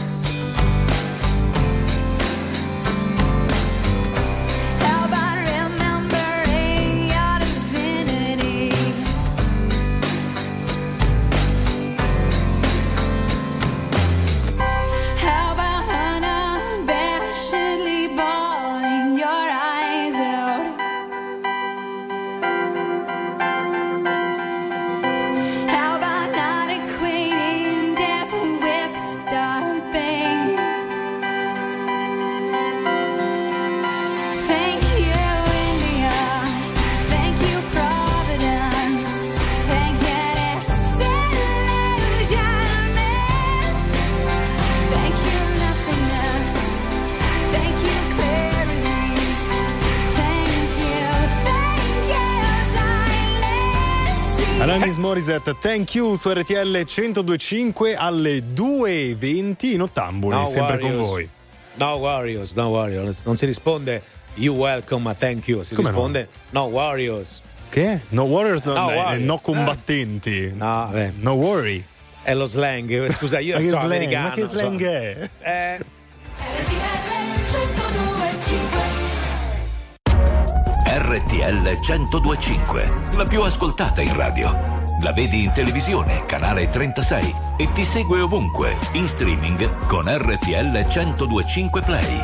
S3: How about remembering your divinity? How about unabashedly bawling your eyes out? How about not equating death with stopping? Thank you, India. Thank you, Providence. Thank you, disillusionment. Thank you, nothingness. Thank you, clarity. Thank you, thank you, silence.
S2: Alanis Morissette, Thank You su R T L centodue e cinque alle due e venti in Ottamboli,
S1: No
S2: sempre
S1: Warriors.
S2: con voi.
S1: No Warriors, no Warriors. Non si risponde you welcome ma thank you, si
S2: Come
S1: risponde no, Warriors.
S2: Che? No Warriors,
S1: No
S2: no, eh,
S1: Warriors.
S2: no combattenti.
S1: No, beh.
S2: No worry.
S1: È lo slang. Scusa, io
S2: Ma che
S1: sono
S2: slang?
S1: americano.
S2: Ma che slang
S1: so-
S2: è?
S1: Eh,
S4: R T L centodue e cinque, la più ascoltata in radio. La vedi in televisione, canale trentasei e ti segue ovunque, in streaming con R T L centodue e cinque Play.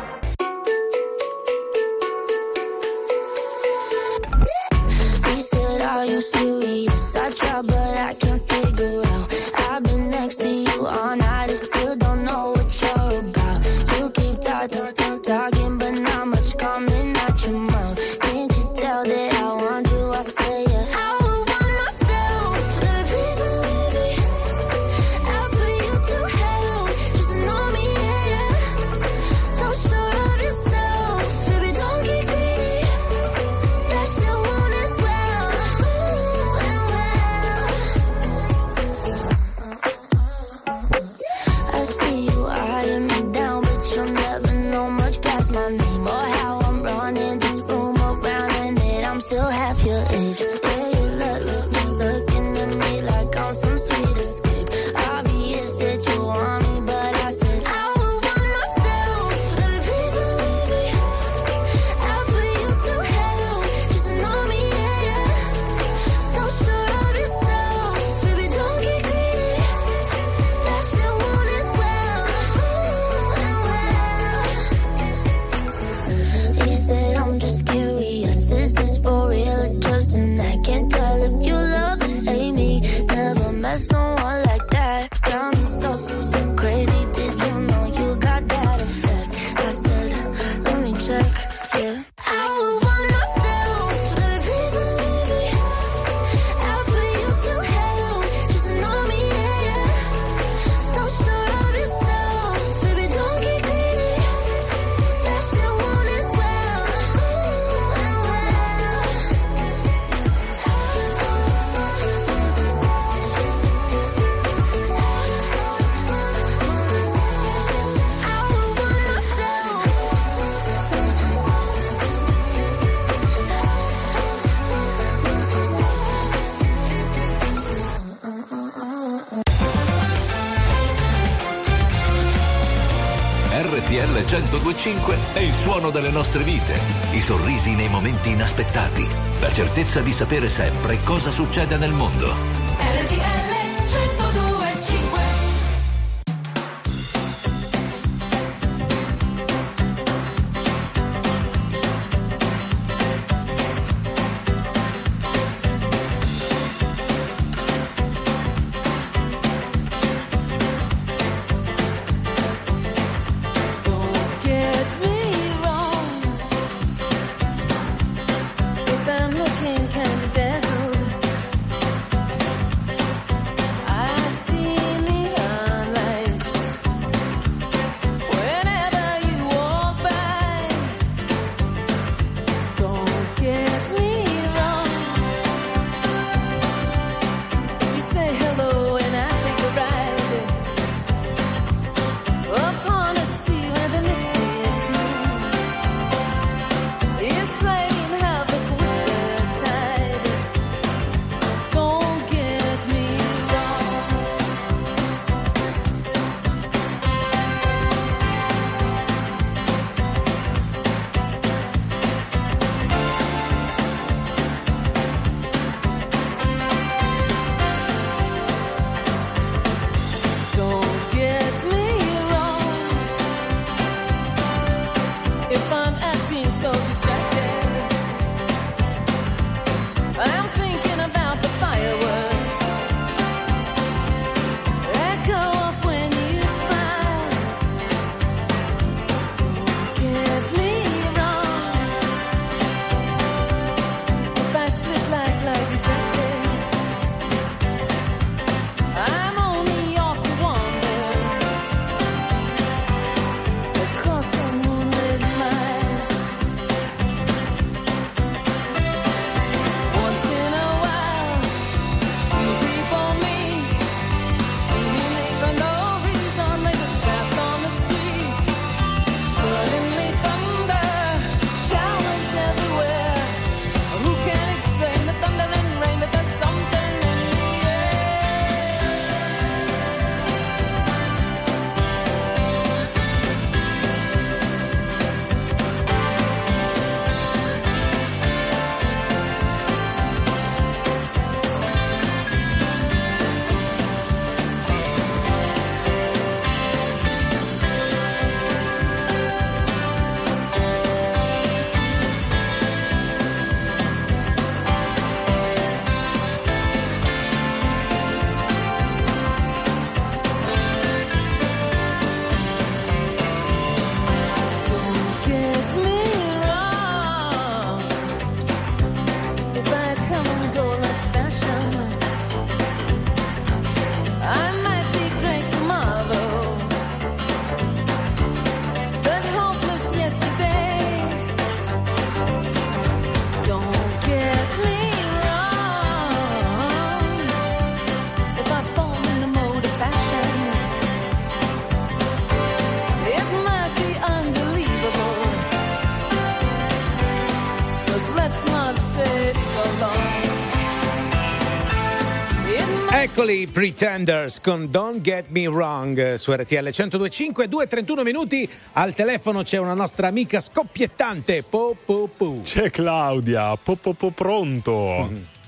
S3: He said, are you serious? I try, but I can't figure out. I've been next to you all night and still don't know what you're about. You keep talking, talking, but not much coming out your mouth. Can't you tell that I want you? I say it. I would want myself. Please believe me. I'll put you through hell. Just know me, yeah. So
S4: centodue e cinque è il suono delle nostre vite, i sorrisi nei momenti inaspettati, la certezza di sapere sempre cosa succede nel mondo.
S10: R T L centodue e cinque. Don't get me wrong. If I'm looking kind of dazzled, I see neon lights whenever you walk by. Don't get me wrong. You say hello and I take a ride upon a sea where the misty moon is playing havoc with the tide. Don't get me wrong. Don't get me wrong. If I'm acting so distracted, I'm thinking about the fireworks that go off when you smile. Don't get me wrong. If I split like light reflected, I'm only off to wander across the moonlit night. Once in a while, two people meet, seemingly for no reason. They just pass on the street. Suddenly thunder, showers everywhere. Who can explain the thunder and rain? But there's something in the air. Don't get me wrong. If I come and go like fashion, I might be great tomorrow, but hopeless yesterday. Don't get me wrong. If I fall in the mode of fashion, it might be unbelievable, but let's not say so long. It might
S1: Eccoli, Pretenders con Don't Get Me Wrong su R T L centodue e cinque, due e trentuno minuti. Al telefono c'è una nostra amica scoppiettante. Po, po, po.
S2: C'è Claudia, po, po, po, pronto.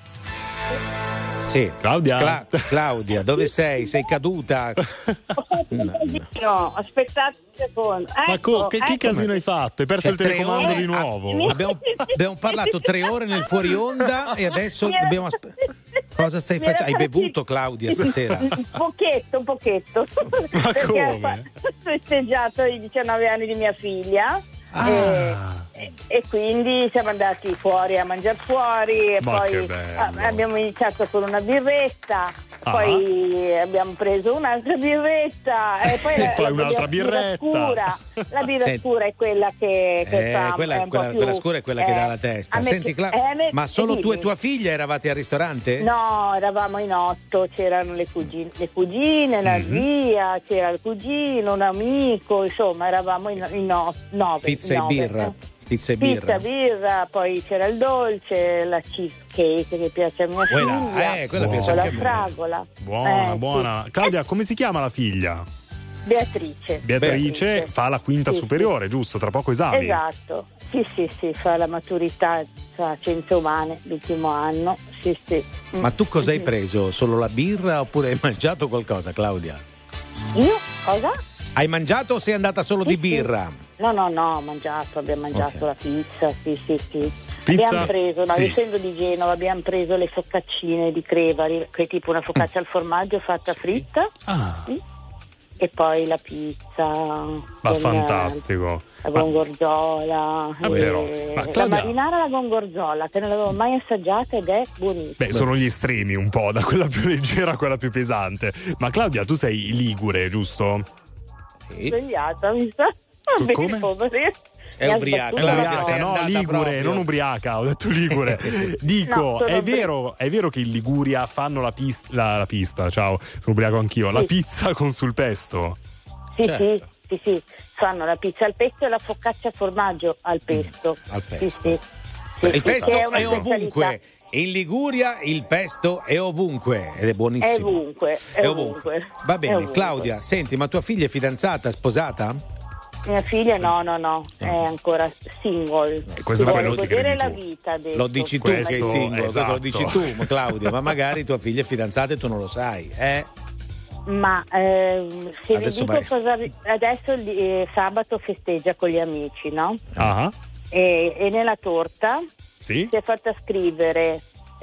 S1: Sì.
S2: Claudia.
S1: Cla- Claudia, dove sei? Sei caduta?
S15: No, aspettate un secondo.
S2: Ma
S15: Ecco,
S2: co- che, che
S15: ecco.
S2: casino hai fatto? Hai perso
S1: Cioè,
S2: il
S1: tre
S2: telecomando
S1: ore-
S2: di nuovo?
S1: Ah, abbiamo, abbiamo parlato tre ore nel fuori onda e adesso dobbiamo aspettare. Cosa stai facendo? Hai bevuto, Claudia, stasera?
S15: Un pochetto, un pochetto.
S2: Ma
S15: Perché
S2: come?
S15: ho festeggiato i diciannove anni di mia figlia.
S2: Ah.
S15: E, e quindi siamo andati fuori a mangiare fuori e
S2: Ma
S15: poi
S2: che bello.
S15: ah, abbiamo iniziato con una birretta,
S2: Ah.
S15: poi abbiamo preso un'altra birretta e poi,
S2: E
S15: la,
S2: poi
S15: la
S2: un'altra
S15: birra
S2: birretta.
S15: scura. La birra
S1: Senti.
S15: scura è quella che, che
S1: Eh,
S15: fa
S1: quella,
S15: è un
S1: quella-
S15: po' più,
S1: quella scura è quella che
S15: eh,
S1: dà la testa.
S15: a me
S1: Senti,
S15: pi-
S1: Cla-
S15: eh, a me-
S1: ma solo tu e
S15: dimmi.
S1: tua figlia eravate al ristorante?
S15: No, eravamo in otto, c'erano le cugine, le cugine la
S1: Mhm.
S15: zia, c'era il cugino, un amico, insomma eravamo in, in no- nove.
S1: Pizza
S15: in
S1: e
S15: nove,
S1: birra.
S15: eh.
S1: Pizza e
S15: Pizza,
S1: birra.
S15: birra, poi c'era il dolce, la cheesecake che piace a mia
S1: Quella,
S15: figlia,
S1: eh, quella
S2: piace
S15: con la
S2: anche a me.
S15: fragola.
S2: Buona,
S15: Eh,
S2: buona.
S15: sì.
S2: Claudia, come si chiama la figlia?
S15: Beatrice.
S2: Beatrice fa la quinta
S15: Sì,
S2: superiore, giusto? Tra poco esami.
S15: Esatto, sì sì sì, fa la maturità, fa scienze umane l'ultimo anno, sì sì. Mm.
S1: Ma tu cosa hai preso? Solo la birra oppure hai mangiato qualcosa, Claudia?
S15: Io? Cosa?
S1: Hai mangiato o sei andata solo
S15: Sì,
S1: di
S15: sì.
S1: birra?
S15: No no no, ho mangiato, abbiamo mangiato
S1: Ok.
S15: la pizza, sì sì sì.
S1: Pizza?
S15: Abbiamo preso, no,
S1: Sì.
S15: essendo di Genova, abbiamo preso le focaccine di Crevari, che è tipo una focaccia al formaggio fatta fritta.
S2: Ah.
S15: Sì. E poi la pizza.
S2: Ma
S15: con,
S2: fantastico.
S15: La gongorzola,
S2: Ah, però,
S15: e
S2: ma
S15: la
S2: Claudia-
S15: marinara alla gongorzola, che non l'avevo mai assaggiata ed è buonissima.
S2: Beh, sono gli estremi un po', da quella più leggera a quella più pesante. Ma Claudia, tu sei ligure, giusto?
S15: Svegliata, mi sa.
S2: Co- come?
S1: È ubriaca,
S2: È
S1: Claudia,
S2: ubriaca,
S1: sei
S2: no,
S1: andata
S2: ligure,
S1: proprio.
S2: non ubriaca, ho detto ligure. Dico,
S15: No, sono
S2: è
S15: ubri-
S2: vero, è vero che in Liguria fanno la, pis- la, la pista, ciao, sono ubriaco anch'io, la
S15: Sì.
S2: pizza con sul pesto.
S15: Sì,
S2: Certo.
S15: sì, sì, sì. Fanno la pizza al pesto e la focaccia al formaggio al pesto.
S1: al
S15: Sì, sì. Sì,
S1: il
S15: sì,
S1: pesto
S15: che è una
S1: è ovunque.
S15: specialità.
S1: In Liguria il pesto è ovunque ed è
S15: È
S1: buonissimo.
S15: ovunque, è,
S1: È
S15: ovunque.
S1: ovunque. Va
S15: È
S1: bene,
S15: ovunque.
S1: Claudia, senti, ma tua figlia è fidanzata, sposata?
S15: Mia figlia no, no, no, è ancora single.
S1: questo
S15: Si
S1: poi
S15: vuole
S1: lo ti
S15: godere
S1: credi
S15: la
S1: tu.
S15: vita adesso.
S1: Lo dici tu
S2: Questo,
S1: che sei single, questo
S2: esatto.
S1: lo dici tu, Claudia, ma magari tua figlia è fidanzata e tu non lo sai, eh?
S15: Ma ehm, se
S1: Adesso
S15: vi
S1: vai.
S15: dico cosa adesso eh, sabato festeggia con gli amici, no?
S2: Ah,
S15: E, e nella torta
S2: sì?
S15: si è fatta scrivere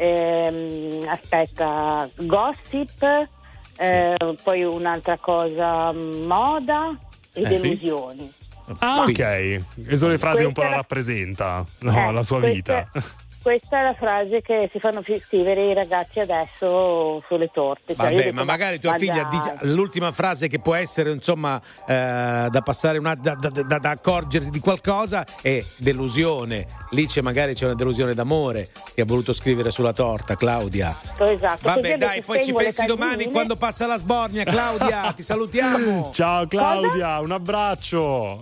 S15: ehm, aspetta, gossip, eh, poi un'altra cosa, moda e
S2: Eh, sì?
S15: delusioni.
S2: Ah, ok. E sono le frasi che un po' la
S15: Questa-
S2: rappresenta, no,
S15: Eh,
S2: la sua
S15: questa-
S2: vita.
S15: Questa è la frase che si fanno fi- scrivere i ragazzi adesso sulle torte. Cioè, io
S1: Vabbè,
S15: dico,
S1: ma magari tua
S15: ma
S1: figlia
S15: dai.
S1: dice l'ultima frase che può essere, insomma, eh, da passare una, da, da, da, da accorgerti di qualcosa è delusione. Lì c'è magari c'è una delusione d'amore che ha voluto scrivere sulla torta, Claudia.
S15: Esatto, così
S1: Vabbè,
S15: adesso
S1: dai, poi ci
S15: spengo le
S1: pensi domani
S15: candeline.
S1: quando passa la sbornia, Claudia. Ti salutiamo.
S2: Ciao Claudia, un abbraccio.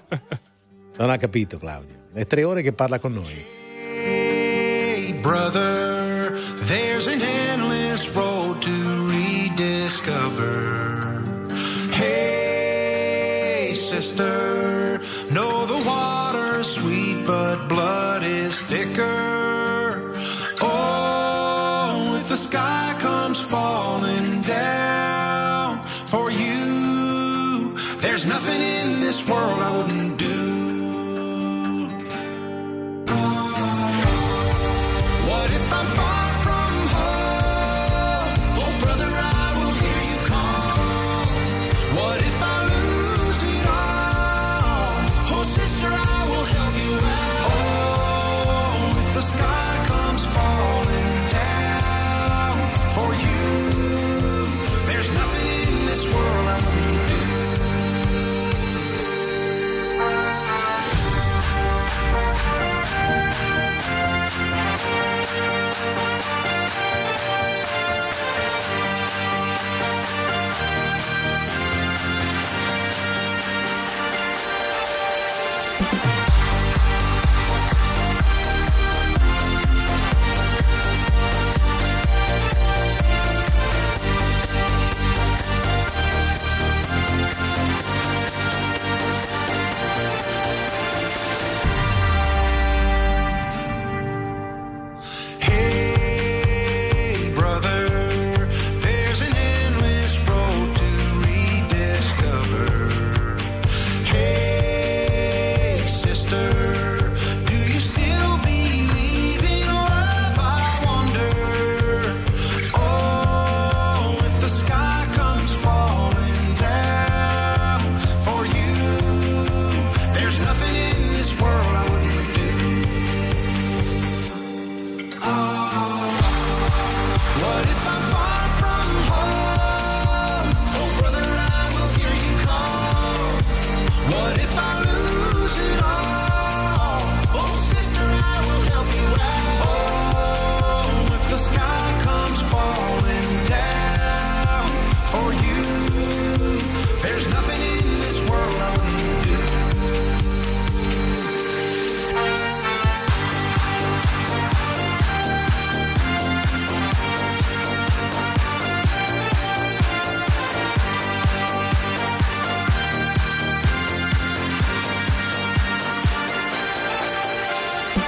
S1: Non ha capito, Claudia. È tre ore che parla con noi.
S14: Hey, brother, there's an endless road to rediscover. Hey, sister, know the water's sweet, but blood is thicker. Oh, if the sky comes falling down for you, there's nothing in this world I wouldn't do. What if I'm far from home? Oh, brother, I will hear you call. What if I lose it all? Oh, sister, I will help you out. Oh, if the sky comes falling down for you,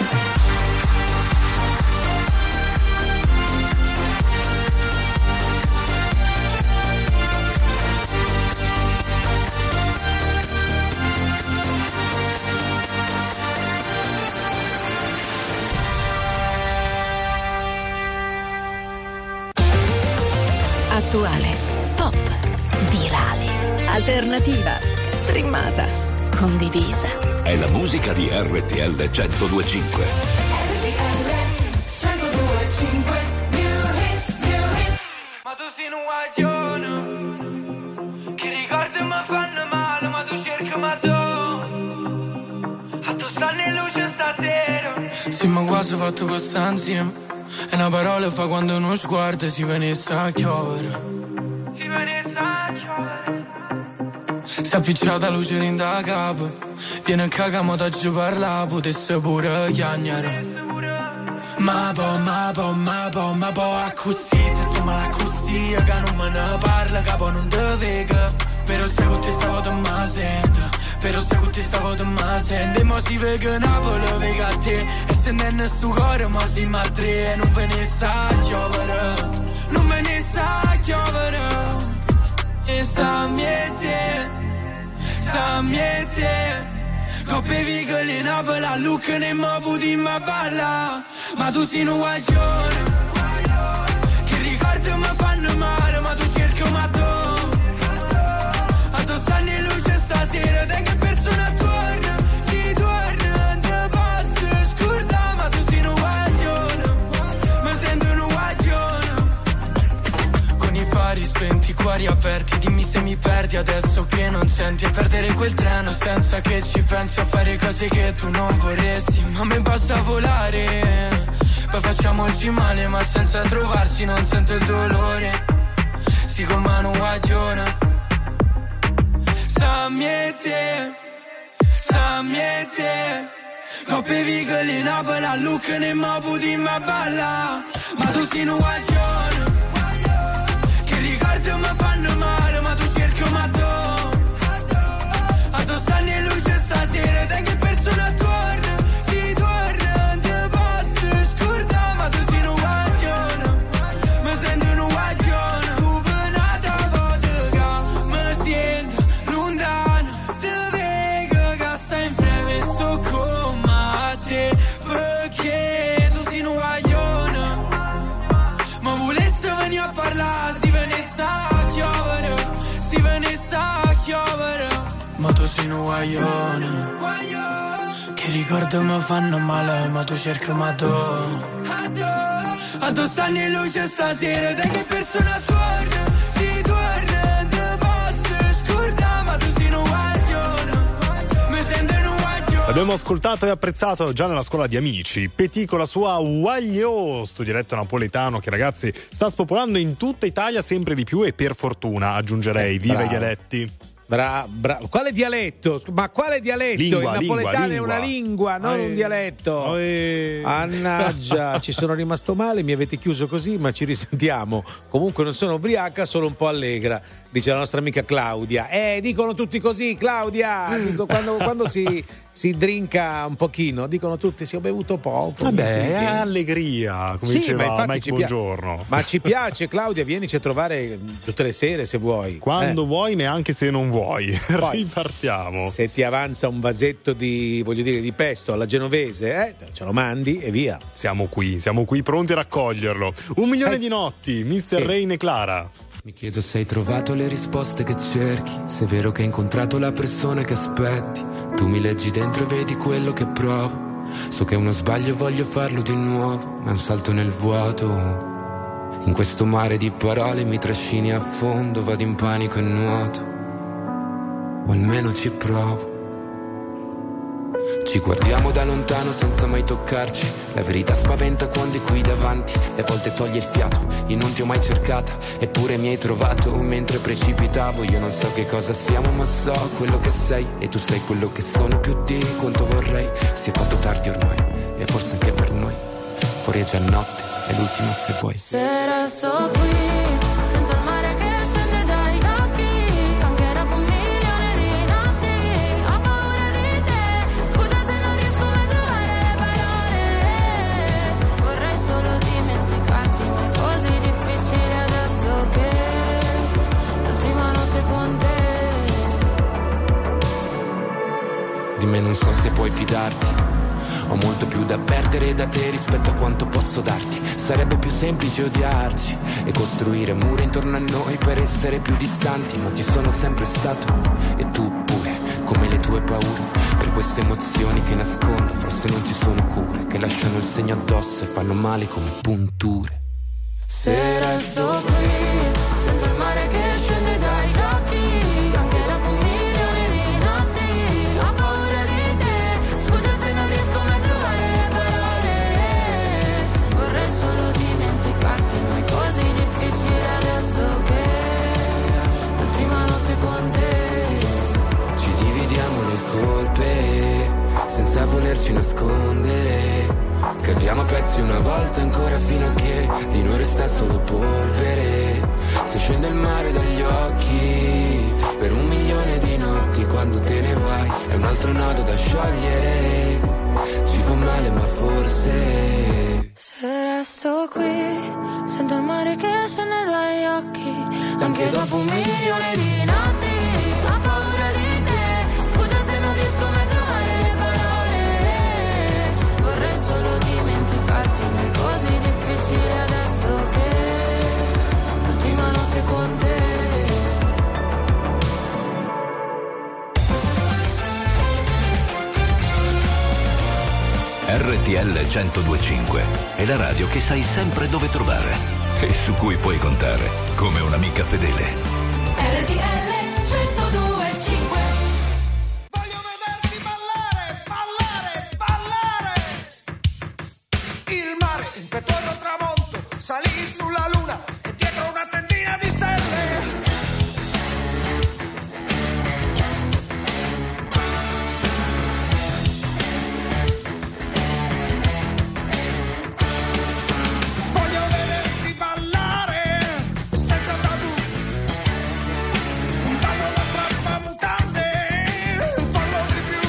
S13: Attuale, pop, virale, alternativa, streamata, condivisa.
S4: È la musica di R T L centodue e cinque.
S18: Ma tu sei un guaglione, che ricordi mi fanno male, ma tu cerchi ma tu, a tu stanno in luce stasera. Sì, ma quasi fatto questa insieme, e una parola fa quando uno sguardo si venisse a chiovere. Si venisse a chiovere. Si appicciata luce in da capo, viene a cagamo da giù parla, potesse pure chiagnare. Ma po, ma po, ma po, ma po, a così, se sto male così, che non me ne parla, capo non te vega. Però se con te stavo te ma sento, però se con te stavo te ma sento. E mo si vega Napoli, vega a te, e se non sto cuore, ma si ma tre, e non ve ne sa chiovere, non me ne sa chiovere. E sta miete, sta miete, coppe vigole Napoli, a Lucca ne mo puti ma balla. Ma tu sei un guaglione, che ricordi mi fanno male, ma tu cerchi ma tu, a tu stanno in luce stasera, te che persona torna, si torna, te posso scordare, ma tu sei un guaglione, mi sento un guaglione. Con i fari spenti, i cuori aperti, dimmi se mi perdi adesso che non senti, e perdere quel treno senza che ci pensi, a fare cose che tu non vorresti, ma a me basta volare. Poi facciamoci male ma senza trovarsi, non sento il dolore, si come un guaglione. Sa miete, sa miete, coppe vigole Napoli, a Lucca ne mo puti ma balla. Ma tu sei un guaglione, che ricordi mi fanno male, ma tu cerchi ma tu, a tu stanno in luce stasera, te che persona torna, si torna, te posso scordare, ma tu sei un guaglione, mi sento un guaglione. Tu penata vodka, mi sento lontano, te vedo che stai in breve, sto come te, perché tu sei un guaglione. Ma volesse venire a parlare, si venisse a chiovere, si venisse a chiovere. Ma tu sei un guaglione, che ricordi mi fanno male, ma tu cerchi ma tu, a tu stanno in luce stasera, te che persona torna, si torna, te posso scordare, ma tu sei un guaglione, mi sento un guaglione.
S2: Abbiamo ascoltato e apprezzato già nella scuola di Amici Petit con la sua Guagliò, sto dialetto napoletano che, ragazzi, sta spopolando in tutta Italia sempre di più, e per fortuna aggiungerei, viva i dialetti.
S1: Bra, bra, quale dialetto? Ma quale dialetto?
S2: Lingua,
S1: il napoletano
S2: lingua,
S1: è una lingua, non
S2: Ae.
S1: un dialetto.
S2: Ae.
S1: Annaggia, ci sono rimasto male, mi avete chiuso così, ma ci risentiamo. Comunque non sono ubriaca, solo un po' allegra, dice la nostra amica Claudia. Eh, dicono tutti così, Claudia. Dico, quando, quando si, si drinca un pochino, dicono tutti, si ho bevuto poco.
S2: Vabbè, è allegria, come
S1: sì,
S2: diceva
S1: ma
S2: Mike
S1: ci
S2: Buongiorno.
S1: Pia- ma ci piace, Claudia, vienici a trovare tutte le sere se vuoi.
S2: Quando
S1: eh.
S2: vuoi, neanche se non vuoi.
S1: Poi,
S2: ripartiamo.
S1: Se ti avanza un vasetto di, voglio dire, di pesto alla genovese, eh, ce lo mandi e via.
S2: Siamo qui, siamo qui pronti a raccoglierlo. Un milione
S1: Sai...
S2: di notti, mister
S1: Sì.
S2: Rain e Clara.
S16: Mi chiedo se hai trovato le risposte che cerchi, se è vero che hai incontrato la persona che aspetti. Tu mi leggi dentro e vedi quello che provo. So che è uno sbaglio e voglio farlo di nuovo, ma è un salto nel vuoto. In questo mare di parole mi trascini a fondo, vado in panico e nuoto, o almeno ci provo. Ci guardiamo da lontano senza mai toccarci, la verità spaventa quando è qui davanti, e a volte toglie il fiato. Io non ti ho mai cercata, eppure mi hai trovato mentre precipitavo. Io non so che cosa siamo, ma so quello che sei, e tu sei quello che sono più di quanto vorrei. Si è fatto tardi ormai, e forse anche per noi. Fuori è già notte, è l'ultima se vuoi.
S10: Se resto qui, sento il mare che scende dai occhi, anche dopo un milione di notti. Ho paura di te, scusa se non riesco mai a trovare le parole.
S16: puoi fidarti. Ho molto più da perdere da te rispetto a quanto posso darti. Sarebbe più semplice odiarci e costruire mura intorno a noi per essere più distanti, ma ci sono sempre stato, e tu pure, come le tue paure. Per queste emozioni che nascondo forse non ci sono cure, che lasciano il segno addosso e fanno male come punture.
S10: Se resto qui, sento il mare che scende dai occhi, anche dopo un milione di notti. Ho paura di te, scusa se non riesco mai a trovare le parole. Vorrei solo dimenticarti, ma è così difficile adesso che l'ultima notte con te.
S16: Ci dividiamo le colpe senza volerci nascondere. Capiamo a pezzi una volta ancora fino a che di noi resta solo polvere. Se scende il mare dagli occhi per un milione di notti, quando te ne vai è un altro nodo da sciogliere. Ci fa male ma forse
S10: se resto qui, sento il mare che scende dagli occhi, anche dopo un milione di notti. Ho paura di te, scusa se non riesco mai a trovare le parole. Vorrei solo dimenticarti, ma è così difficile adesso che l'ultima notte con te.
S4: R T L centodue e cinque è la radio che sai sempre dove trovare e su cui puoi contare come un'amica fedele.
S10: R T L centodue e cinque.
S14: Voglio vederti ballare, ballare, ballare. Il mare, impetuoso tramonto, salì sulla luna e dietro una tentina di stelle. Voglio vederti ballare senza tabù. Un ballo da strappa mutande, un fallo di più.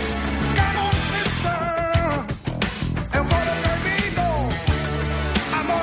S14: Che non si sta, è un volo proibito. Amore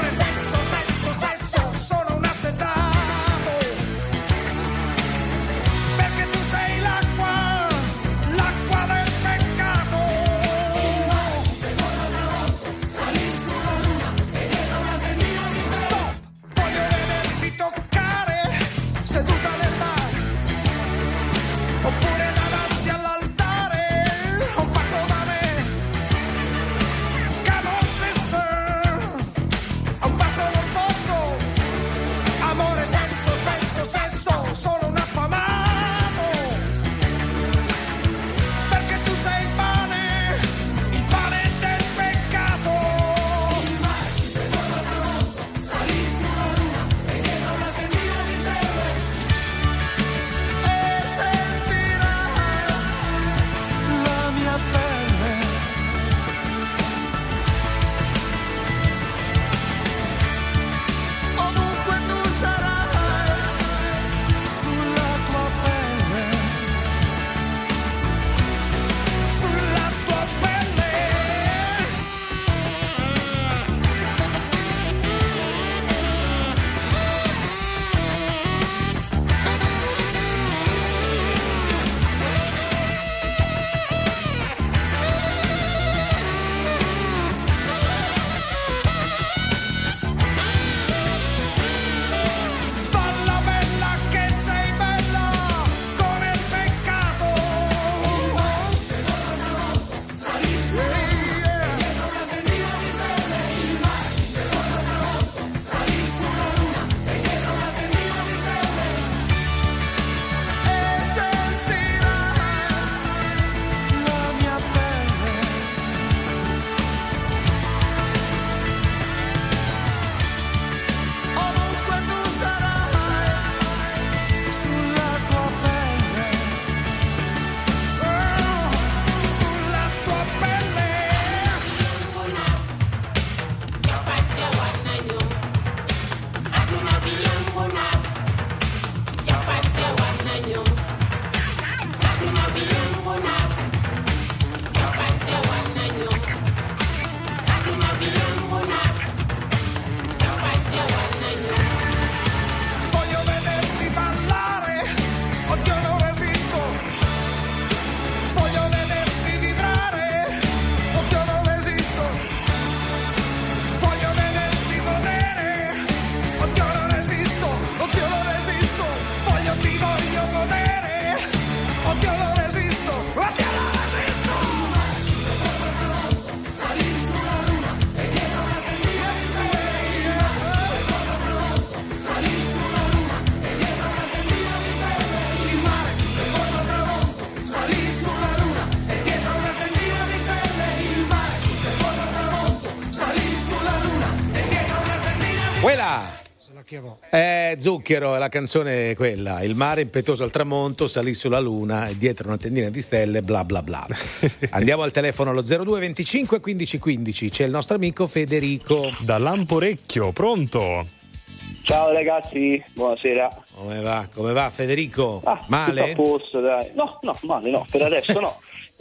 S1: Quella! Eh, Zucchero, la canzone è quella: il mare impetuoso al tramonto, salì sulla luna e dietro una tendina di stelle, bla bla bla. Andiamo al telefono allo zero due venticinque quindici quindici, c'è il nostro amico Federico
S2: da Lamporecchio, pronto?
S17: Ciao ragazzi, buonasera.
S1: Come va? Come va Federico?
S17: Ah,
S1: male?
S17: Tutto a posto, dai. No, no, male no, per adesso no.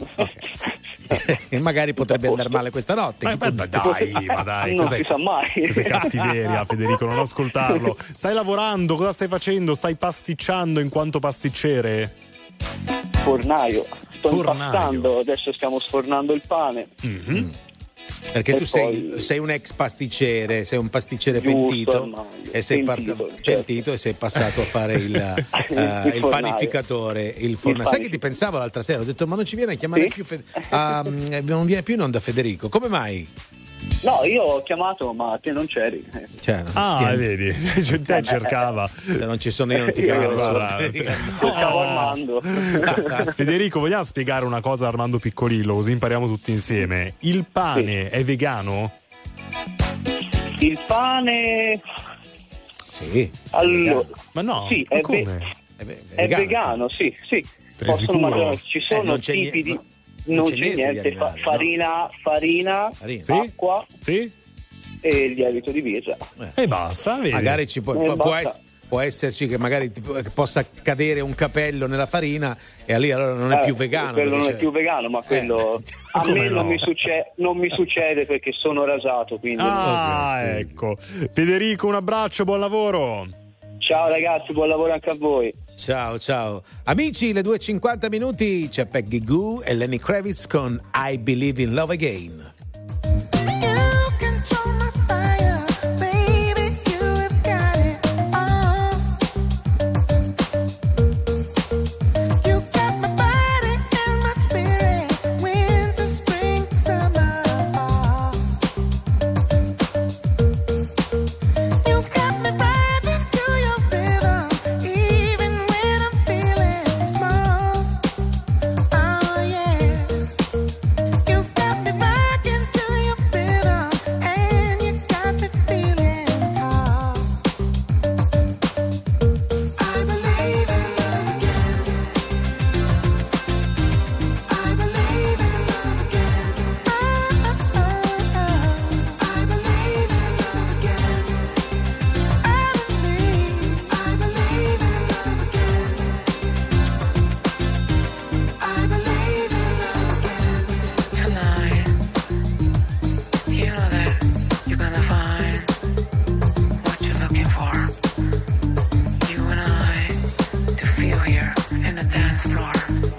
S1: E magari potrebbe andare male questa notte.
S2: Ma, ma dai, ma dai,
S17: non
S2: cos'è,
S17: si sa mai.
S2: cos'è cattiveria, Federico, non ascoltarlo. Stai lavorando, cosa stai facendo? Stai pasticciando in quanto pasticcere?
S17: Fornaio, sto
S2: Fornaio.
S17: impastando, adesso stiamo sfornando il pane.
S1: Mm-hmm. Perché
S17: E
S1: tu sei,
S17: poi-
S1: sei un ex pasticcere, sei un pasticcere
S17: Giusto,
S1: pentito
S17: ormai.
S1: e sei
S17: Pentito,
S1: part-
S17: certo.
S1: pentito e sei passato a fare il, eh, il
S17: fornaio.
S1: panificatore, il fornaio. Sai che ti pensavo l'altra sera? Ho detto ma non ci viene a chiamare
S17: Sì?
S1: più Fed- ah, mm, non viene più in onda Federico, come mai?
S17: No, io ho chiamato, ma te non c'eri.
S1: Cioè,
S2: Ah,
S1: ti-
S2: vedi, te cercava.
S1: Se non ci sono io non ti
S17: Io
S1: chiamo
S2: guarda,
S1: nessuno.
S17: Cercavo Armando.
S2: Federico, vogliamo spiegare una cosa a Armando Piccolillo, così impariamo tutti insieme. Il pane è vegano?
S17: Il pane...
S1: Sì.
S17: Allora,
S2: Ma no,
S17: sì,
S2: ma
S17: è,
S2: come?
S17: ve-
S1: È, ve-
S17: è vegano, sì, sì. Possono
S2: sicuro?
S17: mangiare, ci
S1: Eh,
S17: sono
S1: non c'è
S17: tipi
S1: nie-
S17: di...
S1: no,
S17: Non,
S1: non
S17: c'è
S1: c'è niente di
S17: niente, fa-
S1: animale, no.
S17: farina, farina,
S1: Farina.
S2: Sì?
S17: acqua
S2: Sì?
S17: e il lievito di birra.
S2: E basta, vedi?
S1: Magari ci può,
S17: Eh,
S1: può- può
S17: basta.
S1: ess- può esserci che magari ti- che possa cadere un capello nella farina e lì allora non è
S17: Eh,
S1: più vegano.
S17: Quello non
S1: perché
S17: è
S1: c'è-
S17: più vegano, ma quello a
S2: Come
S17: me non,
S2: no?
S17: mi succe- non mi succede perché sono rasato. Quindi
S2: Ah, ecco. Federico, un abbraccio, buon lavoro.
S17: Ciao ragazzi, buon lavoro anche a voi.
S1: Ciao, ciao. Amici, le due e cinquanta minuti c'è Peggy Goo e Lenny Kravitz con I Believe in Love Again.
S10: Tonight, you know that you're gonna find what you're looking for. You and I to feel here in the dance floor.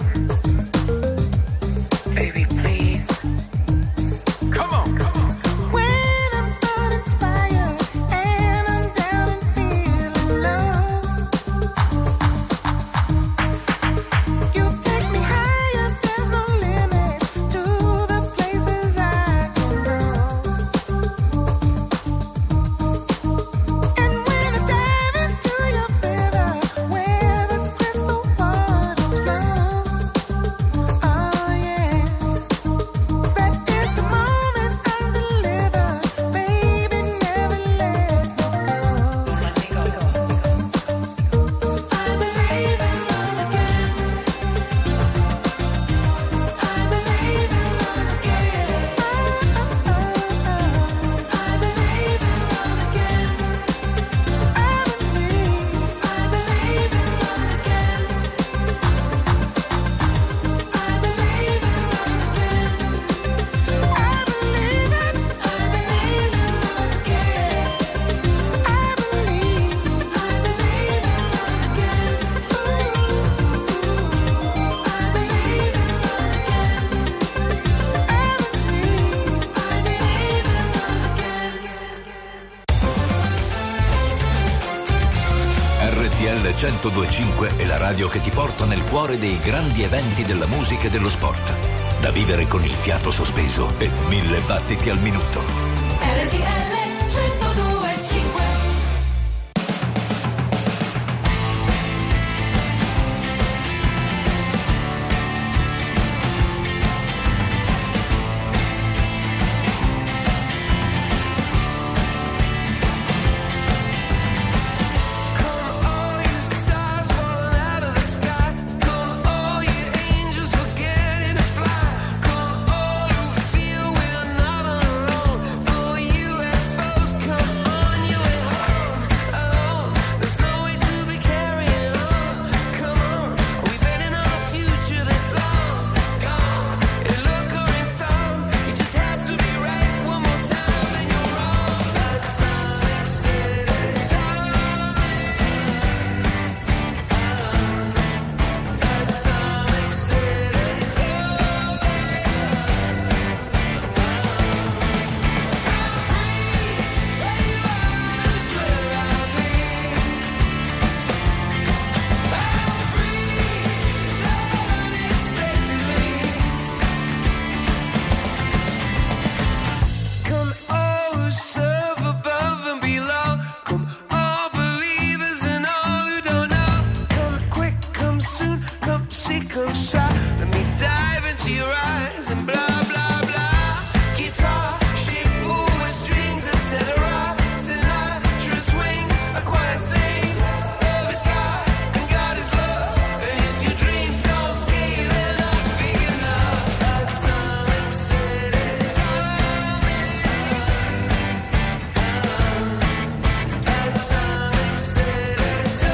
S10: Baby, please. Come on, come on. When I'm uninspired and I'm down and feeling low, you take me higher, there's no limit to the places I can go. And when I dive into your river, where the crystal waters flow, oh yeah, that is the moment I deliver, baby, never let me go. I believe in love again. I believe in love again. I believe in love again. I believe, I believe in love again. I believe in love again. I believe it, I believe in love again. I believe, I believe in love again. I believe in love again.
S4: R T L centodue e cinque è la radio che ti porta nel cuore dei grandi eventi della musica e dello sport. Da vivere con il fiato sospeso e mille battiti al minuto.
S10: R T L centodue e cinque.
S7: who serve above and below. Come all believers and all who don't know. Come quick, come soon, come see, come shy. Let me dive into your eyes and blah, blah, blah. Guitar, shape, ooh, with strings, et cetera. Sinatra swings, a choir sings. Love is God, and God is love. And if your dreams don't scale, they're not big enough. Atomic City, Atomic City,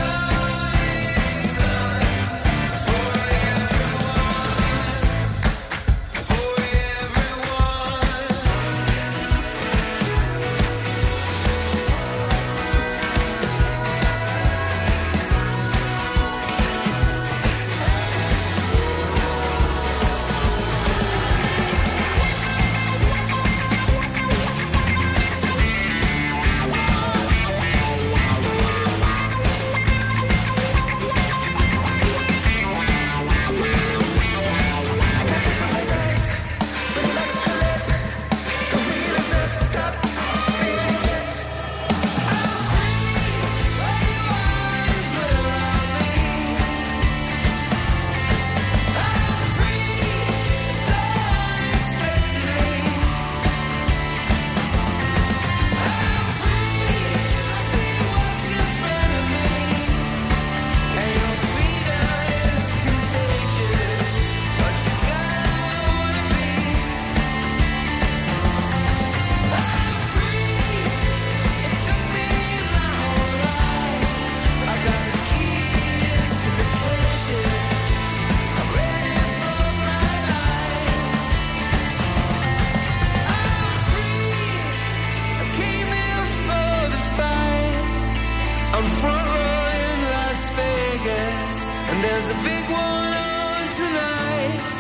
S7: I'm front row in Las Vegas, and there's a big one on tonight.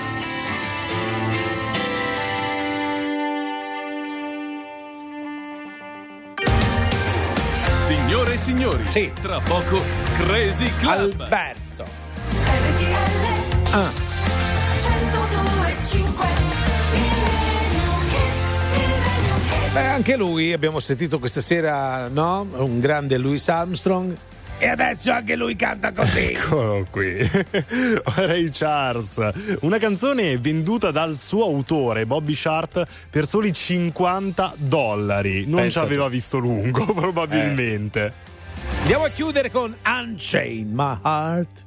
S5: Signore e signori, sì. Tra poco Crazy Club.
S1: Alberto.
S5: Ah.
S1: Beh, anche lui abbiamo sentito questa sera, no? Un grande Louis Armstrong. E adesso anche lui canta così.
S2: Eccolo qui. Ray Charles, una canzone venduta dal suo autore Bobby Sharp per soli cinquanta dollari. Non
S1: Pensa
S2: ci aveva
S1: tu.
S2: visto lungo, probabilmente.
S1: Eh. Andiamo a chiudere con Unchain My Heart.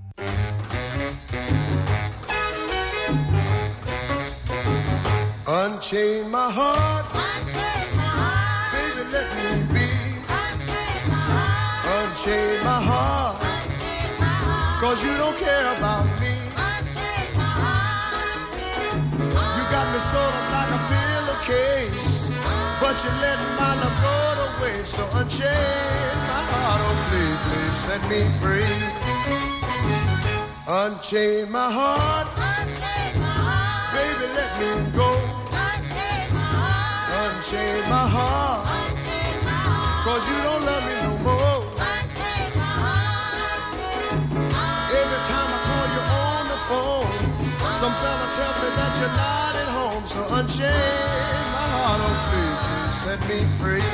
S14: Unchain my heart, baby, let me be. Unchain my heart, cause you don't care about me. You got me sort of like a pillowcase, but you let my love go to waste. So unchain my heart, oh please, please set me free. Unchain my heart, baby, let me go. Unchain my heart, cause you don't love me no more. Every time I call you on the phone, some fella tells me that you're not at home. So unchain my heart, oh please, please set me free.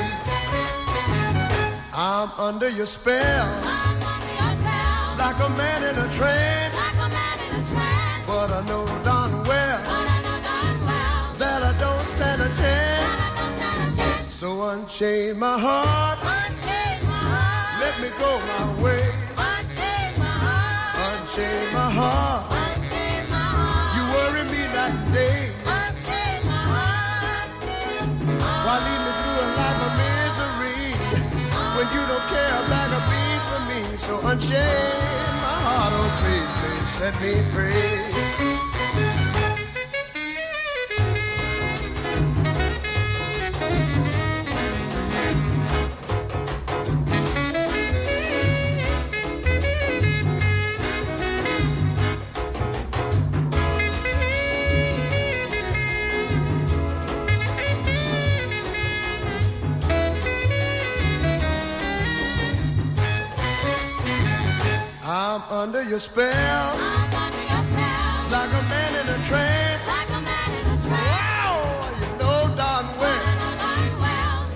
S14: I'm under your spell, like a man in a trance. But I know darn well that I don't stand a chance. So unchain my heart, let me go my way. Unchain my heart, you worry me that day. Why lead me through a life of misery when you don't care a bag of beans for me? So unchain my heart, oh please, please set me free. I'm under your spell, I'm under your spell, like a man in a trance, like a man in a trance. Wow, you know darn well, well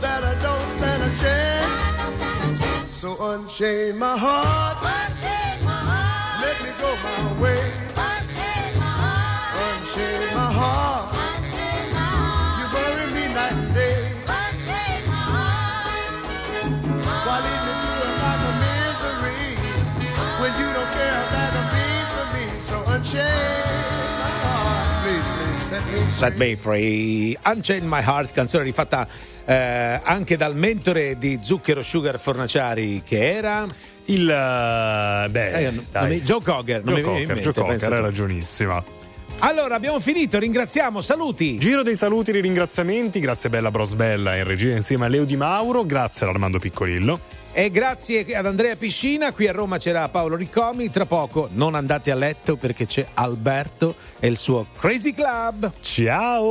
S14: So unchain my heart,
S7: Unchain my heart.
S14: let me go my way.
S7: Unchain my heart.
S14: Unchain my heart,
S7: Unchain my heart.
S14: you bury me night and day.
S7: Unchain my heart.
S14: Why lead me through a life of misery when you don't care about the things for me? So unchain my heart, please, please set me free.
S1: Set me free. Unchain My Heart, canzone rifatta eh, anche dal mentore di Zucchero Sugar Fornaciari, che era
S2: il uh, beh,
S1: eh, non mi- Joe Cocker. Non
S2: Joe
S1: mi viene in
S2: Cocker,
S1: mente,
S2: Joe Cocker,
S1: penso
S2: hai
S1: tu.
S2: ragionissima.
S1: Allora, abbiamo finito, ringraziamo, saluti.
S2: Giro dei saluti e dei ringraziamenti, grazie Bella Brosbella in regia insieme a Leo Di Mauro, grazie ad Armando Piccolillo.
S1: E grazie ad Andrea Piscina, qui a Roma c'era Paolo Ricomi, tra poco non andate a letto perché c'è Alberto e il suo Crazy Club.
S2: Ciao!